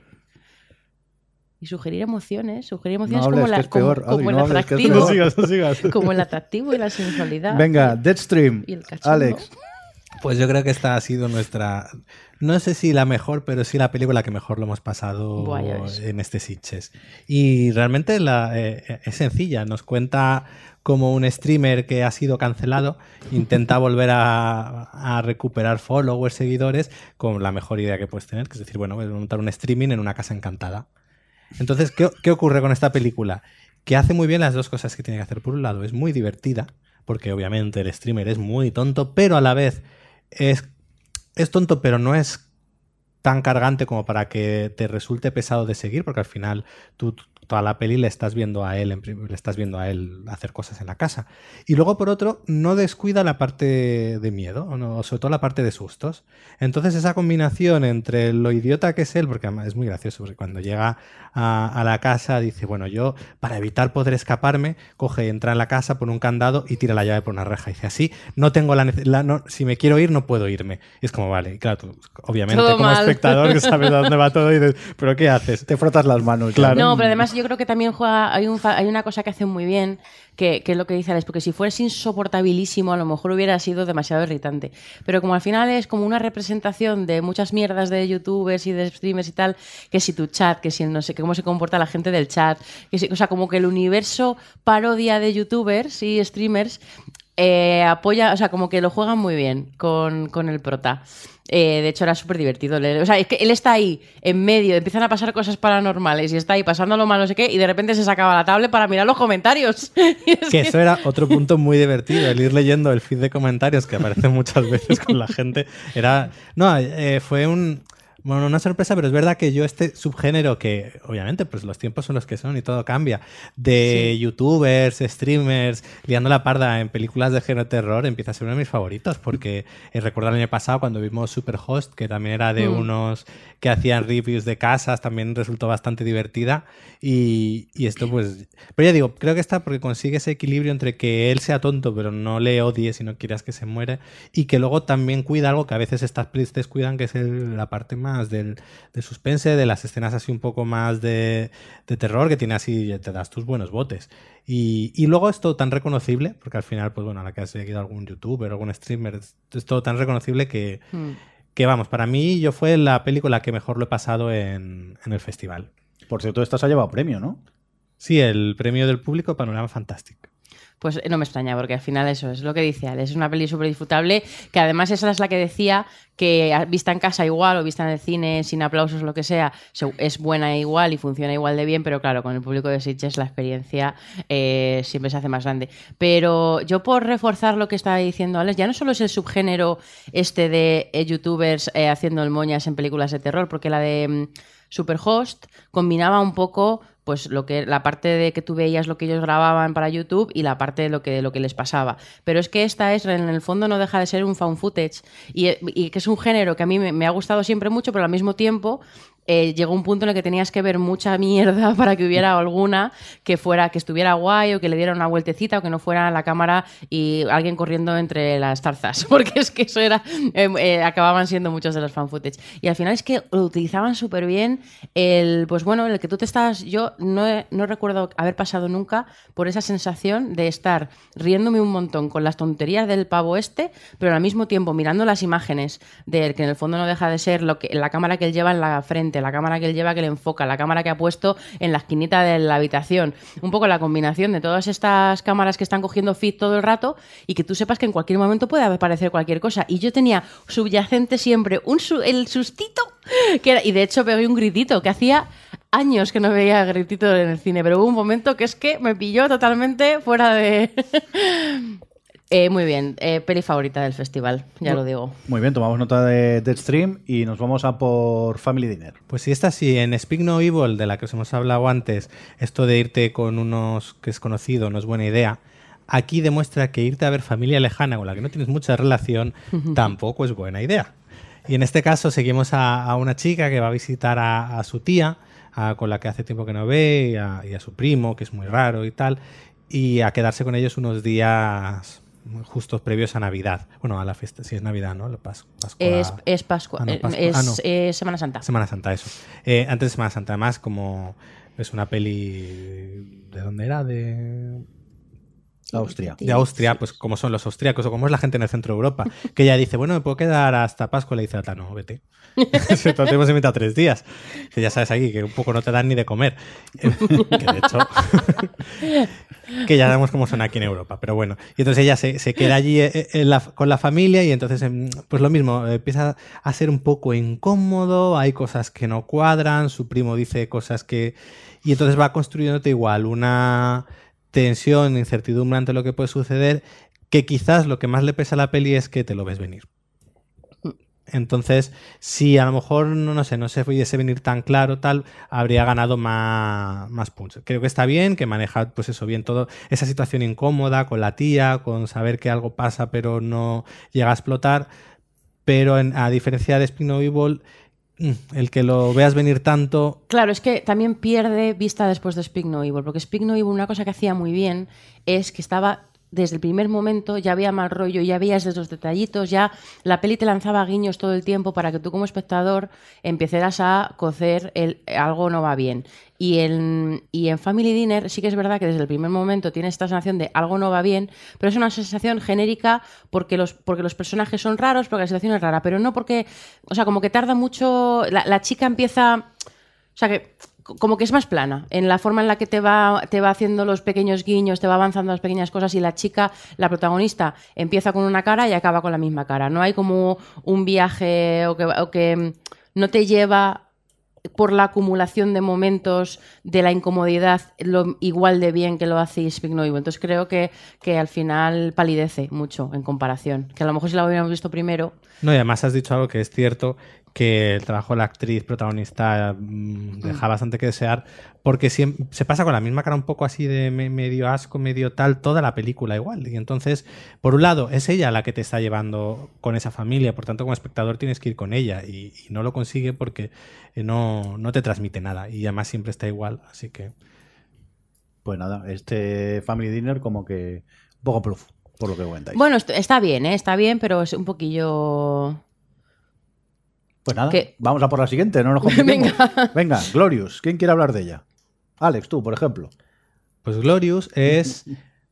Y sugerir emociones no como, hables, como el atractivo. No sigas. Como el atractivo y la sensualidad. Venga, Deadstream. Y el cachondo. Alex. Pues yo creo que esta ha sido nuestra, no sé si la mejor, pero sí la película que mejor lo hemos pasado en este Sitges. Y realmente es sencilla, nos cuenta como un streamer que ha sido cancelado intenta volver a recuperar followers, seguidores, con la mejor idea que puedes tener, que es decir, bueno, voy a montar un streaming en una casa encantada. Entonces, ¿qué ocurre con esta película? Que hace muy bien las dos cosas que tiene que hacer. Por un lado, es muy divertida, porque obviamente el streamer es muy tonto, pero a la vez es tonto, pero no es tan cargante como para que te resulte pesado de seguir, porque al final tú toda la peli le estás viendo a él hacer cosas en la casa. Y luego, por otro, no descuida la parte de miedo, sobre todo la parte de sustos. Entonces, esa combinación entre lo idiota que es él, porque además es muy gracioso, porque cuando llega a la casa dice, bueno, yo, para evitar poder escaparme, entra en la casa, pone un candado y tira la llave por una reja. Y dice, así, no tengo si me quiero ir, no puedo irme. Y es como, vale, y claro, tú, obviamente, todo como mal. espectador, que sabes a dónde va todo, y dices, ¿pero qué haces? Te frotas las manos. Claro. No, pero además yo creo que también hay una cosa que hacen muy bien, que es lo que dice Alex, porque si fuese insoportabilísimo a lo mejor hubiera sido demasiado irritante. Pero como al final es como una representación de muchas mierdas de youtubers y de streamers y tal, que si tu chat, que si no sé cómo se comporta la gente del chat, o sea, como que el universo parodia de youtubers y streamers apoya, o sea, como que lo juegan muy bien con el prota. De hecho, era súper divertido. O sea, es que él está ahí, en medio, empiezan a pasar cosas paranormales y está ahí pasándolo mal, no sé qué, y de repente se sacaba la tablet para mirar los comentarios. Que eso era otro punto muy divertido, el ir leyendo el feed de comentarios que aparece muchas veces con la gente. Fue Bueno, una sorpresa, pero es verdad que yo este subgénero que, obviamente, pues los tiempos son los que son y todo cambia, de youtubers, streamers, liando la parda en películas de género terror, empieza a ser uno de mis favoritos, porque recuerdo el año pasado cuando vimos Superhost, que también era de unos que hacían reviews de casas, también resultó bastante divertida, y esto pues... Pero ya digo, creo que está porque consigue ese equilibrio entre que él sea tonto, pero no le odies y no quieras que se muere, y que luego también cuida algo que a veces estas pelis descuidan, que es la parte más del suspense, de las escenas así un poco más de terror, que tiene así, te das tus buenos botes. Y luego es todo tan reconocible, porque al final, pues bueno, a la que has seguido algún youtuber, algún streamer, es todo tan reconocible que vamos, para mí yo fue la película que mejor lo he pasado en el festival. Por cierto, esta se ha llevado premio, ¿no? Sí, el premio del público Panorama Fantastic. Pues no me extraña, porque al final eso es lo que dice Ale, es una peli súper disfrutable, que además esa es la que decía que vista en casa igual o vista en el cine sin aplausos o lo que sea, es buena igual y funciona igual de bien, pero claro, con el público de Sitges la experiencia siempre se hace más grande. Pero yo por reforzar lo que estaba diciendo Alex, ya no solo es el subgénero este de youtubers haciendo el moñas en películas de terror, porque la de Superhost combinaba un poco pues la parte de que tú veías lo que ellos grababan para YouTube y la parte de lo que les pasaba. Pero es que esta es, en el fondo no deja de ser un found footage y que es un género que a mí me ha gustado siempre mucho, pero al mismo tiempo llegó un punto en el que tenías que ver mucha mierda para que hubiera alguna que estuviera guay o que le diera una vueltecita o que no fuera la cámara y alguien corriendo entre las tarzas, porque es que eso era acababan siendo muchos de los fan footage. Y al final es que lo utilizaban súper bien el que tú te estás... Yo no recuerdo haber pasado nunca por esa sensación de estar riéndome un montón con las tonterías del pavo pero al mismo tiempo mirando las imágenes de que en el fondo no deja de ser la cámara que él lleva en la frente, la cámara que él lleva que le enfoca, la cámara que ha puesto en la esquinita de la habitación. Un poco la combinación de todas estas cámaras que están cogiendo feed todo el rato y que tú sepas que en cualquier momento puede aparecer cualquier cosa. Y yo tenía subyacente siempre el sustito y de hecho pegué un gritito que hacía años que no veía gritito en el cine, pero hubo un momento que es que me pilló totalmente fuera de... muy bien, peli favorita del festival, ya lo digo. Muy bien, tomamos nota de Deadstream y nos vamos a por Family Dinner. Pues sí, esta sí, en Speak No Evil, de la que os hemos hablado antes, esto de irte con unos que es conocido no es buena idea. Aquí demuestra que irte a ver familia lejana con la que no tienes mucha relación tampoco es buena idea. Y en este caso seguimos a una chica que va a visitar a su tía, con la que hace tiempo que no ve, y a su primo, que es muy raro y tal, y a quedarse con ellos unos días justos previos a Navidad. Bueno, a la fiesta, sí es Navidad, ¿no? Pascua. Es Pascua, es Semana Santa. Semana Santa, eso. Antes de Semana Santa, además, como es una peli... ¿De dónde era? De Austria. De Austria, pues como son los austríacos o como es la gente en el centro de Europa, que ella dice, bueno, me puedo quedar hasta Pascua, le dice a no, vete. Entonces hemos invitado 3 días. Que ya sabes aquí que un poco no te dan ni de comer. Que de hecho, que ya sabemos cómo son aquí en Europa, pero bueno. Y entonces ella se queda allí con la familia y entonces, pues lo mismo, empieza a ser un poco incómodo, hay cosas que no cuadran, su primo dice cosas que... Y entonces va construyéndote igual una... tensión, incertidumbre ante lo que puede suceder, que quizás lo que más le pesa a la peli es que te lo ves venir. Entonces, si a lo mejor, no se pudiese venir tan claro, tal, habría ganado más punch. Creo que está bien, que maneja, pues eso, bien todo, esa situación incómoda con la tía, con saber que algo pasa pero no llega a explotar, pero a diferencia de Speak No Evil, el que lo veas venir tanto... Claro, es que también pierde vista después de Speak No Evil, porque Speak No Evil una cosa que hacía muy bien es que estaba... Desde el primer momento ya había mal rollo, ya veías desde los detallitos, ya la peli te lanzaba guiños todo el tiempo para que tú como espectador empezaras a cocer algo no va bien. Y en Family Dinner sí que es verdad que desde el primer momento tienes esta sensación de algo no va bien, pero es una sensación genérica porque los personajes son raros, porque la situación es rara, pero no porque... O sea, como que tarda mucho... La chica empieza... O sea, que... como que es más plana en la forma en la que te va haciendo los pequeños guiños, te va avanzando las pequeñas cosas y la chica, la protagonista, empieza con una cara y acaba con la misma cara. No hay como un viaje o que no te lleva por la acumulación de momentos de la incomodidad igual de bien que lo hace Speak No Evil. Entonces creo que al final palidece mucho en comparación. Que a lo mejor si la hubiéramos visto primero... No, y además has dicho algo que es cierto, que el trabajo de la actriz protagonista deja bastante que desear, porque se pasa con la misma cara un poco así de medio asco, medio tal, toda la película igual. Y entonces, por un lado, es ella la que te está llevando con esa familia, por tanto, como espectador tienes que ir con ella, y no lo consigue porque no te transmite nada, y además siempre está igual, así que... Pues nada, este Family Dinner como que un poco pluf, por lo que comentáis. Bueno, está bien, ¿eh? Está bien, pero es un poquillo... Pues nada, ¿Qué? vamos a por la siguiente, no nos compliquemos. Venga. Venga, Glorious, ¿quién quiere hablar de ella? Alex, tú, por ejemplo. Pues Glorious es...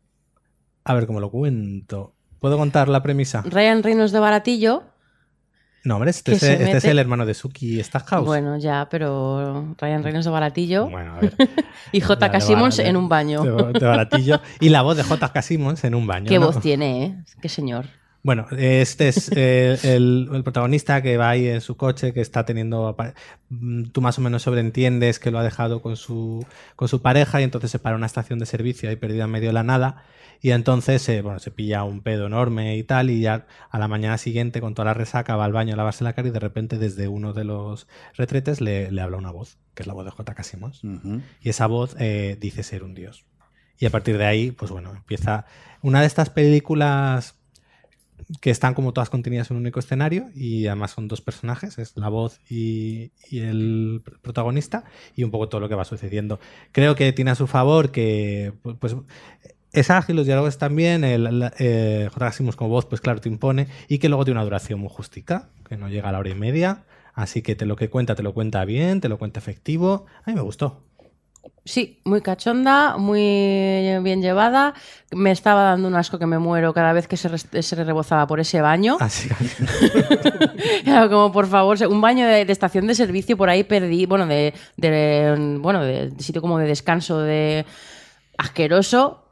A ver cómo lo cuento. ¿Puedo contar la premisa? Ryan Reynolds de baratillo. No, hombre, Que se este es mete- el hermano de Suki Stackhouse. Bueno, ya, pero Ryan Reynolds de baratillo Bueno, a ver. y J.K. Ya, Simmons en un baño. De baratillo. Y la voz de J.K. Simmons en un baño. Qué ¿no? voz tiene, ¿eh? Qué señor. Bueno, este es el protagonista que va ahí en su coche, que está teniendo... Tú más o menos sobreentiendes que lo ha dejado con su pareja y entonces se para en una estación de servicio ahí perdida en medio de la nada y entonces se pilla un pedo enorme y tal y ya a la mañana siguiente con toda la resaca va al baño a lavarse la cara y de repente desde uno de los retretes le habla una voz, que es la voz de J.K. Simmons. Y esa voz dice ser un dios. Y a partir de ahí, pues bueno, empieza una de estas películas que están como todas contenidas en un único escenario y además son dos personajes, es la voz y el protagonista y un poco todo lo que va sucediendo. Creo que tiene a su favor que pues es ágil, los diálogos están bien, J.K. Simmons como voz pues claro te impone y que luego tiene una duración muy justica, que no llega a la hora y media, así que te lo cuenta bien, te lo cuenta efectivo, a mí me gustó. Sí, muy cachonda, muy bien llevada. Me estaba dando un asco que me muero cada vez que se rebozaba por ese baño. Así Era como, por favor, un baño de estación de servicio por ahí perdí, bueno, de sitio como de descanso, de asqueroso.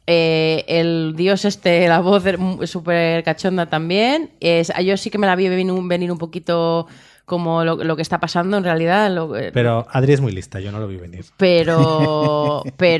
El dios la voz súper cachonda también. Yo sí que me la vi venir un poquito como lo que está pasando en realidad. Pero Adri es muy lista, yo no lo vi venir. Pero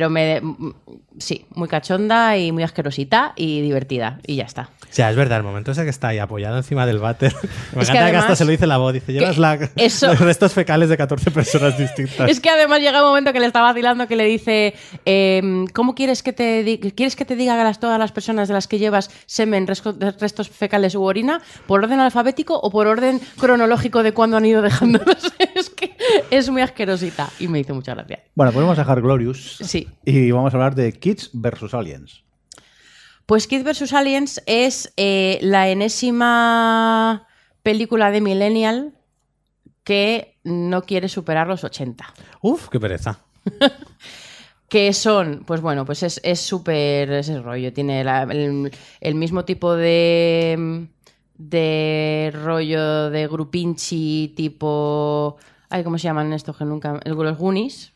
sí, muy cachonda y muy asquerosita y divertida. Y ya está. O sea, es verdad, el momento ese que está ahí apoyado encima del váter. Me Es encanta que que además- hasta se lo dice la voz. Dice, llevas los restos fecales de 14 personas distintas. Es que además llega un momento que le está vacilando que le dice ¿cómo quieres que te diga a todas las personas de las que llevas semen, restos fecales u orina? ¿Por orden alfabético o por orden cronológico de cuándo han ido dejándolos? Es que es muy asquerosita y me hizo mucha gracia. Bueno, pues vamos a dejar Glorious Sí. y vamos a hablar de Kids vs. Aliens. Pues Kids vs. Aliens es la enésima película de Millennial que no quiere superar los 80. Uf, qué pereza. Que son, pues bueno, pues es súper ese rollo. Tiene el mismo tipo de rollo de grupinchi tipo... Ay, ¿cómo se llaman estos que nunca...? Los Goonies.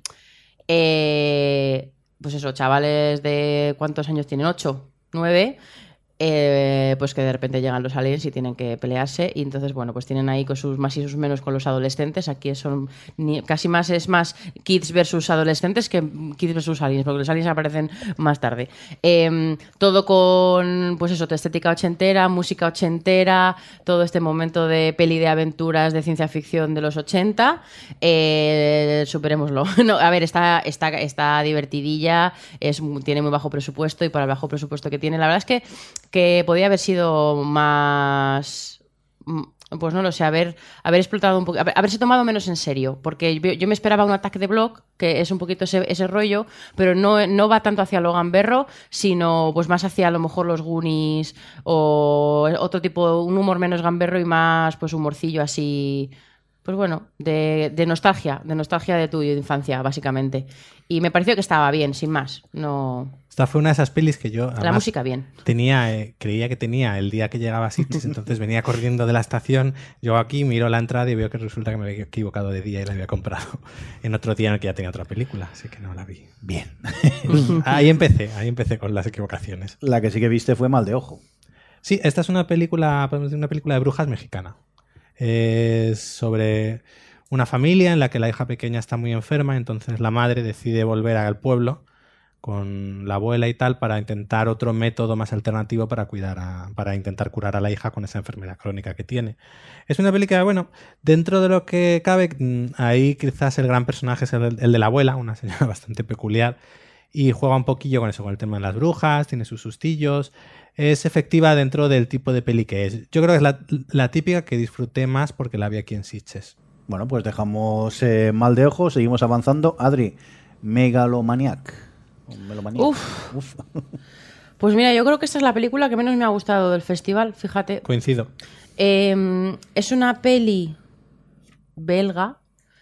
Pues eso, chavales de... ¿Cuántos años tienen? ¿8? ¿9? Pues que de repente llegan los aliens y tienen que pelearse y entonces bueno pues tienen ahí con sus más y sus menos con los adolescentes. Aquí son casi más, es más kids versus adolescentes que kids versus aliens, porque los aliens aparecen más tarde. Todo con pues eso, estética ochentera, música ochentera, todo este momento de peli de aventuras de ciencia ficción de los 80. Superémoslo. No, a ver, está divertidilla, tiene muy bajo presupuesto y para el bajo presupuesto que tiene, la verdad es que podía haber sido más, pues no lo sé, haber explotado un poco, haberse tomado menos en serio, porque yo me esperaba un ataque de Block, que es un poquito ese rollo, pero no va tanto hacia lo gamberro, sino pues más hacia a lo mejor los Goonies o otro tipo, un humor menos gamberro y más pues humorcillo así. Pues bueno, de nostalgia de tu infancia, básicamente. Y me pareció que estaba bien, sin más. No. Esta fue una de esas pelis que yo... La música bien. Creía que tenía el día que llegaba a Sitges, entonces venía corriendo de la estación, yo aquí miro la entrada y veo que resulta que me había equivocado de día y la había comprado en otro día en el que ya tenía otra película, así que no la vi. Bien. Ahí empecé con las equivocaciones. La que sí que viste fue Mal de Ojo. Sí, esta es una película, podemos decir, una película de brujas mexicana. Es sobre una familia en la que la hija pequeña está muy enferma, entonces la madre decide volver al pueblo con la abuela y tal para intentar otro método más alternativo para para intentar curar a la hija con esa enfermedad crónica que tiene. Es una película, bueno, dentro de lo que cabe, ahí quizás el gran personaje es el de la abuela, una señora bastante peculiar, y juega un poquillo con eso, con el tema de las brujas, tiene sus sustillos, es efectiva dentro del tipo de peli que es. Yo creo que es la típica que disfruté más porque la vi aquí en Sitges. Bueno, pues dejamos mal de ojo, seguimos avanzando. Adri, Megalomaniac. Uf. Pues mira, yo creo que esta es la película que menos me ha gustado del festival, fíjate. Coincido. Es una peli belga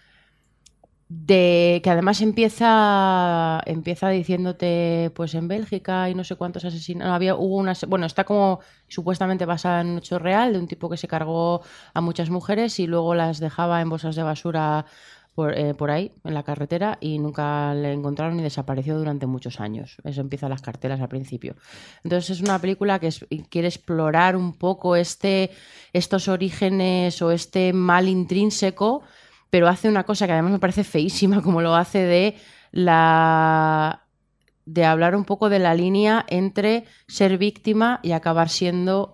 que además empieza diciéndote, pues en Bélgica hay no sé cuántos asesinatos. Bueno, está como supuestamente basada en un hecho real de un tipo que se cargó a muchas mujeres y luego las dejaba en bolsas de basura por ahí, en la carretera, y nunca le encontraron y desapareció durante muchos años. Eso empiezan las cartelas al principio. Entonces es una película que quiere explorar un poco estos orígenes o este mal intrínseco, pero hace una cosa que además me parece feísima, como lo hace de hablar un poco de la línea entre ser víctima y acabar siendo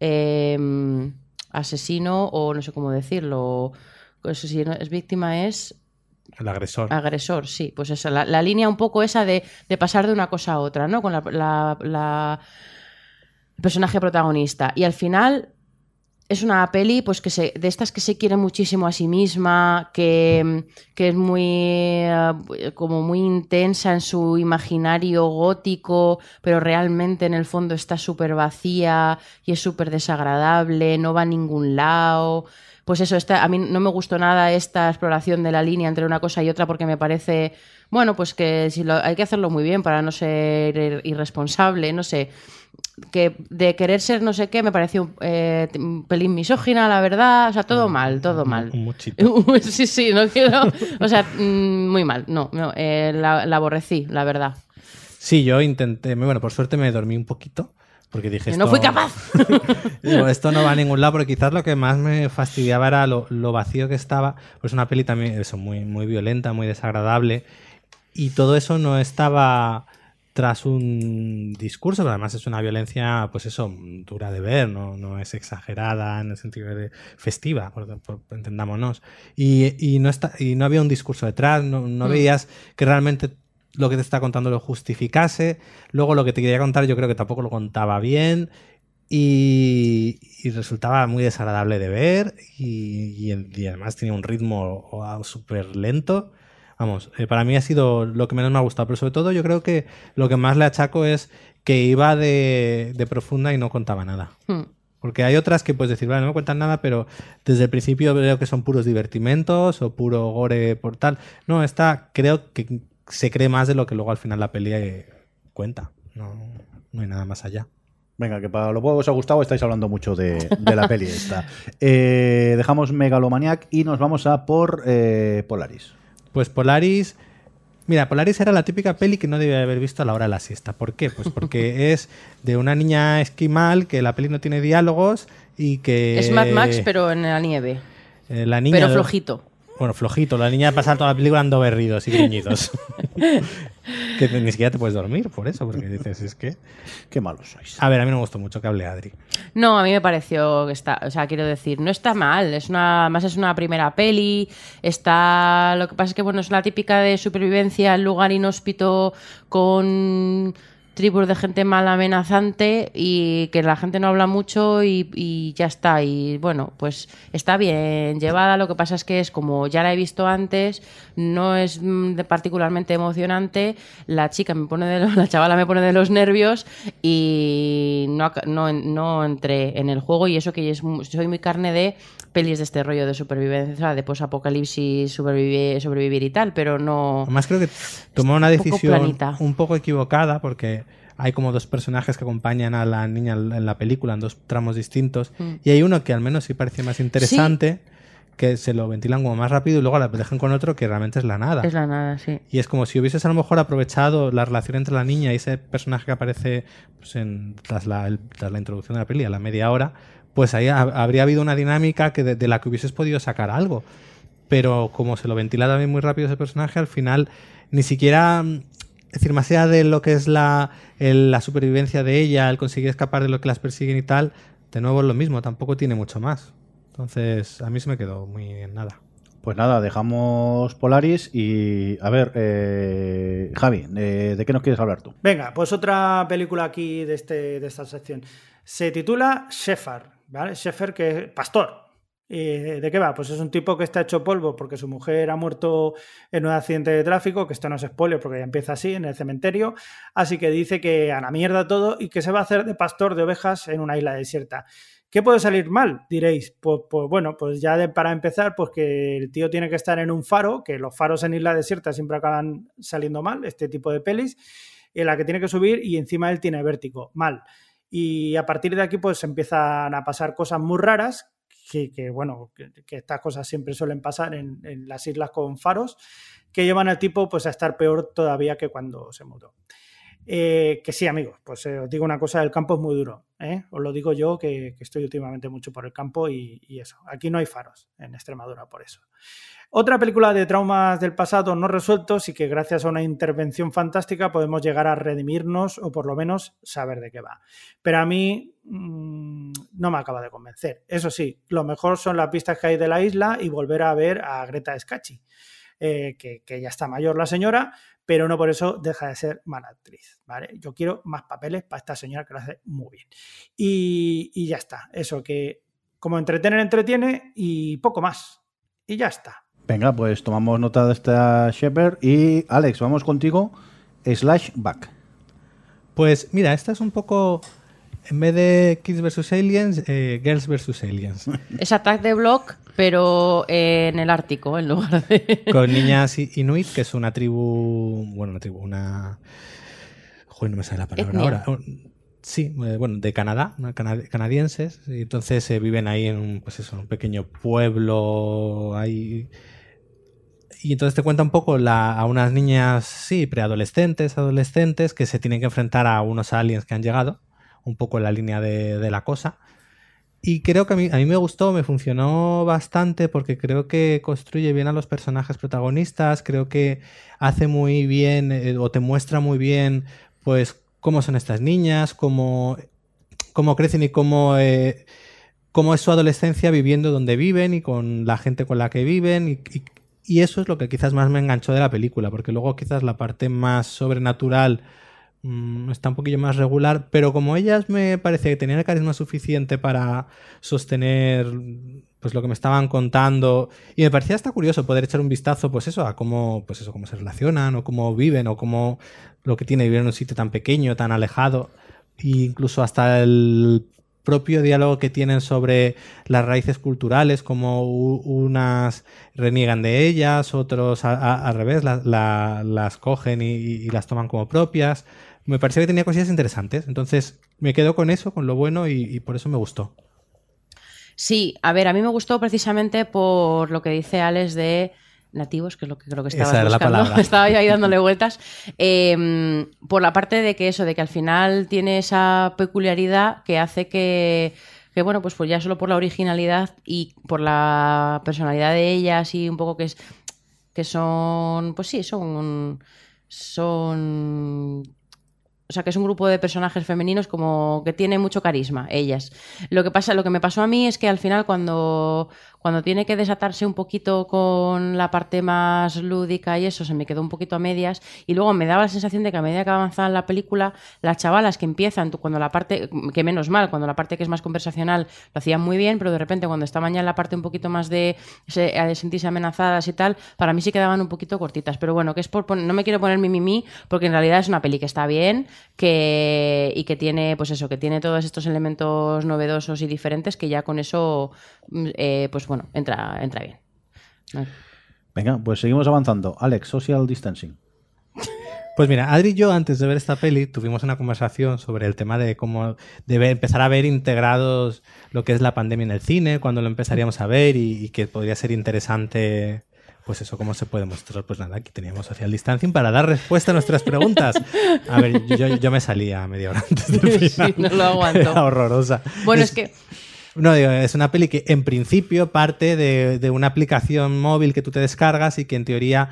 asesino, o no sé cómo decirlo. Eso sí, es víctima, es... El agresor. Agresor, sí. Pues esa, la línea un poco esa de pasar de una cosa a otra, ¿no? Con el personaje protagonista. Y al final es una peli pues de estas que se quiere muchísimo a sí misma, que es muy como muy intensa en su imaginario gótico, pero realmente en el fondo está súper vacía y es súper desagradable, no va a ningún lado. Pues eso, a mí no me gustó nada esta exploración de la línea entre una cosa y otra, porque me parece, bueno, pues que hay que hacerlo muy bien para no ser irresponsable, no sé, que de querer ser no sé qué me pareció un pelín misógina, la verdad, o sea, todo mal. Un muchito. Sí, no quiero, o sea, muy mal, no la aborrecí, la verdad. Sí, yo intenté, bueno, por suerte me dormí un poquito. Porque dije, no fui capaz. Digo, esto no va a ningún lado, porque quizás lo que más me fastidiaba era lo vacío que estaba. Pues una peli también, eso, muy, muy violenta, muy desagradable. Y todo eso no estaba tras un discurso, pero además es una violencia, pues eso, dura de ver, no es exagerada en el sentido de festiva, entendámonos. Y no había un discurso detrás, no veías que realmente lo que te está contando lo justificase. Luego lo que te quería contar yo creo que tampoco lo contaba bien y resultaba muy desagradable de ver y además tenía un ritmo súper lento. Vamos, para mí ha sido lo que menos me ha gustado, pero sobre todo yo creo que lo que más le achaco es que iba de profunda y no contaba nada. Porque hay otras que puedes decir, vale, no me cuentan nada, pero desde el principio veo que son puros divertimentos o puro gore por tal. No, esta creo que se cree más de lo que luego al final la peli cuenta. No hay nada más allá. Venga, que para lo poco que os ha gustado estáis hablando mucho de la peli esta. Dejamos Megalomaniac y nos vamos a por Polaris. Pues Polaris... Mira, Polaris era la típica peli que no debía haber visto a la hora de la siesta. ¿Por qué? Pues porque es de una niña esquimal, que la peli no tiene diálogos y que... Es Mad Max, pero en la nieve. La niña... Pero flojito. Bueno, flojito. La niña pasa toda la película dando berridos y gruñidos. Que ni siquiera te puedes dormir por eso, porque dices, es que... Qué malos sois. A ver, a mí no me gustó mucho que hable Adri. No, a mí me pareció que está... O sea, quiero decir, no está mal. Además es una primera peli. Lo que pasa es que, bueno, es la típica de supervivencia en lugar inhóspito con tribus de gente mal amenazante y que la gente no habla mucho y ya está. Y bueno, pues está bien llevada. Lo que pasa es que es como ya la he visto antes, no es particularmente emocionante. La chavala me pone de los nervios y no entré en el juego, y eso que soy muy carne de pelis de este rollo de supervivencia, de posapocalipsis, sobrevivir y tal, pero no... Además creo que tomó una decisión un poco equivocada, porque hay como dos personajes que acompañan a la niña en la película en dos tramos distintos, y hay uno que al menos sí parece más interesante, sí, que se lo ventilan como más rápido y luego la dejan con otro que realmente es la nada. Es la nada, sí. Y es como si hubieses a lo mejor aprovechado la relación entre la niña y ese personaje que aparece pues tras la introducción de la peli a la media hora, pues ahí habría habido una dinámica que de la que hubieses podido sacar algo. Pero como se lo ventila también muy rápido ese personaje, al final ni siquiera Es decir, más allá de lo que es la supervivencia de ella, el conseguir escapar de lo que las persiguen y tal, de nuevo es lo mismo, tampoco tiene mucho más. Entonces, a mí se me quedó muy en nada. Pues nada, dejamos Polaris y... A ver, Javi, ¿de qué nos quieres hablar tú? Venga, pues otra película aquí de esta sección. Se titula Shepherd, ¿vale? Shepherd, que es pastor. ¿De qué va? Pues es un tipo que está hecho polvo porque su mujer ha muerto en un accidente de tráfico, que esto no es spoiler porque ya empieza así, en el cementerio, así que dice que a la mierda todo y que se va a hacer de pastor de ovejas en una isla desierta. ¿Qué puede salir mal? Diréis. Pues bueno, pues ya para empezar, pues que el tío tiene que estar en un faro, que los faros en isla desierta siempre acaban saliendo mal, este tipo de pelis, en la que tiene que subir y encima él tiene vértigo, mal. Y a partir de aquí pues empiezan a pasar cosas muy raras, que estas cosas siempre suelen pasar en las islas con faros, que llevan al tipo pues a estar peor todavía que cuando se mudó. Que sí, amigos, pues os digo una cosa, el campo es muy duro, ¿eh? Os lo digo yo que estoy últimamente mucho por el campo y eso. Aquí no hay faros en Extremadura por eso. Otra película de traumas del pasado no resueltos y que gracias a una intervención fantástica podemos llegar a redimirnos o por lo menos saber de qué va. Pero a mí no me acaba de convencer. Eso sí, lo mejor son las pistas que hay de la isla y volver a ver a Greta Scacchi, que ya está mayor la señora, pero no por eso deja de ser mala actriz, ¿vale? Yo quiero más papeles para esta señora que lo hace muy bien. Y ya está. Eso, que como entretiene y poco más. Y ya está. Venga, pues tomamos nota de esta Shepherd y Alex, vamos contigo. Slashback. Pues mira, esta es un poco, en vez de Kids vs. Aliens, Girls vs. Aliens. Es Attack the Block, pero en el Ártico, en lugar de... Con niñas inuit, que es una tribu... Joder, no me sale la palabra Etnia. ahora. Sí, bueno, de Canadá, canadienses. Y entonces viven ahí en un pequeño pueblo ahí. Y entonces te cuenta un poco a unas niñas, sí, preadolescentes, adolescentes, que se tienen que enfrentar a unos aliens que han llegado, un poco en la línea de la cosa. Y creo que a mí me gustó, me funcionó bastante porque creo que construye bien a los personajes protagonistas, creo que hace muy bien o te muestra muy bien pues cómo son estas niñas, cómo crecen y cómo es su adolescencia viviendo donde viven y con la gente con la que viven y eso es lo que quizás más me enganchó de la película, porque luego quizás la parte más sobrenatural está un poquillo más regular, pero como ellas me parecía que tenían el carisma suficiente para sostener pues lo que me estaban contando, y me parecía hasta curioso poder echar un vistazo pues eso a cómo se relacionan o cómo viven o cómo lo que tiene vivir en un sitio tan pequeño, tan alejado, e incluso hasta el propio diálogo que tienen sobre las raíces culturales, como unas reniegan de ellas, otros al revés las cogen y las toman como propias. Me pareció que tenía cosillas interesantes, entonces me quedo con eso, con lo bueno y por eso me gustó. Sí, a ver, a mí me gustó precisamente por lo que dice Alex de nativos, que es lo que creo que estabas Esa era buscando. la palabra. Estaba yo ahí dándole vueltas. Por la parte de que eso, de que al final tiene esa peculiaridad que hace que bueno, pues ya solo por la originalidad y por la personalidad de ellas y un poco que son, pues sí, son o sea, que es un grupo de personajes femeninos como que tiene mucho carisma, ellas. Lo que me pasó a mí es que al final cuando tiene que desatarse un poquito con la parte más lúdica y eso, se me quedó un poquito a medias y luego me daba la sensación de que a medida que avanzaba en la película, las chavalas que empiezan, cuando la parte, que menos mal, cuando la parte que es más conversacional lo hacían muy bien, pero de repente cuando estaban ya en la parte un poquito más de sentirse amenazadas y tal, para mí sí quedaban un poquito cortitas, pero bueno, que es no me quiero poner mimimi, porque en realidad es una peli que está bien, y que tiene, pues eso, que tiene todos estos elementos novedosos y diferentes que ya con eso, pues bueno, entra bien. Venga, pues seguimos avanzando. Alex, social distancing. Pues mira, Adri y yo antes de ver esta peli tuvimos una conversación sobre el tema de cómo debe empezar a ver integrados lo que es la pandemia en el cine, cuándo lo empezaríamos a ver y que podría ser interesante, pues eso, cómo se puede mostrar. Pues nada, aquí teníamos social distancing para dar respuesta a nuestras preguntas. A ver, yo me salía media hora antes del final. Sí, no lo aguanto. Era horrorosa. Bueno, es que No, digo, es una peli que en principio parte de una aplicación móvil que tú te descargas y que en teoría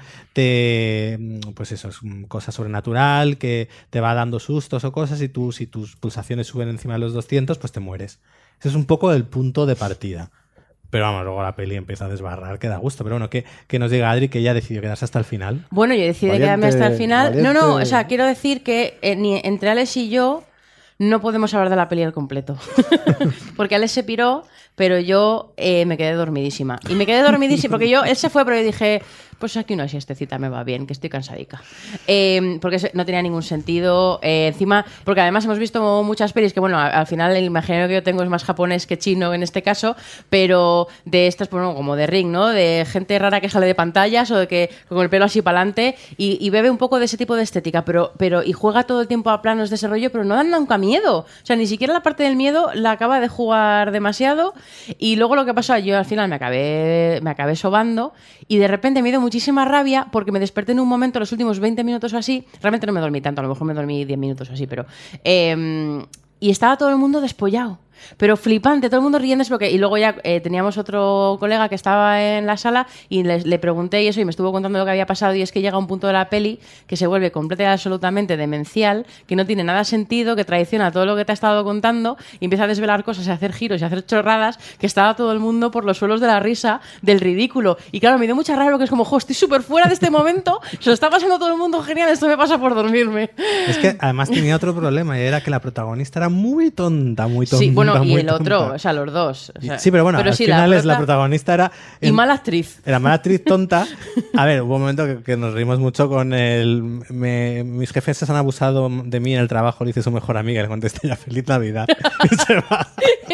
pues eso, es cosa sobrenatural, que te va dando sustos o cosas y tú, si tus pulsaciones suben encima de los 200, pues te mueres. Ese es un poco el punto de partida. Pero vamos, luego la peli empieza a desbarrar, que da gusto. Pero bueno, que nos diga Adri que ella decidió quedarse hasta el final. Bueno, yo decidí quedarme hasta el final. No, o sea, quiero decir que ni entre Alex y yo no podemos hablar de la peli al completo. Porque Alex se piró, pero yo me quedé dormidísima. Y me quedé dormidísima porque él se fue, pero yo dije, pues aquí una siestecita me va bien, que estoy cansadica. Porque no tenía ningún sentido. Encima, porque además hemos visto muchas pelis que, bueno, al final el imaginario que yo tengo es más japonés que chino en este caso, pero de estas, pues, bueno, como de Ring, ¿no? De gente rara que sale de pantallas o de que con el pelo así para adelante y bebe un poco de ese tipo de estética, pero y juega todo el tiempo a planos de ese rollo, pero no dan nunca miedo. O sea, ni siquiera la parte del miedo la acaba de jugar demasiado. Y luego lo que pasó, yo al final me acabé sobando y de repente me dio muchísima rabia porque me desperté en un momento, los últimos 20 minutos o así, realmente no me dormí tanto, a lo mejor me dormí 10 minutos o así, pero y estaba todo el mundo despollado. Pero flipante, todo el mundo riéndose y luego ya teníamos otro colega que estaba en la sala y le pregunté y eso y me estuvo contando lo que había pasado y es que llega un punto de la peli que se vuelve completamente absolutamente demencial, que no tiene nada sentido, que traiciona todo lo que te ha estado contando y empieza a desvelar cosas y a hacer giros y a hacer chorradas que estaba todo el mundo por los suelos de la risa del ridículo. Y claro, me dio mucha rabia porque es como, jo, estoy súper fuera de este momento, se lo está pasando todo el mundo genial, esto me pasa por dormirme. Es que además tenía otro problema y era que la protagonista era muy tonta, muy tonta. Sí, bueno, y muy el tonta. Otro, o sea, los dos. O sea, sí, pero bueno, al sí, final la protagonista era... Y mala actriz. Era mala actriz tonta. A ver, hubo un momento que nos reímos mucho con mis jefes se han abusado de mí en el trabajo, le dice su mejor amiga y le contesté ya feliz Navidad. Y se va.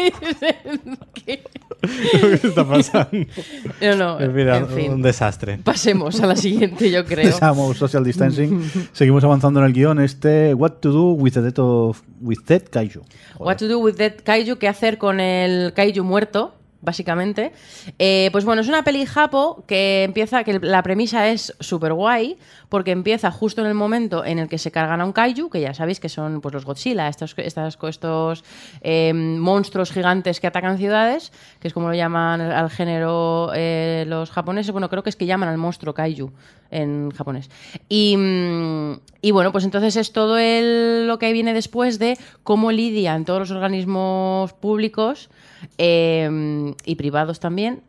¿Qué? ¿Qué está pasando? No, en fin, un desastre. Pasemos a la siguiente, yo creo. Pasamos social distancing. Seguimos avanzando en el guión. What to do with dead kaiju. Joder. What to do with dead kaiju, qué hacer con el kaiju muerto, básicamente. Pues bueno, es una peli japo que empieza, que la premisa es súper guay, porque empieza justo en el momento en el que se cargan a un kaiju, que ya sabéis que son pues los Godzilla, estos monstruos gigantes que atacan ciudades, que es como lo llaman al género los japoneses. Bueno, creo que es que llaman al monstruo kaiju en japonés. Y bueno, pues entonces es todo lo que viene después de cómo lidian todos los organismos públicos y privados también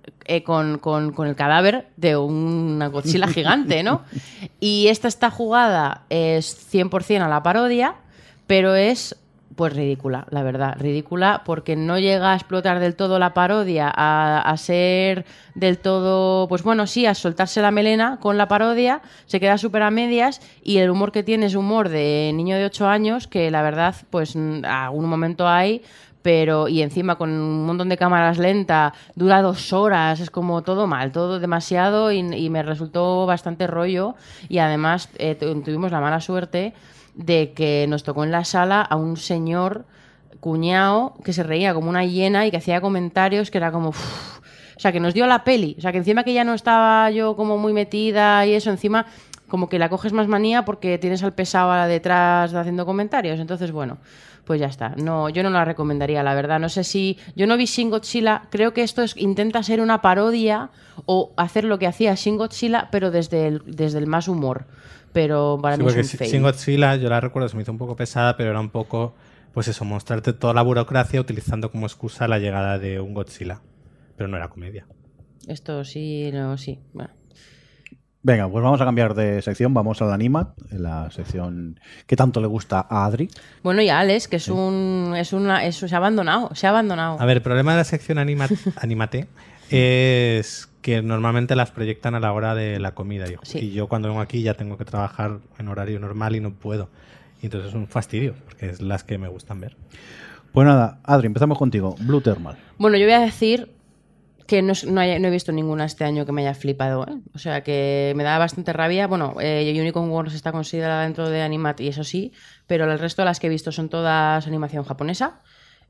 con el cadáver de una Godzilla gigante, ¿no? Y esta jugada es 100% a la parodia, pero es pues ridícula, la verdad, ridícula, porque no llega a explotar del todo la parodia, a ser del todo, pues bueno, sí, a soltarse la melena con la parodia, se queda súper a medias y el humor que tiene es humor de niño de 8 años, que la verdad, pues a algún momento hay, pero y encima con un montón de cámaras lenta, dura 2 horas, es como todo mal, todo demasiado y me resultó bastante rollo y además tuvimos la mala suerte de que nos tocó en la sala a un señor cuñado que se reía como una hiena y que hacía comentarios que era como... Uff, o sea, que nos dio la peli. O sea, que encima que ya no estaba yo como muy metida y eso, encima como que la coges más manía porque tienes al pesado detrás haciendo comentarios. Entonces, bueno, pues ya está. No, yo no la recomendaría, la verdad. No sé si... Yo no vi Shin Godzilla. Creo que esto intenta ser una parodia o hacer lo que hacía Shin Godzilla, pero desde el más humor. Pero para mí es un fail. Shin Godzilla, yo la recuerdo, se me hizo un poco pesada, pero era un poco, pues eso, mostrarte toda la burocracia utilizando como excusa la llegada de un Godzilla. Pero no era comedia. Esto sí, no, sí. Bueno. Venga, pues vamos a cambiar de sección, vamos a la Animat, la sección que tanto le gusta a Adri. Bueno, y a Alex, que se ha abandonado. A ver, el problema de la sección Animate es que normalmente las proyectan a la hora de la comida. Y yo cuando vengo aquí ya tengo que trabajar en horario normal y no puedo. Y entonces es un fastidio, porque es las que me gustan ver. Pues nada, Adri, empezamos contigo. Blue Thermal. Bueno, yo voy a decir que no he visto ninguna este año que me haya flipado, ¿eh? O sea, que me da bastante rabia. Bueno, Unicorn Wars está considerada dentro de Animat y eso sí, pero el resto de las que he visto son todas animación japonesa,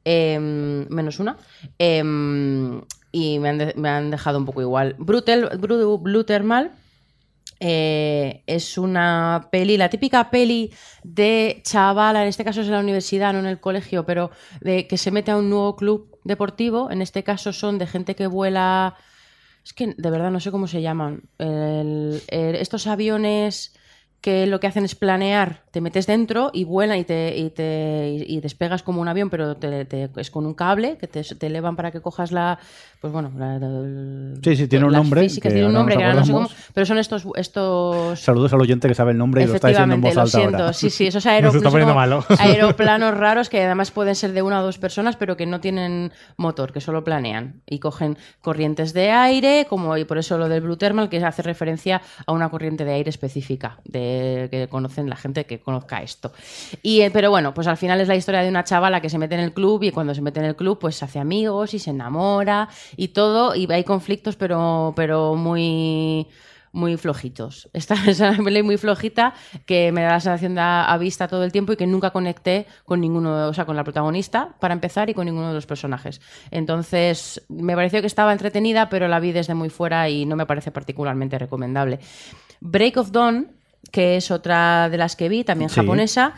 menos una. Y me han dejado un poco igual. Blue Thermal Es una peli, la típica peli de chavala, en este caso es en la universidad, no en el colegio, pero de que se mete a un nuevo club deportivo. En este caso son de gente que vuela. Es que de verdad no sé cómo se llaman. Estos aviones que lo que hacen es planear, te metes dentro y vuelan y despegas como un avión, pero es con un cable que te elevan para que cojas la. Pues bueno, Sí, tiene un nombre. Física, tiene un nombre que ahora no sé cómo. Pero son estos. Saludos al oyente que sabe el nombre y lo está diciendo en voz alta. Lo siento. Ahora. Sí, esos Se está poniendo malo. aeroplanos raros que además pueden ser de una o dos personas, pero que no tienen motor, que solo planean y cogen corrientes de aire, y por eso lo del Blue Thermal, que hace referencia a una corriente de aire específica que conocen la gente que conozca esto. Pero bueno, pues al final es la historia de una chavala que se mete en el club y cuando se mete en el club pues se hace amigos y se enamora y todo, y hay conflictos pero muy muy flojitos. Esta es una peli muy flojita que me da la sensación de a vista todo el tiempo y que nunca conecté con ninguno, o sea, con la protagonista para empezar y con ninguno de los personajes. Entonces me pareció que estaba entretenida, pero la vi desde muy fuera y no me parece particularmente recomendable. Break of Dawn, que es otra de las que vi, también japonesa,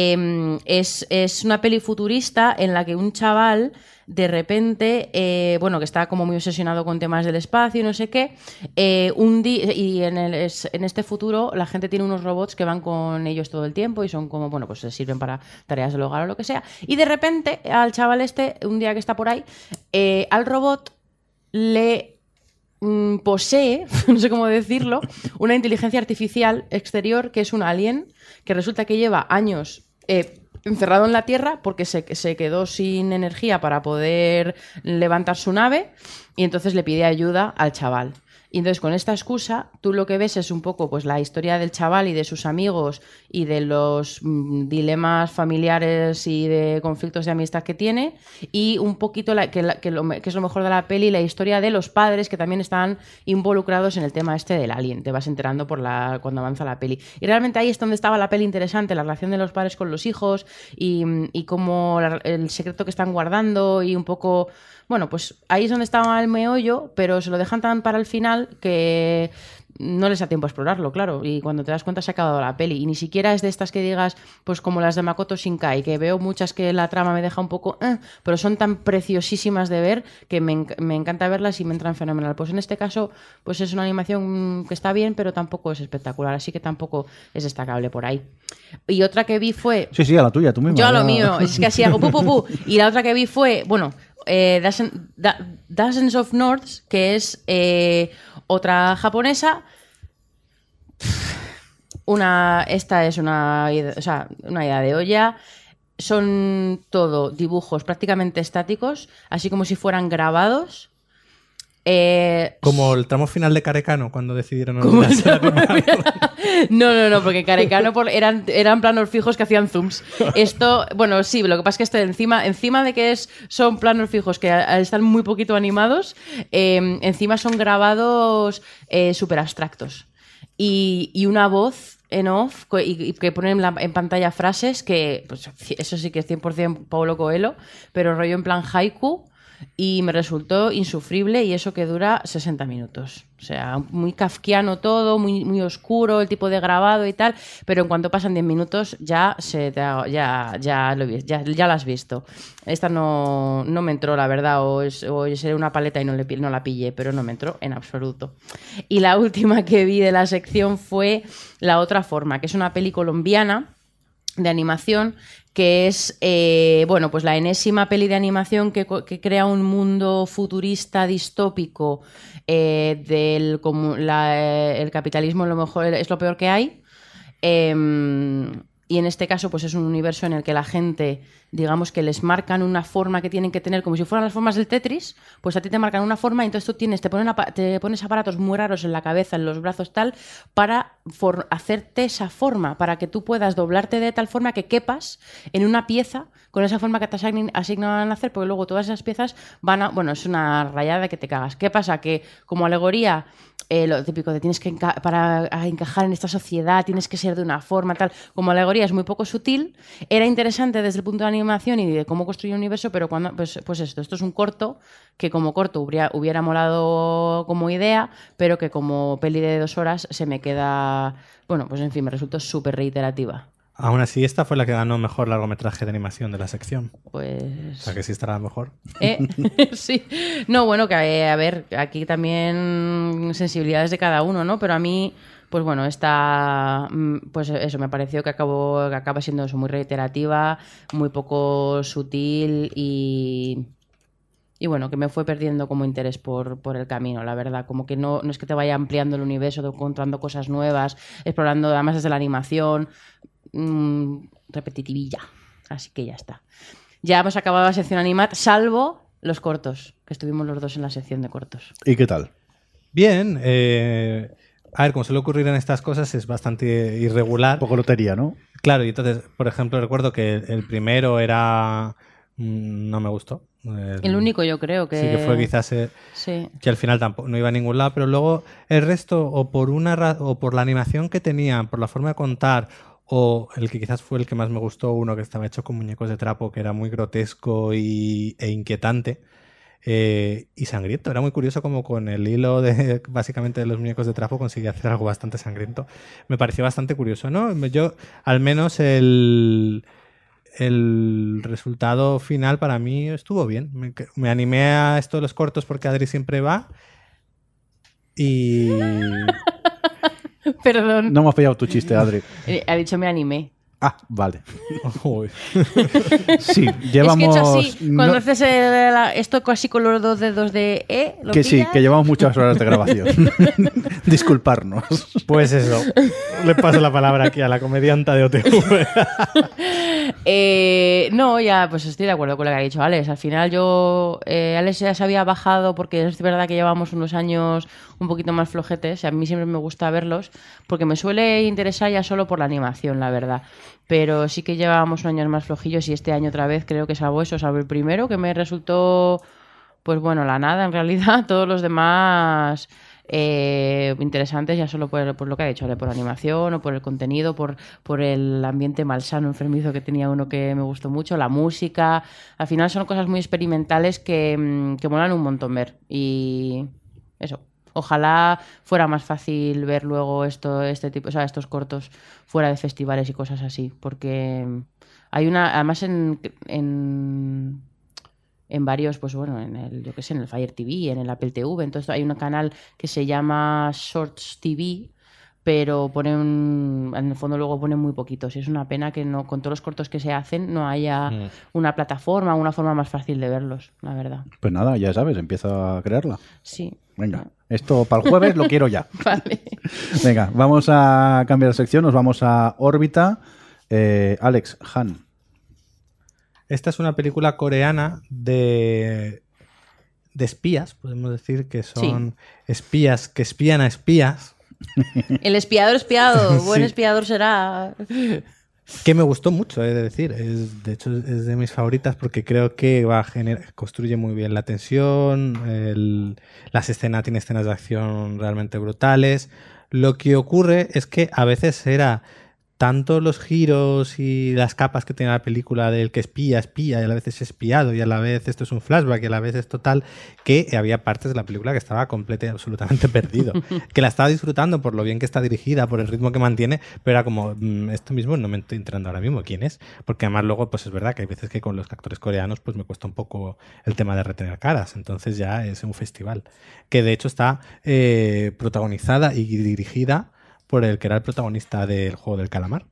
es una peli futurista en la que un chaval de repente, que está como muy obsesionado con temas del espacio y no sé qué, un día, y en este futuro la gente tiene unos robots que van con ellos todo el tiempo y son como, pues se sirven para tareas del hogar o lo que sea, y de repente al chaval un día que está por ahí, al robot le posee, no sé cómo decirlo, una inteligencia artificial exterior que es un alien, que resulta que lleva años encerrado en la Tierra porque se quedó sin energía para poder levantar su nave y entonces le pide ayuda al chaval. Y entonces con esta excusa tú lo que ves es un poco pues la historia del chaval y de sus amigos y de los dilemas familiares y de conflictos de amistad que tiene, y un poquito que es lo mejor de la peli, la historia de los padres que también están involucrados en el tema este del alien. Te vas enterando cuando avanza la peli. Y realmente ahí es donde estaba la peli interesante, la relación de los padres con los hijos y cómo el secreto que están guardando y un poco... Bueno, pues ahí es donde estaba el meollo, pero se lo dejan tan para el final que no les da tiempo a explorarlo, claro. Y cuando te das cuenta se ha acabado la peli. Y ni siquiera es de estas que digas, pues como las de Makoto Shinkai, que veo muchas que la trama me deja un poco... pero son tan preciosísimas de ver que me encanta verlas y me entran fenomenal. Pues en este caso, pues es una animación que está bien, pero tampoco es espectacular. Así que tampoco es destacable por ahí. Y otra que vi fue... Sí, a la tuya, tú misma. Yo a lo mío, es que así hago pu. Y la otra que vi fue, Dozens of Norths, que es otra japonesa. Esta es una idea de olla. Son todo dibujos prácticamente estáticos, así como si fueran grabados. Como el tramo final de Carecano, cuando decidieron olvidarse la primera. No, porque Carecano eran planos fijos que hacían zooms. Esto, bueno, sí, lo que pasa es que encima de que son planos fijos que están muy poquito animados, encima son grabados súper abstractos. Y una voz en off y que ponen en pantalla frases que, pues eso sí que es 100% Paulo Coelho, pero rollo en plan haiku. Y me resultó insufrible, y eso que dura 60 minutos. O sea, muy kafkiano todo, muy, muy oscuro el tipo de grabado y tal, pero en cuanto pasan 10 minutos ya la has visto. Esta no me entró, la verdad, o seré una paleta y no la pillé, pero no me entró en absoluto. Y la última que vi de la sección fue La otra forma, que es una peli colombiana de animación, que es pues la enésima peli de animación que crea un mundo futurista distópico el capitalismo a lo mejor es lo peor que hay, y en este caso pues es un universo en el que la gente, digamos que les marcan una forma que tienen que tener como si fueran las formas del Tetris, pues a ti te marcan una forma y entonces tú te pones aparatos muy raros en la cabeza, en los brazos tal, para hacerte esa forma, para que tú puedas doblarte de tal forma que quepas en una pieza con esa forma que te asignan a hacer, porque luego todas esas piezas es una rayada que te cagas. ¿Qué pasa? Que como alegoría lo típico de tienes que para encajar en esta sociedad tienes que ser de una forma, tal. Como alegoría es muy poco sutil. Era interesante desde el punto de animación y de cómo construir un universo, pero cuando pues esto es un corto que como corto hubiera molado como idea, pero que como peli de 2 horas se me queda... Bueno, pues en fin, me resultó súper reiterativa. Aún así, esta fue la que ganó mejor largometraje de animación de la sección. Pues... O sea, que sí estará mejor. Sí. No, bueno, que a ver, aquí también sensibilidades de cada uno, ¿no? Pero a mí, pues bueno, pues eso, me pareció que acaba siendo eso, muy reiterativa, muy poco sutil y bueno, que me fue perdiendo como interés por el camino, la verdad. Como que no es que te vaya ampliando el universo, encontrando cosas nuevas, explorando además desde la animación, repetitivilla. Así que ya está. Ya hemos acabado la sección Animat, salvo los cortos, que estuvimos los dos en la sección de cortos. ¿Y qué tal? Bien. A ver, como suele ocurrir en estas cosas, es bastante irregular. Un poco lotería, ¿no? Claro, y entonces, por ejemplo, recuerdo que el primero era... no me gustó. El único yo creo que... Sí, que fue quizás sí. que al final tampoco no iba a ningún lado, pero luego el resto, o por la animación que tenían, por la forma de contar, o el que quizás fue el que más me gustó, uno que estaba hecho con muñecos de trapo, que era muy grotesco e inquietante. Y sangriento. Era muy curioso como con el hilo de básicamente de los muñecos de trapo conseguía hacer algo bastante sangriento. Me pareció bastante curioso, ¿no? Yo, al menos el resultado final para mí estuvo bien. Me animé a esto de los cortos porque Adri siempre va y... Perdón. No hemos pillado tu chiste, Adri. Ha dicho me animé. Ah, vale. Uy. Sí, llevamos... Es que he hecho así, cuando no- haces esto casi con los 2 dedos de E, ¿lo que sí, pillas? que llevamos muchas horas de grabación. Disculparnos. Pues eso. Le paso la palabra aquí a la comedianta de OTV. No, ya, pues estoy de acuerdo con lo que ha dicho Alex. Al final Alex ya se había bajado porque es verdad que llevamos unos años un poquito más flojetes. A mí siempre me gusta verlos porque me suele interesar ya solo por la animación, la verdad. Pero sí que llevábamos unos años más flojillos y este año otra vez creo que salvo el primero que me resultó, pues bueno, la nada en realidad. Todos los demás... interesantes ya solo por lo que ha dicho, por la animación o por el contenido, por el ambiente malsano, enfermizo que tenía uno que me gustó mucho, la música. Al final son cosas muy experimentales que molan un montón ver. Y eso. Ojalá fuera más fácil ver luego este tipo, o sea, estos cortos fuera de festivales y cosas así, porque hay además en varios, pues bueno, en el Fire TV, en el Apple TV, entonces hay un canal que se llama Shorts TV, pero en el fondo luego ponen muy poquitos y es una pena que no, con todos los cortos que se hacen no haya una plataforma, una forma más fácil de verlos, la verdad. Pues nada, ya sabes, empieza a crearla. Sí. Venga, esto para el jueves lo quiero ya. Vale. Venga, vamos a cambiar de sección, nos vamos a órbita. Alex, Han. Esta es una película coreana de espías, podemos decir que son espías que espían a espías. El espiador espiado, buen Sí. espiador será. Que me gustó mucho, he de decir. De hecho, es de mis favoritas porque creo que construye muy bien la tensión, tiene escenas de acción realmente brutales. Lo que ocurre es que a veces era tanto los giros y las capas que tiene la película del que espía, y a la vez es espiado, y a la vez esto es un flashback, y a la vez es total, que había partes de la película que estaba completamente y absolutamente perdido. Que la estaba disfrutando por lo bien que está dirigida, por el ritmo que mantiene, pero era como, esto mismo no me estoy enterando ahora mismo quién es. Porque además luego, pues es verdad que hay veces que con los actores coreanos pues me cuesta un poco el tema de retener caras, entonces ya es un festival. Que de hecho está protagonizada y dirigida por el que era el protagonista del Juego del Calamar.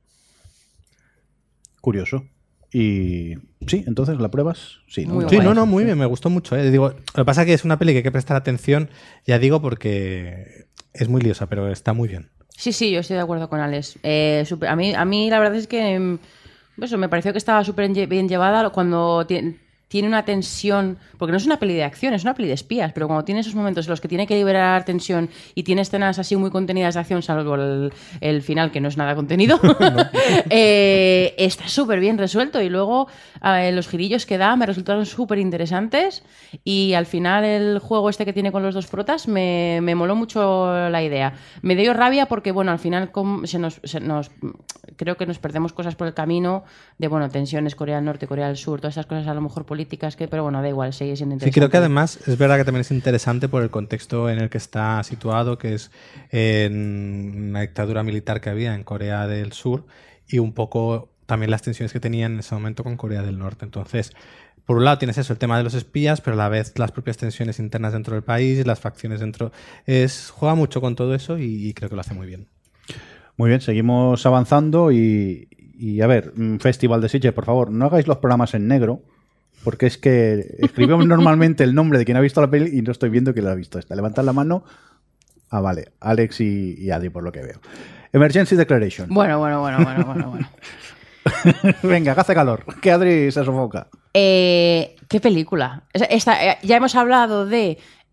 Curioso. Y sí, entonces, ¿la pruebas? Sí, ¿no? Muy Sí, guay. no, muy bien, me gustó mucho. Digo, lo que pasa es que es una peli que hay que prestar atención, ya digo, porque es muy liosa, pero está muy bien. Sí, yo estoy de acuerdo con Alex. A mí la verdad es que eso, me pareció que estaba súper bien llevada cuando tiene una tensión, porque no es una peli de acción, es una peli de espías, pero cuando tiene esos momentos en los que tiene que liberar tensión y tiene escenas así muy contenidas de acción, salvo el final, que no es nada contenido, está súper bien resuelto. Y luego los girillos que da me resultaron súper interesantes, y al final el juego este que tiene con los dos protas me moló mucho la idea. Me dio rabia porque, bueno, al final creo que nos perdemos cosas por el camino de, bueno, tensiones Corea del Norte, Corea del Sur, todas esas cosas a lo mejor políticas, pero bueno, da igual, sigue siendo interesante. Sí, creo que además es verdad que también es interesante por el contexto en el que está situado, que es en una dictadura militar que había en Corea del Sur, y un poco también las tensiones que tenían en ese momento con Corea del Norte. Entonces, por un lado tienes eso, el tema de los espías, pero a la vez las propias tensiones internas dentro del país, las facciones dentro... Juega mucho con todo eso y creo que lo hace muy bien. Muy bien, seguimos avanzando y a ver, Festival de Sitges, por favor, no hagáis los programas en negro, porque es que escribimos normalmente el nombre de quien ha visto la peli y no estoy viendo que la ha visto esta. Levantad la mano. Ah, vale, Alex y Adri, por lo que veo. Emergency Declaration. Bueno. Venga, que hace calor, que Adri se sofoca. ¿Qué película? Ya hemos hablado de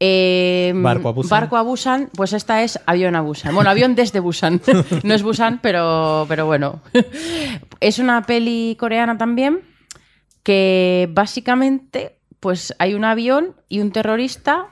Barco a Busan, pues esta es Avión a Busan. Bueno, avión desde Busan. No es Busan, pero bueno. Es una peli coreana también, que básicamente pues hay un avión y un terrorista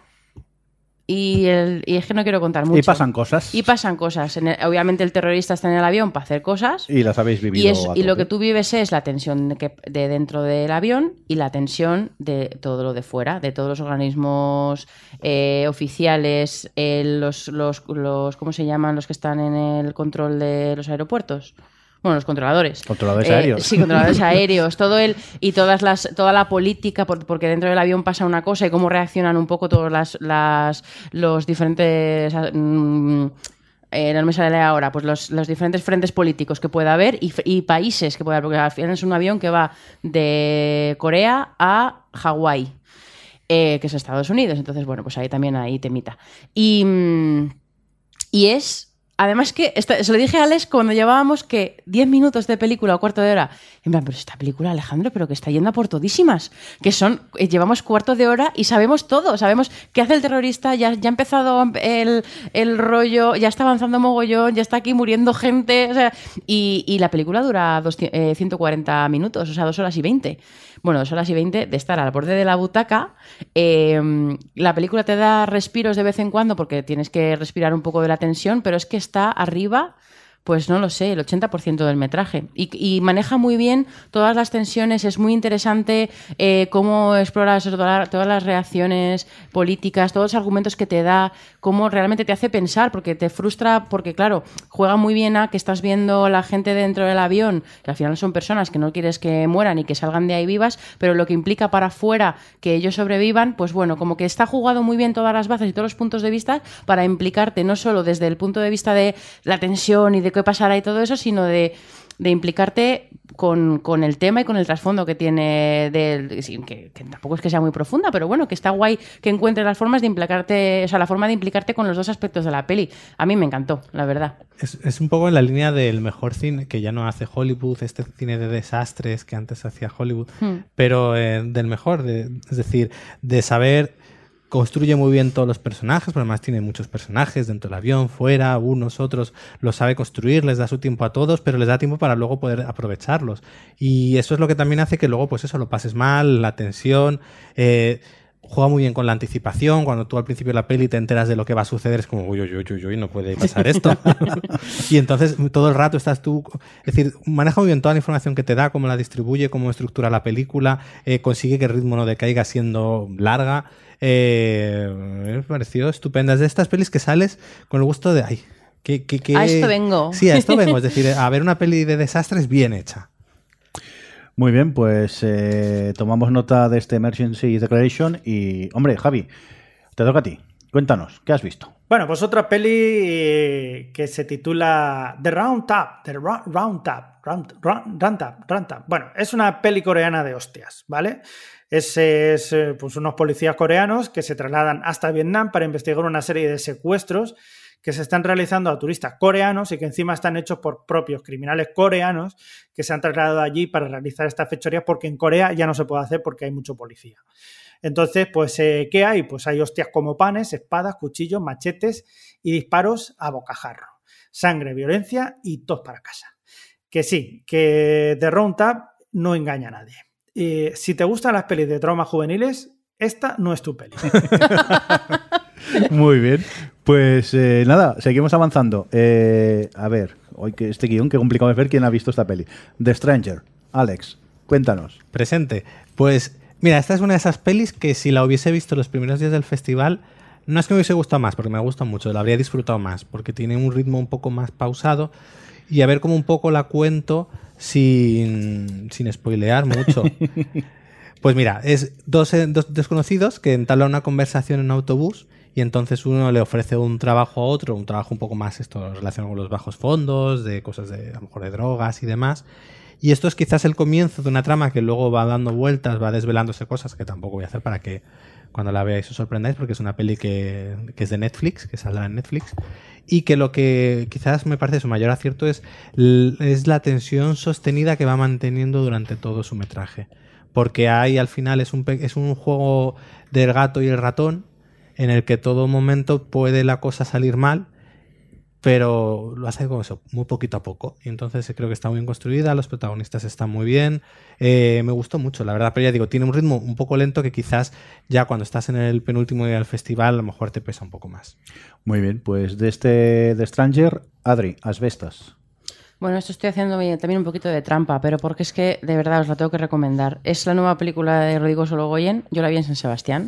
y es que no quiero contar mucho. Y pasan cosas. Obviamente el terrorista está en el avión para hacer cosas. Y las habéis vivido. Y lo que tú vives es la tensión de dentro del avión y la tensión de todo lo de fuera, de todos los organismos oficiales, los ¿cómo se llaman los que están en el control de los aeropuertos? Bueno, los controladores. Controladores aéreos. Sí, controladores aéreos. Y toda la política, porque dentro del avión pasa una cosa y cómo reaccionan un poco todos los diferentes... no me sale ahora, pues los diferentes frentes políticos que pueda haber y países que pueda haber, porque al final es un avión que va de Corea a Hawái, que es Estados Unidos. Entonces, bueno, pues ahí también hay temita. Y es... Además que, se lo dije a Alex cuando llevábamos que 10 minutos de película o cuarto de hora. En plan, pero esta película, Alejandro, pero que está yendo a por todísimas. Llevamos cuarto de hora y sabemos todo. Sabemos qué hace el terrorista, ya ha empezado el rollo, ya está avanzando mogollón, ya está aquí muriendo gente. O sea, y la película dura 140 minutos, o sea, 2 horas y 20. Bueno, 2 horas y 20 de estar al borde de la butaca. La película te da respiros de vez en cuando porque tienes que respirar un poco de la tensión, pero es que está arriba, pues no lo sé, el 80% del metraje. Y maneja muy bien todas las tensiones, es muy interesante cómo explora todas las reacciones políticas, todos los argumentos que te da, cómo realmente te hace pensar, porque te frustra, porque claro, juega muy bien a que estás viendo a la gente dentro del avión, que al final son personas que no quieres que mueran y que salgan de ahí vivas, pero lo que implica para afuera que ellos sobrevivan, pues bueno, como que está jugado muy bien todas las bazas y todos los puntos de vista para implicarte no solo desde el punto de vista de la tensión y de qué pasará y todo eso, sino de implicarte con el tema y con el trasfondo que tiene, que tampoco es que sea muy profunda, pero bueno, que está guay que encuentres las formas de implicarte, o sea, la forma de implicarte con los dos aspectos de la peli. A mí me encantó, la verdad. Es un poco en la línea del mejor cine, que ya no hace Hollywood, este cine de desastres que antes hacía Hollywood, pero del mejor, es decir, de saber... Construye muy bien todos los personajes, pero además tiene muchos personajes dentro del avión, fuera, unos, otros, los sabe construir, les da su tiempo a todos, pero les da tiempo para luego poder aprovecharlos. Y eso es lo que también hace que luego, pues eso, lo pases mal, la tensión, juega muy bien con la anticipación. Cuando tú al principio de la peli te enteras de lo que va a suceder, es como, uy, no puede pasar esto. Y entonces todo el rato estás tú... Es decir, maneja muy bien toda la información que te da, cómo la distribuye, cómo estructura la película, consigue que el ritmo no decaiga siendo larga. Me pareció estupenda. Es de estas pelis que sales con el gusto de... ¡Ay! A esto vengo. Sí, a esto vengo. Es decir, a ver una peli de desastres bien hecha. Muy bien, pues tomamos nota de este Emergency Declaration y, hombre, Javi, te toca a ti. Cuéntanos, ¿qué has visto? Bueno, pues otra peli que se titula The Round Tap. Bueno, es una peli coreana de hostias, ¿vale? Es pues unos policías coreanos que se trasladan hasta Vietnam para investigar una serie de secuestros que se están realizando a turistas coreanos y que encima están hechos por propios criminales coreanos que se han trasladado allí para realizar estas fechorías porque en Corea ya no se puede hacer porque hay mucho policía. Entonces, pues, ¿qué hay? Pues hay hostias como panes, espadas, cuchillos, machetes y disparos a bocajarro. Sangre, violencia y todos para casa. Que sí, que The Round Table no engaña a nadie. Si te gustan las pelis de traumas juveniles, esta no es tu peli. Muy bien. Pues nada, seguimos avanzando. A ver, hoy que este guión, qué complicado es ver quién ha visto esta peli. The Stranger. Alex, cuéntanos. Presente. Pues mira, esta es una de esas pelis que si la hubiese visto los primeros días del festival, no es que me hubiese gustado más, porque me gusta mucho, la habría disfrutado más, porque tiene un ritmo un poco más pausado y a ver cómo un poco la cuento sin spoilear mucho. Pues mira, es dos desconocidos que entablan una conversación en un autobús y entonces uno le ofrece un trabajo a otro, un trabajo un poco más relacionado con los bajos fondos, de cosas de a lo mejor de drogas y demás. Y esto es quizás el comienzo de una trama que luego va dando vueltas, va desvelándose cosas que tampoco voy a hacer para que cuando la veáis os sorprendáis, porque es una peli que es de Netflix, que saldrá en Netflix, y que lo que quizás me parece su mayor acierto es la tensión sostenida que va manteniendo durante todo su metraje. Porque hay al final es un juego del gato y el ratón en el que todo momento puede la cosa salir mal, pero lo hace como eso, muy poquito a poco. Y entonces creo que está muy bien construida, los protagonistas están muy bien. Me gustó mucho, la verdad, pero ya digo, tiene un ritmo un poco lento que quizás ya cuando estás en el penúltimo día del festival a lo mejor te pesa un poco más. Muy bien, pues de este The Stranger, Adri, Asbestas. Bueno, esto estoy haciendo también un poquito de trampa, pero porque es que de verdad os la tengo que recomendar. Es la nueva película de Rodrigo Sorogoyen, yo la vi en San Sebastián.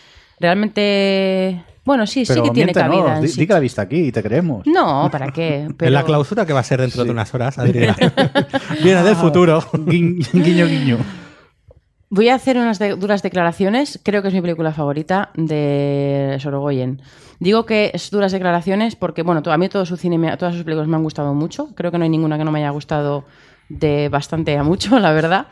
Realmente, bueno, sí que tiene cabida. Di que la viste aquí y te creemos. No, ¿para qué? Pero... En la clausura que va a ser dentro de unas horas, Adriana. Viene del futuro. Guiño, guiño. Voy a hacer unas duras declaraciones. Creo que es mi película favorita de Sorogoyen. Digo que es duras declaraciones porque, bueno, a mí todo su cine, todas sus películas me han gustado mucho. Creo que no hay ninguna que no me haya gustado de bastante a mucho, la verdad.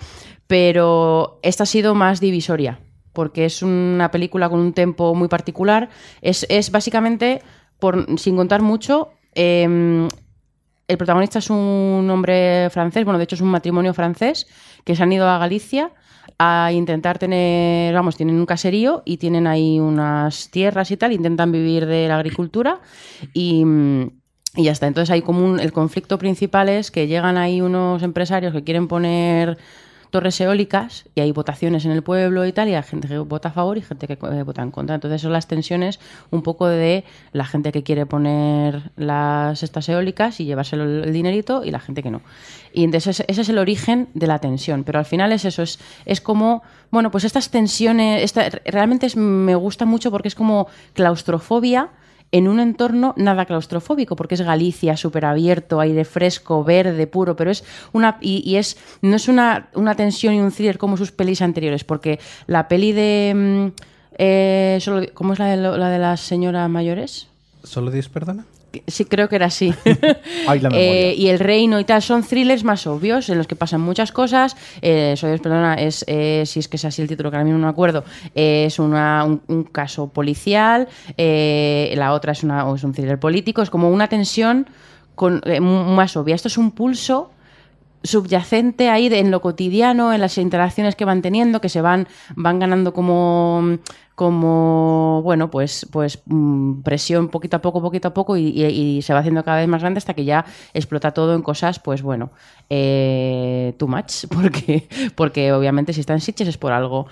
Pero esta ha sido más divisoria porque es una película con un tempo muy particular. Es básicamente, sin contar mucho, el protagonista es un hombre francés, bueno, de hecho es un matrimonio francés que se han ido a Galicia a intentar tienen un caserío y tienen ahí unas tierras y tal, intentan vivir de la agricultura y ya está. Entonces hay como el conflicto principal es que llegan ahí unos empresarios que quieren poner torres eólicas y hay votaciones en el pueblo y tal, y hay gente que vota a favor y gente que vota en contra. Entonces son las tensiones un poco de la gente que quiere poner estas eólicas y llevárselo el dinerito y la gente que no. Y entonces ese es el origen de la tensión. Pero al final es eso, es como, bueno, pues estas tensiones, realmente me gusta mucho porque es como claustrofobia en un entorno nada claustrofóbico, porque es Galicia, súper abierto, aire fresco, verde, puro, pero es no es una tensión y un thriller como sus pelis anteriores, porque la peli de... ¿cómo es la de las señoras mayores? ¿Solo Dios perdona? Sí, creo que era así. Ay, la memoria. Y El Reino y tal, son thrillers más obvios en los que pasan muchas cosas. Perdona, si es que es así el título, que ahora mismo no me acuerdo, es un caso policial, la otra es un thriller político, es como una tensión más obvia. Esto es un pulso subyacente ahí en lo cotidiano, en las interacciones que van teniendo, que se van ganando como bueno, pues presión poquito a poco y se va haciendo cada vez más grande hasta que ya explota todo en cosas, pues bueno, too much, porque obviamente si está en Sitges es por algo.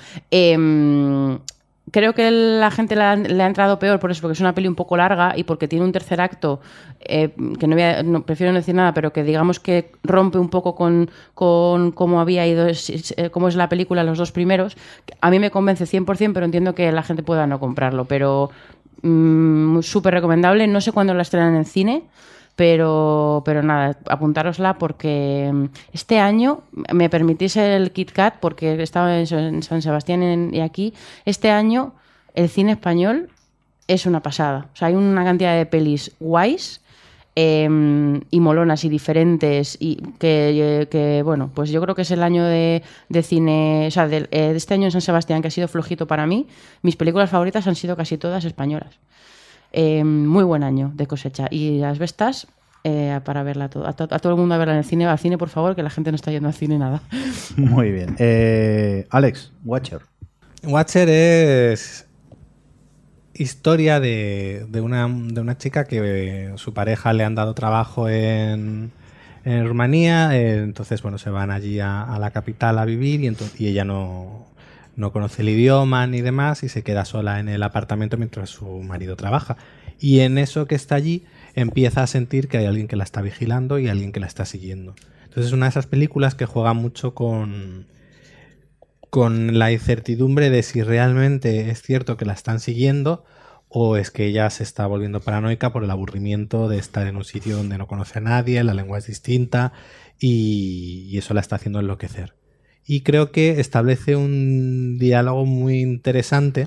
Creo que la gente le ha entrado peor por eso, porque es una peli un poco larga y porque tiene un tercer acto que prefiero no decir nada, pero que digamos que rompe un poco con cómo había ido, cómo es la película los dos primeros. A mí me convence 100%, pero entiendo que la gente pueda no comprarlo, pero súper recomendable. No sé cuándo la estrenan en cine, pero nada, apuntárosla porque este año me permitís el Kit Kat porque estaba en San Sebastián y aquí. Este año el cine español es una pasada. O sea, hay una cantidad de pelis guays y molonas y diferentes y que bueno, pues yo creo que es el año de cine, o sea, de este año en San Sebastián que ha sido flojito para mí. Mis películas favoritas han sido casi todas españolas. Muy buen año de cosecha. Y Asbestas, para verla a todo el mundo a verla en el cine. Al cine, por favor, que la gente no está yendo al cine nada. Muy bien. Alex, Watcher. Watcher es historia de una chica que su pareja le han dado trabajo en Rumanía, entonces bueno, se van allí a la capital a vivir y ella no conoce el idioma ni demás y se queda sola en el apartamento mientras su marido trabaja. Y en eso que está allí empieza a sentir que hay alguien que la está vigilando y alguien que la está siguiendo. Entonces es una de esas películas que juega mucho con la incertidumbre de si realmente es cierto que la están siguiendo o es que ella se está volviendo paranoica por el aburrimiento de estar en un sitio donde no conoce a nadie, la lengua es distinta y eso la está haciendo enloquecer. Y creo que establece un diálogo muy interesante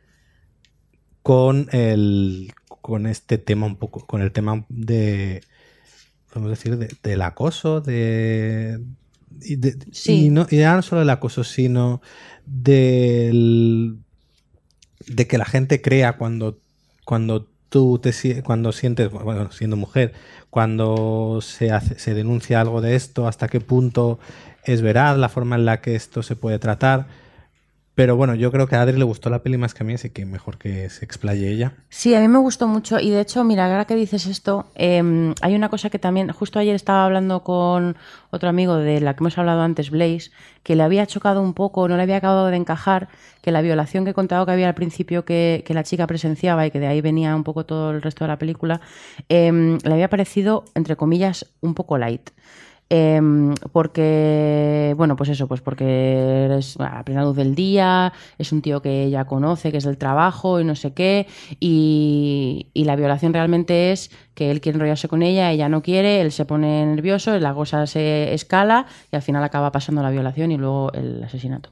con este tema un poco, con el tema de, podemos decir, del acoso, Sí. y ya no solo el acoso, sino de que la gente crea cuando sientes, bueno, siendo mujer, cuando se denuncia algo de esto, hasta qué punto es veraz, la forma en la que esto se puede tratar. Pero bueno, yo creo que a Adri le gustó la peli más que a mí, así que mejor que se explaye ella. Sí, a mí me gustó mucho y de hecho, mira, ahora que dices esto, hay una cosa que también, justo ayer estaba hablando con otro amigo de la que hemos hablado antes, Blaze, que le había chocado un poco, no le había acabado de encajar, que la violación que he contado que había al principio que la chica presenciaba y que de ahí venía un poco todo el resto de la película, le había parecido, entre comillas, un poco light. Porque, bueno, pues eso, pues porque es a plena luz del día, es un tío que ella conoce, que es del trabajo y no sé qué, y la violación realmente es que él quiere enrollarse con ella no quiere, él se pone nervioso, la cosa se escala y al final acaba pasando la violación y luego el asesinato.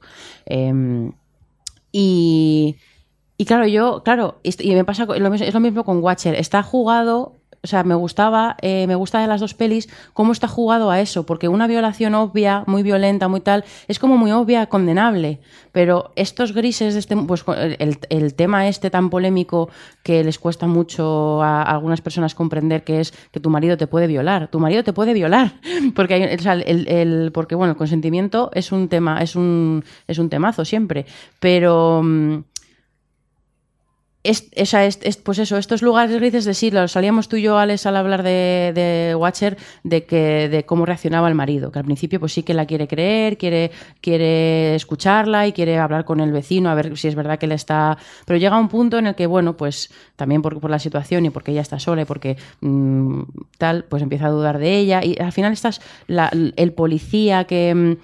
Y claro, y me pasa, es lo mismo con Watcher, está jugado. O sea, me gusta de las dos pelis cómo está jugado a eso, porque una violación obvia, muy violenta, muy tal, es como muy obvia, condenable, pero estos grises, pues el tema este tan polémico que les cuesta mucho a algunas personas comprender, que es que tu marido te puede violar, porque porque bueno, el consentimiento es un tema, es un temazo siempre, pero pues eso, estos lugares grises de sí, salíamos tú y yo, Alex, al hablar de Watcher, de cómo reaccionaba el marido, que al principio pues sí que la quiere creer, quiere escucharla y quiere hablar con el vecino a ver si es verdad que le está... Pero llega un punto en el que, bueno, pues también por la situación y porque ella está sola y porque tal, pues empieza a dudar de ella y al final el policía que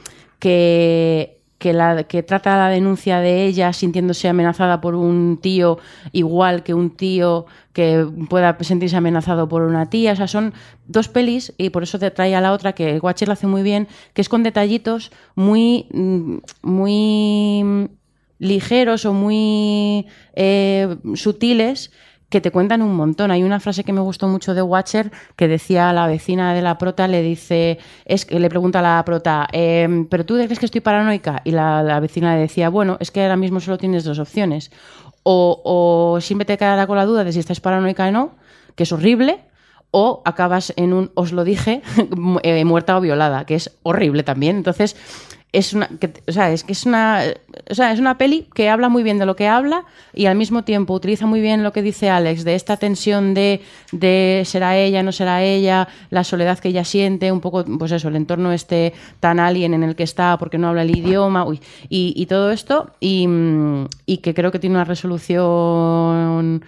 trata la denuncia de ella sintiéndose amenazada por un tío igual que un tío que pueda sentirse amenazado por una tía. O sea, son dos pelis y por eso te trae a la otra, que Watcher lo hace muy bien, que es con detallitos muy ligeros o muy sutiles, que te cuentan un montón. Hay una frase que me gustó mucho de Watcher que decía a la vecina de la prota, le pregunta a la prota, ¿pero tú crees que estoy paranoica? Y la vecina le decía, bueno, es que ahora mismo solo tienes dos opciones. O siempre te quedará con la duda de si estás paranoica o no, que es horrible, o acabas en un os lo dije, muerta o violada, que es horrible también. Entonces... Es una peli que habla muy bien de lo que habla y al mismo tiempo utiliza muy bien lo que dice Alex, de esta tensión de será ella, no será ella, la soledad que ella siente, un poco, pues eso, el entorno este tan alien en el que está porque no habla el idioma, y todo esto, y que creo que tiene una resolución...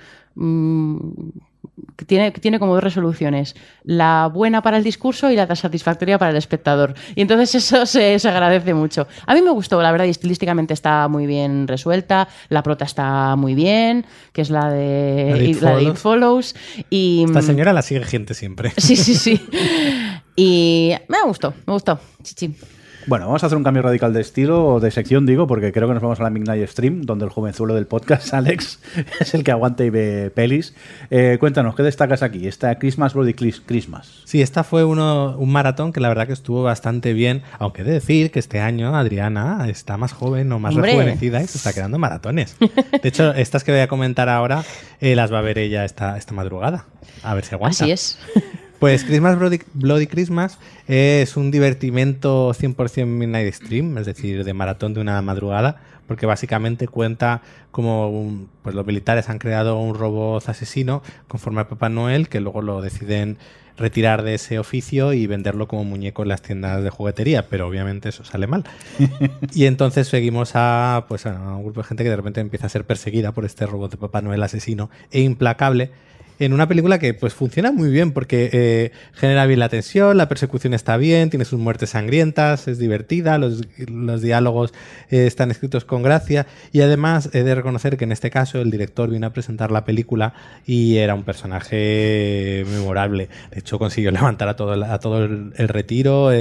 que tiene como dos resoluciones, la buena para el discurso y la satisfactoria para el espectador, y entonces eso se agradece mucho. A mí me gustó, la verdad, y estilísticamente está muy bien resuelta, la prota está muy bien, que es la de It Follows, y esta señora la sigue gente siempre. sí, y me gustó, chichi. Bueno, vamos a hacer un cambio radical de estilo o de sección, digo, porque creo que nos vamos a la Midnight Stream, donde el jovenzuelo del podcast, Alex, es el que aguanta y ve pelis. Cuéntanos, ¿qué destacas aquí? Esta Christmas Bloody Christmas. Sí, esta fue un maratón que la verdad que estuvo bastante bien, aunque he de decir que este año Adriana está más joven o más ¡Hombre! rejuvenecida y se está quedando maratones. De hecho, estas que voy a comentar ahora las va a ver ella esta madrugada. A ver si aguanta. Así es. Pues Christmas Bloody Christmas es un divertimento 100% Midnight Stream, es decir, de maratón de una madrugada, porque básicamente cuenta cómo pues los militares han creado un robot asesino con forma de Papá Noel, que luego lo deciden retirar de ese oficio y venderlo como muñeco en las tiendas de juguetería, pero obviamente eso sale mal. Y entonces seguimos a un grupo de gente que de repente empieza a ser perseguida por este robot de Papá Noel asesino e implacable, en una película que pues funciona muy bien porque genera bien la tensión, la persecución está bien, tiene sus muertes sangrientas, es divertida, los diálogos están escritos con gracia y además he de reconocer que en este caso el director vino a presentar la película y era un personaje memorable. De hecho consiguió levantar a todo el retiro.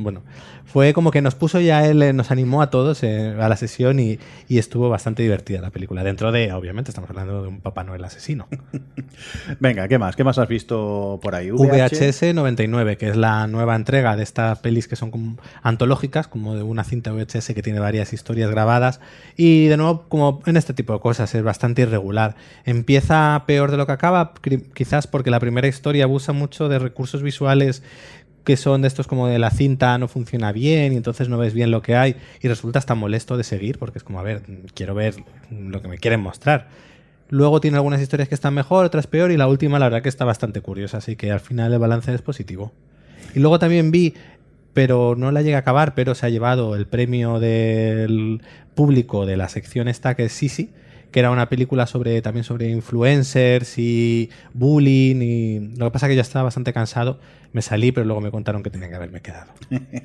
Fue como que nos puso ya él, nos animó a todos a la sesión y estuvo bastante divertida la película. Dentro de, obviamente, estamos hablando de un Papá Noel asesino. Venga, ¿qué más? ¿Qué más has visto por ahí? VHS 99, que es la nueva entrega de estas pelis que son como antológicas, como de una cinta VHS que tiene varias historias grabadas. Y de nuevo, como en este tipo de cosas, es bastante irregular. Empieza peor de lo que acaba, quizás porque la primera historia abusa mucho de recursos visuales que son de estos como de la cinta no funciona bien y entonces no ves bien lo que hay y resulta hasta molesto de seguir porque es como, a ver, quiero ver lo que me quieren mostrar. Luego tiene algunas historias que están mejor, otras peor y la última la verdad que está bastante curiosa, así que al final el balance es positivo. Y luego también vi, pero no la llegué a acabar, pero se ha llevado el premio del público de la sección esta que es Sisi, que era una película también sobre influencers y bullying y lo que pasa es que ya estaba bastante cansado, me salí pero luego me contaron que tenía que haberme quedado.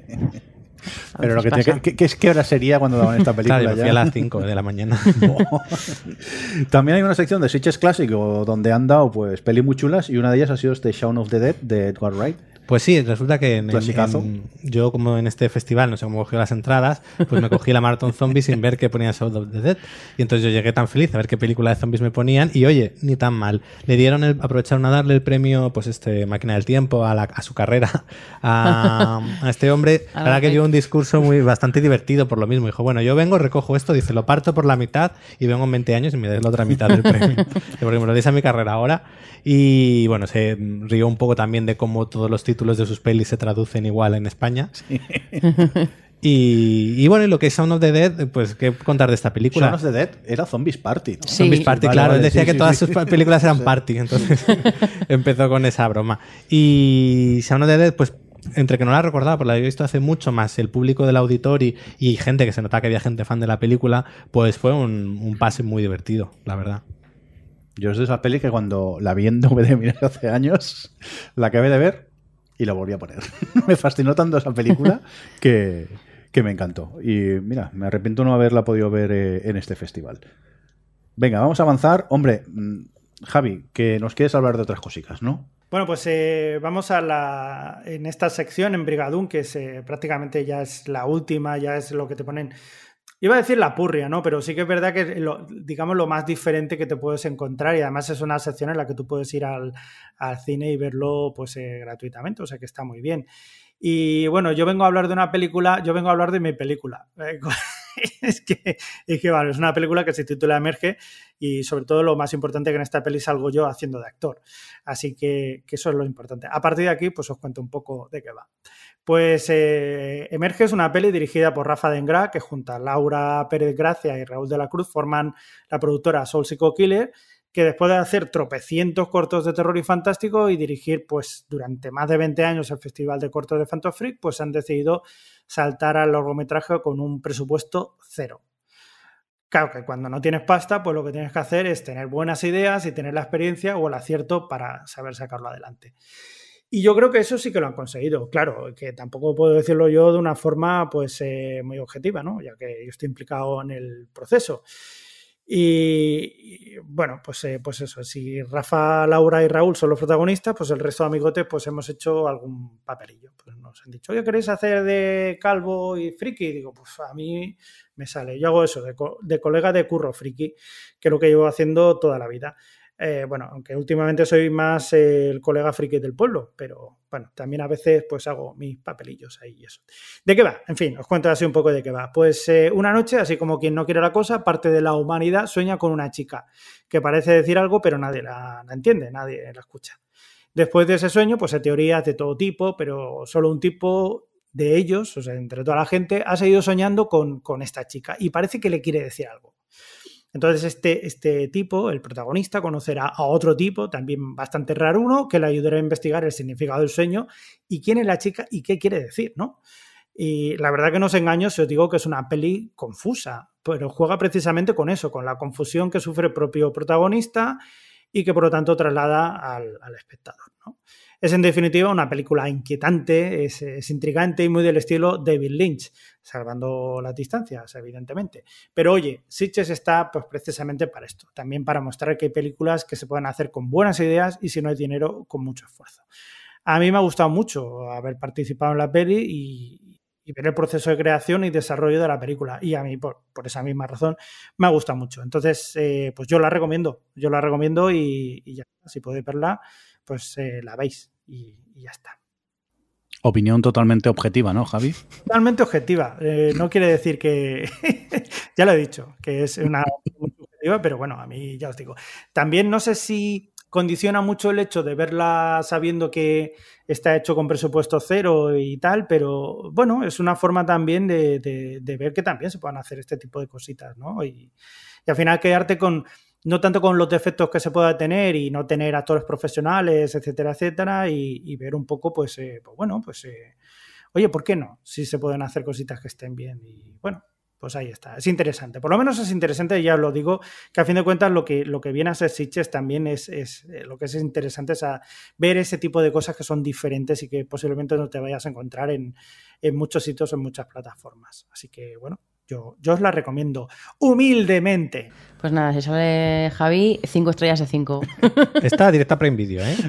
Pero lo que ¿qué hora sería cuando daban esta película? Claro, yo me fui a las 5 de la mañana. También hay una sección de Switches Clásico donde han dado pues pelis muy chulas y una de ellas ha sido este Shaun of the Dead de Edgar Wright. Pues sí, resulta que Clasicazo. yo como en este festival no sé cómo cogí las entradas, pues me cogí la Maratón Zombies sin ver que ponían Shaun of the Dead. Y entonces yo llegué tan feliz a ver qué película de zombies me ponían y oye, ni tan mal. Aprovecharon a darle el premio, pues Máquina del Tiempo, a su carrera, a este hombre. La verdad que dio un discurso bastante divertido por lo mismo. Dijo, bueno, yo vengo, recojo esto, dice, lo parto por la mitad y vengo en 20 años y me des la otra mitad del premio. Porque me lo deis a mi carrera ahora. Y bueno, se rió un poco también de cómo todos los títulos de sus pelis se traducen igual en España. Sí. Y bueno, y lo que es Shaun of the Dead, pues qué contar de esta película. Shaun of the Dead era Zombies Party, ¿no? Sí. Zombies Party, Vale, claro. vale, Él decía sí, que sí, todas sí. sus películas eran party, entonces empezó con esa broma. Y Shaun of the Dead, pues entre que no la recordaba, porque la había visto hace mucho más, el público del auditorio y gente que se notaba que había gente fan de la película, pues fue un pase muy divertido, la verdad. Yo es de esas pelis que cuando la vi en DVD mira, hace años, la acabé de ver y la volví a poner. Me fascinó tanto esa película que me encantó. Y mira, me arrepiento no haberla podido ver en este festival. Venga, vamos a avanzar. Hombre, Javi, que nos quieres hablar de otras cositas, ¿no? Bueno, pues vamos en esta sección, en Brigadoon, que prácticamente ya es la última, ya es lo que te ponen... Iba a decir la purria, ¿no? Pero sí que es verdad que, digamos, lo más diferente que te puedes encontrar y además es una sección en la que tú puedes ir al cine y verlo pues gratuitamente, o sea que está muy bien. Y bueno, yo vengo a hablar de una película, yo vengo a hablar de mi película. Es que vale, es una película que se titula Emerge y sobre todo lo más importante que en esta peli salgo yo haciendo de actor. Así que eso es lo importante. A partir de aquí, pues os cuento un poco de qué va. Pues Emerge es una peli dirigida por Rafa Dengra, que junto a Laura Pérez Gracia y Raúl de la Cruz forman la productora Soul Psycho Killer, que después de hacer tropecientos cortos de terror y fantástico y dirigir pues durante más de 20 años el Festival de Cortos de Phantom Freak, pues han decidido saltar al largometraje con un presupuesto cero. Claro que cuando no tienes pasta, pues lo que tienes que hacer es tener buenas ideas y tener la experiencia o el acierto para saber sacarlo adelante. Y yo creo que eso sí que lo han conseguido. Claro, que tampoco puedo decirlo yo de una forma pues muy objetiva, ¿no? Ya que yo estoy implicado en el proceso. Y bueno, pues eso, si Rafa, Laura y Raúl son los protagonistas, pues el resto de amigotes pues hemos hecho algún papelillo. Pues nos han dicho, oye, ¿queréis hacer de calvo y friki? Y digo, pues a mí me sale. Yo hago eso, de colega de curro friki, que es lo que llevo haciendo toda la vida. Bueno, aunque últimamente soy más el colega friki del pueblo, pero bueno, también a veces pues hago mis papelillos ahí y eso. ¿De qué va? En fin, os cuento así un poco de qué va. Pues una noche, así como quien no quiere la cosa, parte de la humanidad sueña con una chica que parece decir algo, pero nadie la entiende, nadie la escucha. Después de ese sueño, pues hay teorías de todo tipo, pero solo un tipo de ellos, o sea, entre toda la gente, ha seguido soñando con esta chica y parece que le quiere decir algo. Entonces este tipo, el protagonista, conocerá a otro tipo, también bastante raruno, que le ayudará a investigar el significado del sueño y quién es la chica y qué quiere decir, ¿no? Y la verdad que no os engaño si os digo que es una peli confusa, pero juega precisamente con eso, con la confusión que sufre el propio protagonista y que por lo tanto traslada al espectador, ¿no? Es en definitiva una película inquietante, es intrigante y muy del estilo David Lynch, salvando las distancias, evidentemente. Pero oye, Sitges está pues precisamente para esto, también para mostrar que hay películas que se pueden hacer con buenas ideas y si no hay dinero, con mucho esfuerzo. A mí me ha gustado mucho haber participado en la peli y ver el proceso de creación y desarrollo de la película. Y a mí, por esa misma razón, me ha gustado mucho. Entonces, pues yo la recomiendo y ya, si podéis verla, pues la veis y ya está. Opinión totalmente objetiva, ¿no, Javi? Totalmente objetiva. No quiere decir que, ya lo he dicho, que es una opinión subjetiva, pero bueno, a mí ya os digo. También no sé si condiciona mucho el hecho de verla sabiendo que está hecho con presupuesto cero y tal, pero bueno, es una forma también de ver que también se pueden hacer este tipo de cositas, ¿no? Y al final quedarte con, no tanto con los defectos que se pueda tener y no tener actores profesionales, etcétera, etcétera, y ver un poco, pues bueno, pues oye, ¿por qué no? Si se pueden hacer cositas que estén bien y bueno, pues ahí está. Es interesante. Por lo menos es interesante, ya os lo digo, que a fin de cuentas lo que viene a ser Sitges también es lo que es interesante es ver ese tipo de cosas que son diferentes y que posiblemente no te vayas a encontrar en muchos sitios, en muchas plataformas. Así que, bueno, yo os la recomiendo humildemente. Pues nada, si sale Javi, 5 estrellas de 5. Está directa Prime Video, ¿eh?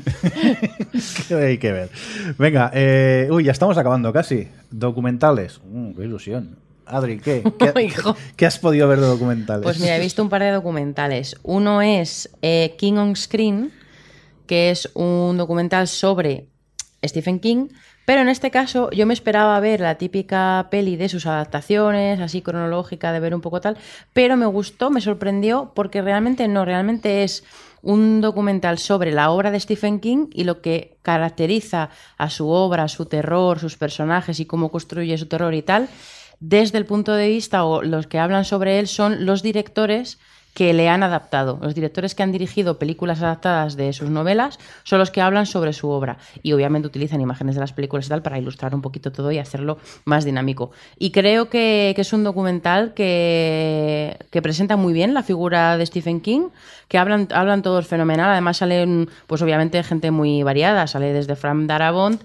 ¿Qué hay que ver? Venga, ya estamos acabando casi. Documentales. Qué ilusión. Adri, ¿qué has podido ver de documentales? Pues mira, he visto un par de documentales. Uno es King on Screen, que es un documental sobre Stephen King, pero en este caso yo me esperaba ver la típica peli de sus adaptaciones, así cronológica, de ver un poco tal, pero me gustó, me sorprendió, porque realmente es un documental sobre la obra de Stephen King y lo que caracteriza a su obra, su terror, sus personajes y cómo construye su terror y tal, desde el punto de vista, o los que hablan sobre él son los directores que le han adaptado. Los directores que han dirigido películas adaptadas de sus novelas son los que hablan sobre su obra y obviamente utilizan imágenes de las películas y tal para ilustrar un poquito todo y hacerlo más dinámico. Y creo que es un documental que presenta muy bien la figura de Stephen King, que hablan todos fenomenal. Además salen, pues obviamente, gente muy variada. Sale desde Frank Darabont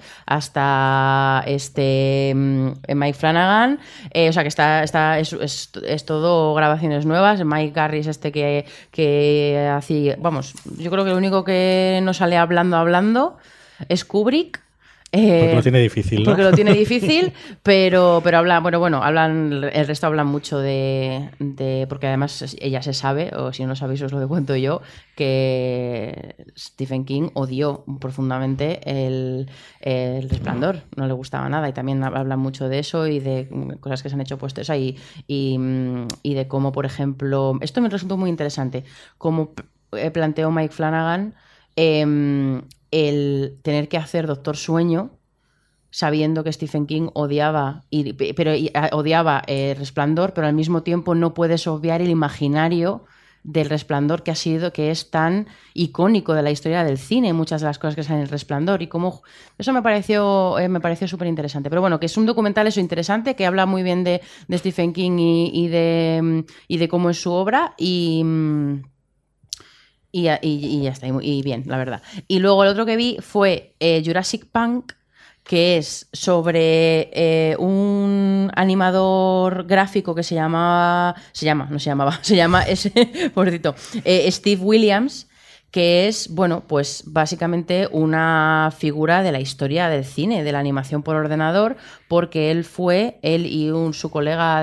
hasta Mike Flanagan. O sea que es todo grabaciones nuevas. Mike Garris que hacía, vamos, yo creo que lo único que no sale hablando es Kubrick. Porque lo tiene difícil, ¿no? Porque lo tiene difícil, pero hablan, el resto hablan mucho de porque además ella se sabe, o si no lo sabéis os lo cuento yo, que Stephen King odió profundamente el Resplandor, no le gustaba nada, y también hablan mucho de eso y de cosas que se han hecho puestos ahí y de cómo, por ejemplo, esto me resultó muy interesante, cómo planteó Mike Flanagan el tener que hacer Doctor Sueño sabiendo que Stephen King odiaba Resplandor, pero al mismo tiempo no puedes obviar el imaginario del Resplandor que es tan icónico de la historia del cine, muchas de las cosas que salen en el Resplandor, y cómo eso me pareció súper interesante. Pero bueno, que es un documental eso interesante, que habla muy bien de Stephen King y de cómo es su obra y ya está, y bien, la verdad. Y luego el otro que vi fue Jurassic Park, que es sobre un animador gráfico que se llama Steve Williams, que es, bueno, pues básicamente una figura de la historia del cine, de la animación por ordenador, porque él y su colega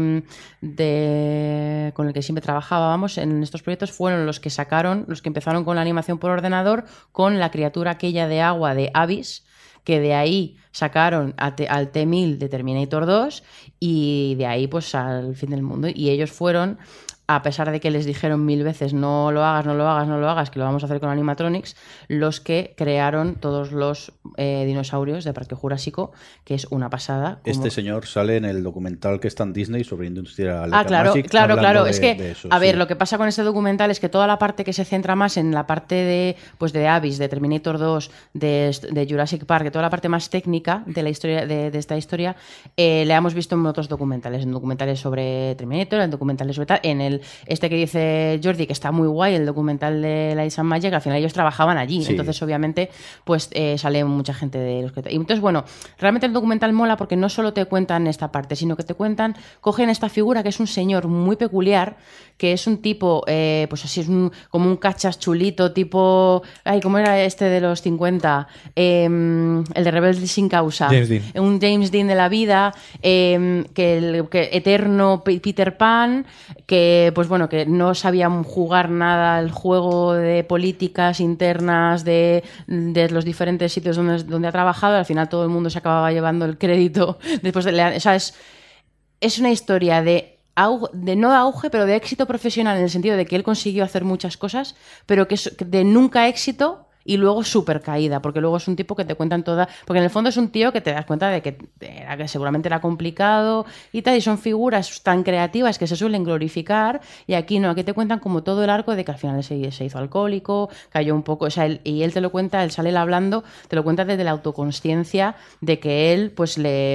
con el que siempre trabajábamos en estos proyectos, fueron los que empezaron con la animación por ordenador, con la criatura aquella de agua de Abyss, que de ahí sacaron al T-1000 de Terminator 2 y de ahí pues al fin del mundo. Y ellos fueron, a pesar de que les dijeron 1000 veces no lo hagas, que lo vamos a hacer con animatronics, los que crearon todos los dinosaurios de Parque Jurásico, que es una pasada. Este señor sale en el documental que está en Disney sobre industria claro. Es que, eso, a ver, lo que pasa con este documental es que toda la parte que se centra más en la parte de Abyss, de Terminator 2, de Jurassic Park, toda la parte más técnica de la historia de esta historia, la hemos visto en otros documentales, en documentales sobre Terminator, en documentales sobre tal, en este que dice Jordi, que está muy guay, el documental de Light and Magic, al final ellos trabajaban allí, sí. Entonces obviamente pues sale mucha gente de los que... Y entonces, bueno, realmente el documental mola porque no solo te cuentan esta parte, sino que cogen esta figura que es un señor muy peculiar, que es un tipo, pues así es como un cachas chulito, tipo... ¿cómo era este de los 50? El de Rebelde sin causa. James Dean. Un James Dean de la vida, que eterno Peter Pan, que pues bueno, que no sabía jugar nada el juego de políticas internas de los diferentes sitios donde ha trabajado. Al final todo el mundo se acababa llevando el crédito después o sea, es una historia de no auge, pero de éxito profesional, en el sentido de que él consiguió hacer muchas cosas, pero que es de nunca éxito y luego súper caída, porque luego es un tipo que te cuentan toda... Porque en el fondo es un tío que te das cuenta de que seguramente era complicado y tal, y son figuras tan creativas que se suelen glorificar, y aquí no, aquí te cuentan como todo el arco de que al final se hizo alcohólico, cayó un poco, o sea, y él te lo cuenta, él sale hablando, te lo cuenta desde la autoconsciencia de que él le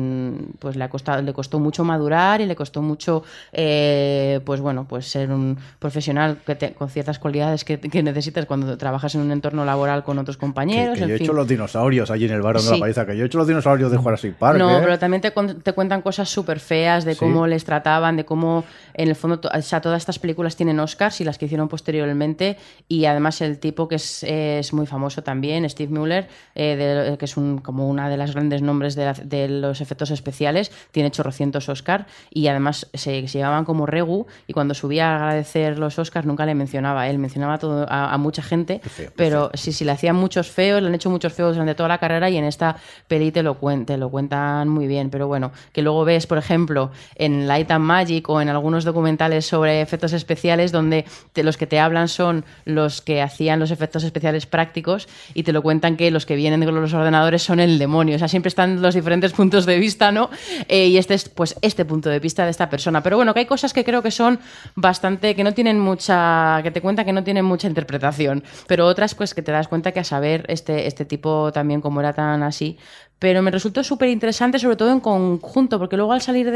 costó mucho madurar y le costó mucho ser un profesional con ciertas cualidades que necesitas cuando trabajas en un entorno laboral con otros compañeros. Que yo he hecho los dinosaurios allí en el bar donde la paliza, que yo he hecho los dinosaurios de Jurassic Park. No, pero también te cuentan cosas súper feas de cómo les trataban, de cómo en el fondo, o sea, todas estas películas tienen Oscars y las que hicieron posteriormente, y además el tipo que es muy famoso también, Steve Miller, que es como una de las grandes nombres de los efectos especiales, tiene chorrocientos Oscars, y además se llevaban como regu, y cuando subía a agradecer los Oscars nunca le mencionaba, él mencionaba todo a mucha gente, pero sí, le hacían muchos feos, le han hecho muchos feos durante toda la carrera, y en esta peli te lo cuentan muy bien. Pero bueno, que luego ves, por ejemplo, en Light and Magic o en algunos documentales sobre efectos especiales donde los que te hablan son los que hacían los efectos especiales prácticos, y te lo cuentan que los que vienen con los ordenadores son el demonio. O sea, siempre están los diferentes puntos de vista, ¿no? Y este es pues este punto de vista de esta persona. Pero bueno, que hay cosas que creo que son bastante, que no tienen mucha, que te cuentan que no tienen mucha interpretación, pero otras pues que te das cuenta que a saber este tipo también como era tan así. Pero me resultó súper interesante, sobre todo en conjunto, porque luego al salir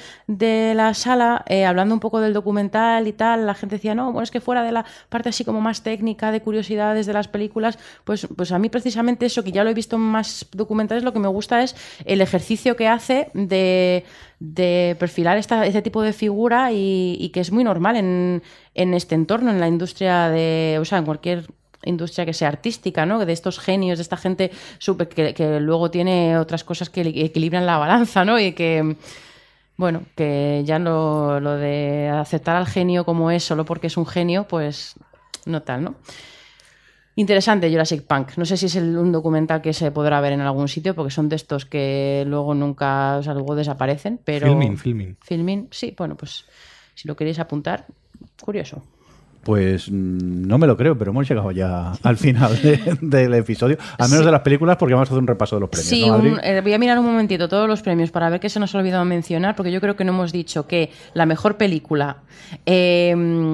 de la sala, hablando un poco del documental y tal, la gente decía, no, bueno, es que fuera de la parte así como más técnica, de curiosidades de las películas, pues a mí precisamente eso, que ya lo he visto en más documentales, lo que me gusta es el ejercicio que hace de perfilar este tipo de figura, y que es muy normal en este entorno, en la industria o sea, en cualquier industria que sea artística, ¿no? De estos genios, de esta gente que luego tiene otras cosas que equilibran la balanza, ¿no? Y que, bueno, que ya lo de aceptar al genio como es solo porque es un genio, pues no tal, ¿no? Interesante Jurassic Park. No sé si es un documental que se podrá ver en algún sitio, porque son de estos que luego nunca, o sea, luego desaparecen, pero... Filming, sí, bueno, pues si lo queréis apuntar, curioso. Pues no me lo creo, pero hemos llegado ya al final del episodio, al menos de las películas, porque vamos a hacer un repaso de los premios. Sí, ¿no, voy a mirar un momentito todos los premios para ver qué se nos ha olvidado mencionar, porque yo creo que no hemos dicho que la mejor película y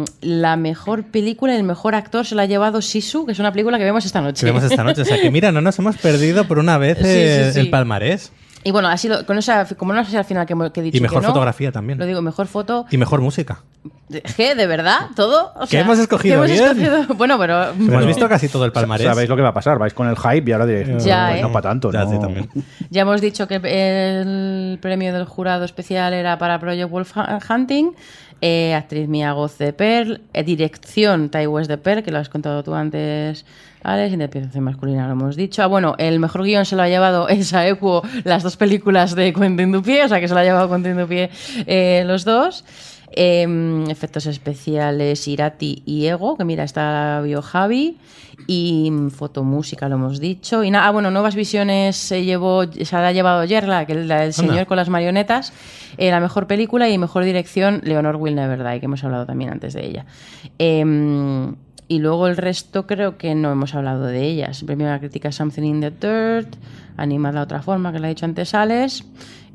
el mejor actor se la ha llevado Sisu, que es una película que vemos esta noche. O sea que mira, no nos hemos perdido por una vez el palmarés. Y bueno, así como no sé al final que he dicho. Y mejor que no, fotografía también. Lo digo, mejor foto. Y mejor música. ¿Qué? ¿De verdad? ¿Todo? O sea, ¿qué hemos escogido bien? Bueno, pero... Hemos visto casi todo el palmarés. Sabéis lo que va a pasar, vais con el hype y ahora diréis, Ya, no para tanto. Ya, ¿no? sí, también. Ya hemos dicho que el premio del jurado especial era para Project Wolf Hunting. Actriz Mia Goth de Pearl. Dirección Ty West de Pearl, que lo has contado tú antes, Alex. Interpretación masculina, lo hemos dicho. Ah, bueno, el mejor guión se lo ha llevado Elsa Equo, las dos películas de Quentin Dupieux, o sea que se lo ha llevado Quentin Dupieux los dos. Efectos especiales Irati y Ego, que mira, está Bio Javi. Y fotomúsica, lo hemos dicho. Y nada, bueno, Nuevas Visiones se la ha llevado Yerla, que es la del señor con las marionetas, la mejor película, y mejor dirección Leonor Will Never Die, que hemos hablado también antes de ella. Y luego el resto creo que no hemos hablado de ellas. El premio de la crítica Something in the Dirt, Animada de otra forma, que lo ha dicho antes Alex.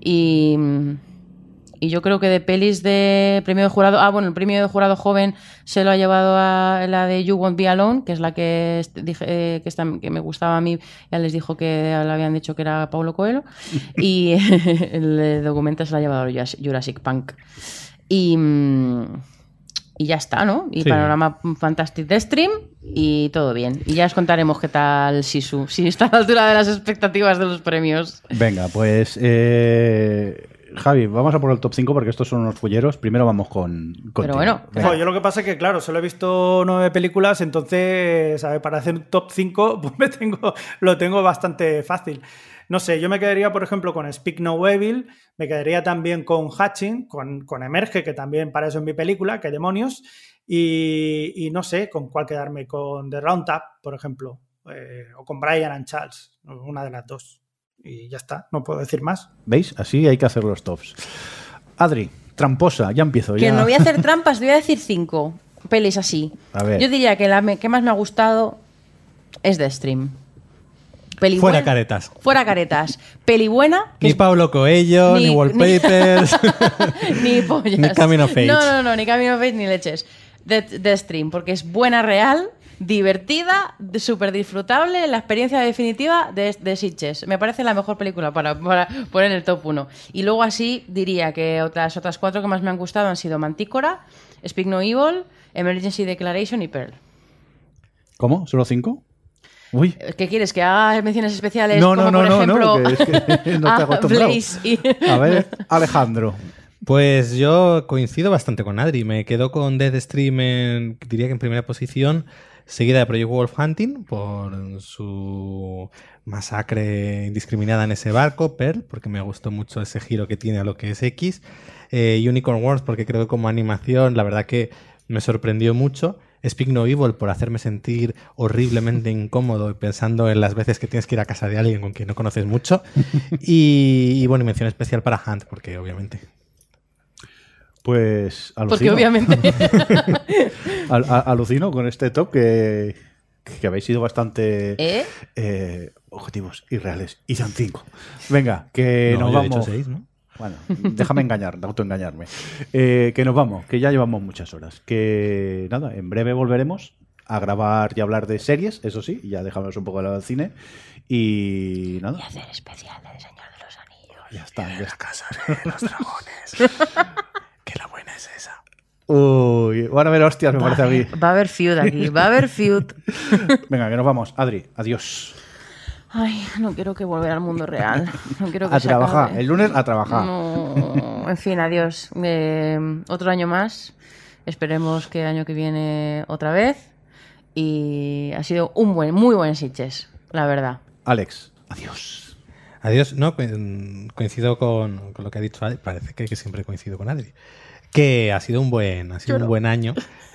Y yo creo que de pelis de premio de jurado... Ah, bueno, el premio de jurado joven se lo ha llevado a la de You Won't Be Alone, que es la que dije que me gustaba a mí. Ya les dijo que le habían dicho que era Paulo Coelho. Y el documental se lo ha llevado Jurassic Park. Y ya está, ¿no? Y Sí. Panorama Fantastic de Stream y todo bien. Y ya os contaremos qué tal Sisu, si está a la altura de las expectativas de los premios. Venga, pues Javi, vamos a por el top 5 porque estos son unos folleros. Primero vamos con Pero bueno, Venga. Yo lo que pasa es que, claro, solo he visto 9 películas, entonces, ¿sabes? Para hacer un top 5, pues lo tengo bastante fácil. No sé, yo me quedaría, por ejemplo, con Speak No Evil, me quedaría también con Hatching, con Emerge, que también para eso es mi película, que demonios, y no sé con cuál quedarme, con The Round Up, por ejemplo, o con Brian and Charles, una de las dos. Y ya está, no puedo decir más. ¿Veis? Así hay que hacer los tops. Adri, tramposa, ya empiezo. Que ya. no voy a hacer trampas, voy a decir 5 pelis así. A ver. Yo diría que la que más me ha gustado es The Stream. Peli Fuera buena- caretas. Fuera caretas. Peli buena. que Ni es- Paulo Coelho, ni Wallpapers. ni pollas. Ni Coming of Age. No, ni Coming of Age ni leches. The Stream, porque es buena, real, divertida, súper disfrutable, la experiencia definitiva de Sitges. Me parece la mejor película para poner en el top 1. Y luego así diría que otras 4 que más me han gustado han sido Mantícora, Speak No Evil, Emergency Declaration y Pearl. ¿Cómo? ¿Solo 5? Uy. ¿Qué quieres? ¿Que haga menciones especiales No, como no, por no, ejemplo no, que es que no te a acostumbrado. Blaze y... A ver, Alejandro. Pues yo coincido bastante con Adri. Me quedo con Dead Stream, diría que en primera posición, seguida de Project Wolf Hunting por su masacre indiscriminada en ese barco, Pearl, porque me gustó mucho ese giro que tiene a lo que es X, Unicorn Wars, porque creo que como animación la verdad que me sorprendió mucho, Speak No Evil por hacerme sentir horriblemente incómodo pensando en las veces que tienes que ir a casa de alguien con quien no conoces mucho, y bueno, mención especial para Hunt, porque obviamente... Pues alucino. Porque obviamente... Alucino con este top que habéis sido bastante objetivos y reales. Y son 5. Venga, que No, nos yo he vamos. dicho 6, ¿no? Bueno, déjame autoengañarme. Que nos vamos, que ya llevamos muchas horas. Que nada, en breve volveremos a grabar y hablar de series, eso sí, y ya dejamos un poco de lado del cine. Y nada. Y hacer especial del Señor de los Anillos. Ya está. Ya está. Casa de los dragones. Que la buena es esa. Uy, van a ver hostias, me parece a mí. Va a haber feud aquí, va a haber feud. Venga, que nos vamos. Adri, adiós. Ay, no quiero que volver al mundo real. No quiero que A se trabajar. acabe. El lunes a trabajar. No. En fin, adiós. Otro año más. Esperemos que el año que viene otra vez. Y ha sido muy buen Sitges, la verdad. Alex, adiós. Adiós. No, coincido con lo que ha dicho Adri. Parece que siempre coincido con Adri. Que ha sido un buen año.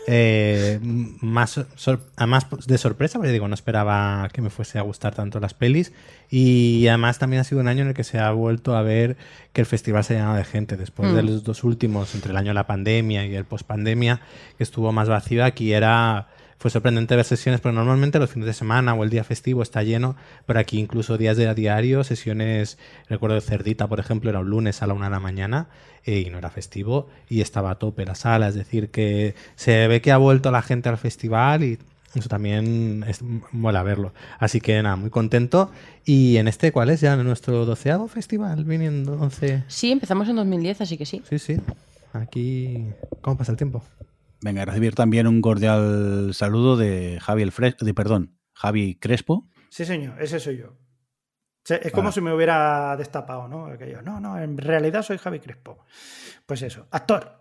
Además de sorpresa, porque digo, no esperaba que me fuese a gustar tanto las pelis. Y además también ha sido un año en el que se ha vuelto a ver que el festival se ha llenado de gente. Después de los dos últimos, entre el año de la pandemia y el post-pandemia, que estuvo más vacío, aquí fue sorprendente ver sesiones, porque normalmente los fines de semana o el día festivo está lleno, pero aquí incluso días de a diario, sesiones, recuerdo de Cerdita, por ejemplo, era un lunes a la 1 de la mañana y no era festivo y estaba a tope la sala, es decir, que se ve que ha vuelto la gente al festival y eso también mola verlo. Así que nada, muy contento. Y en ¿cuál es ya nuestro 12º festival? Viniendo 11. Sí, empezamos en 2010, así que sí. Sí. Aquí, ¿cómo pasa el tiempo? Venga, recibir también un cordial saludo de Javi Crespo. Sí, señor, ese soy yo. Es como si me hubiera destapado, ¿no? Que yo, no, en realidad soy Javi Crespo. Pues eso, actor.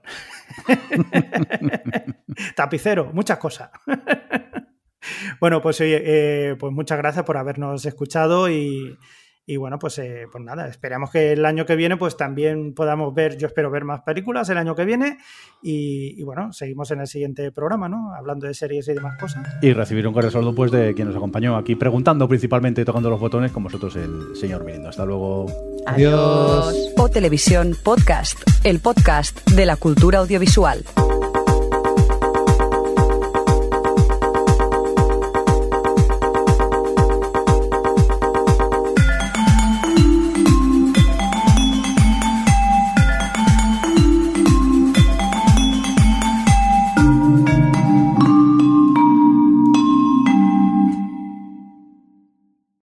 Tapicero, muchas cosas. Bueno, pues oye, pues muchas gracias por habernos escuchado y bueno, pues nada, esperamos que el año que viene pues también podamos ver, yo espero ver más películas el año que viene y bueno, seguimos en el siguiente programa, ¿no? Hablando de series y demás cosas. Y recibir un correo saludo pues de quien nos acompañó aquí preguntando principalmente y tocando los botones con vosotros el señor Mirindo. Hasta luego. Adiós. O Televisión Podcast, el podcast de la cultura audiovisual.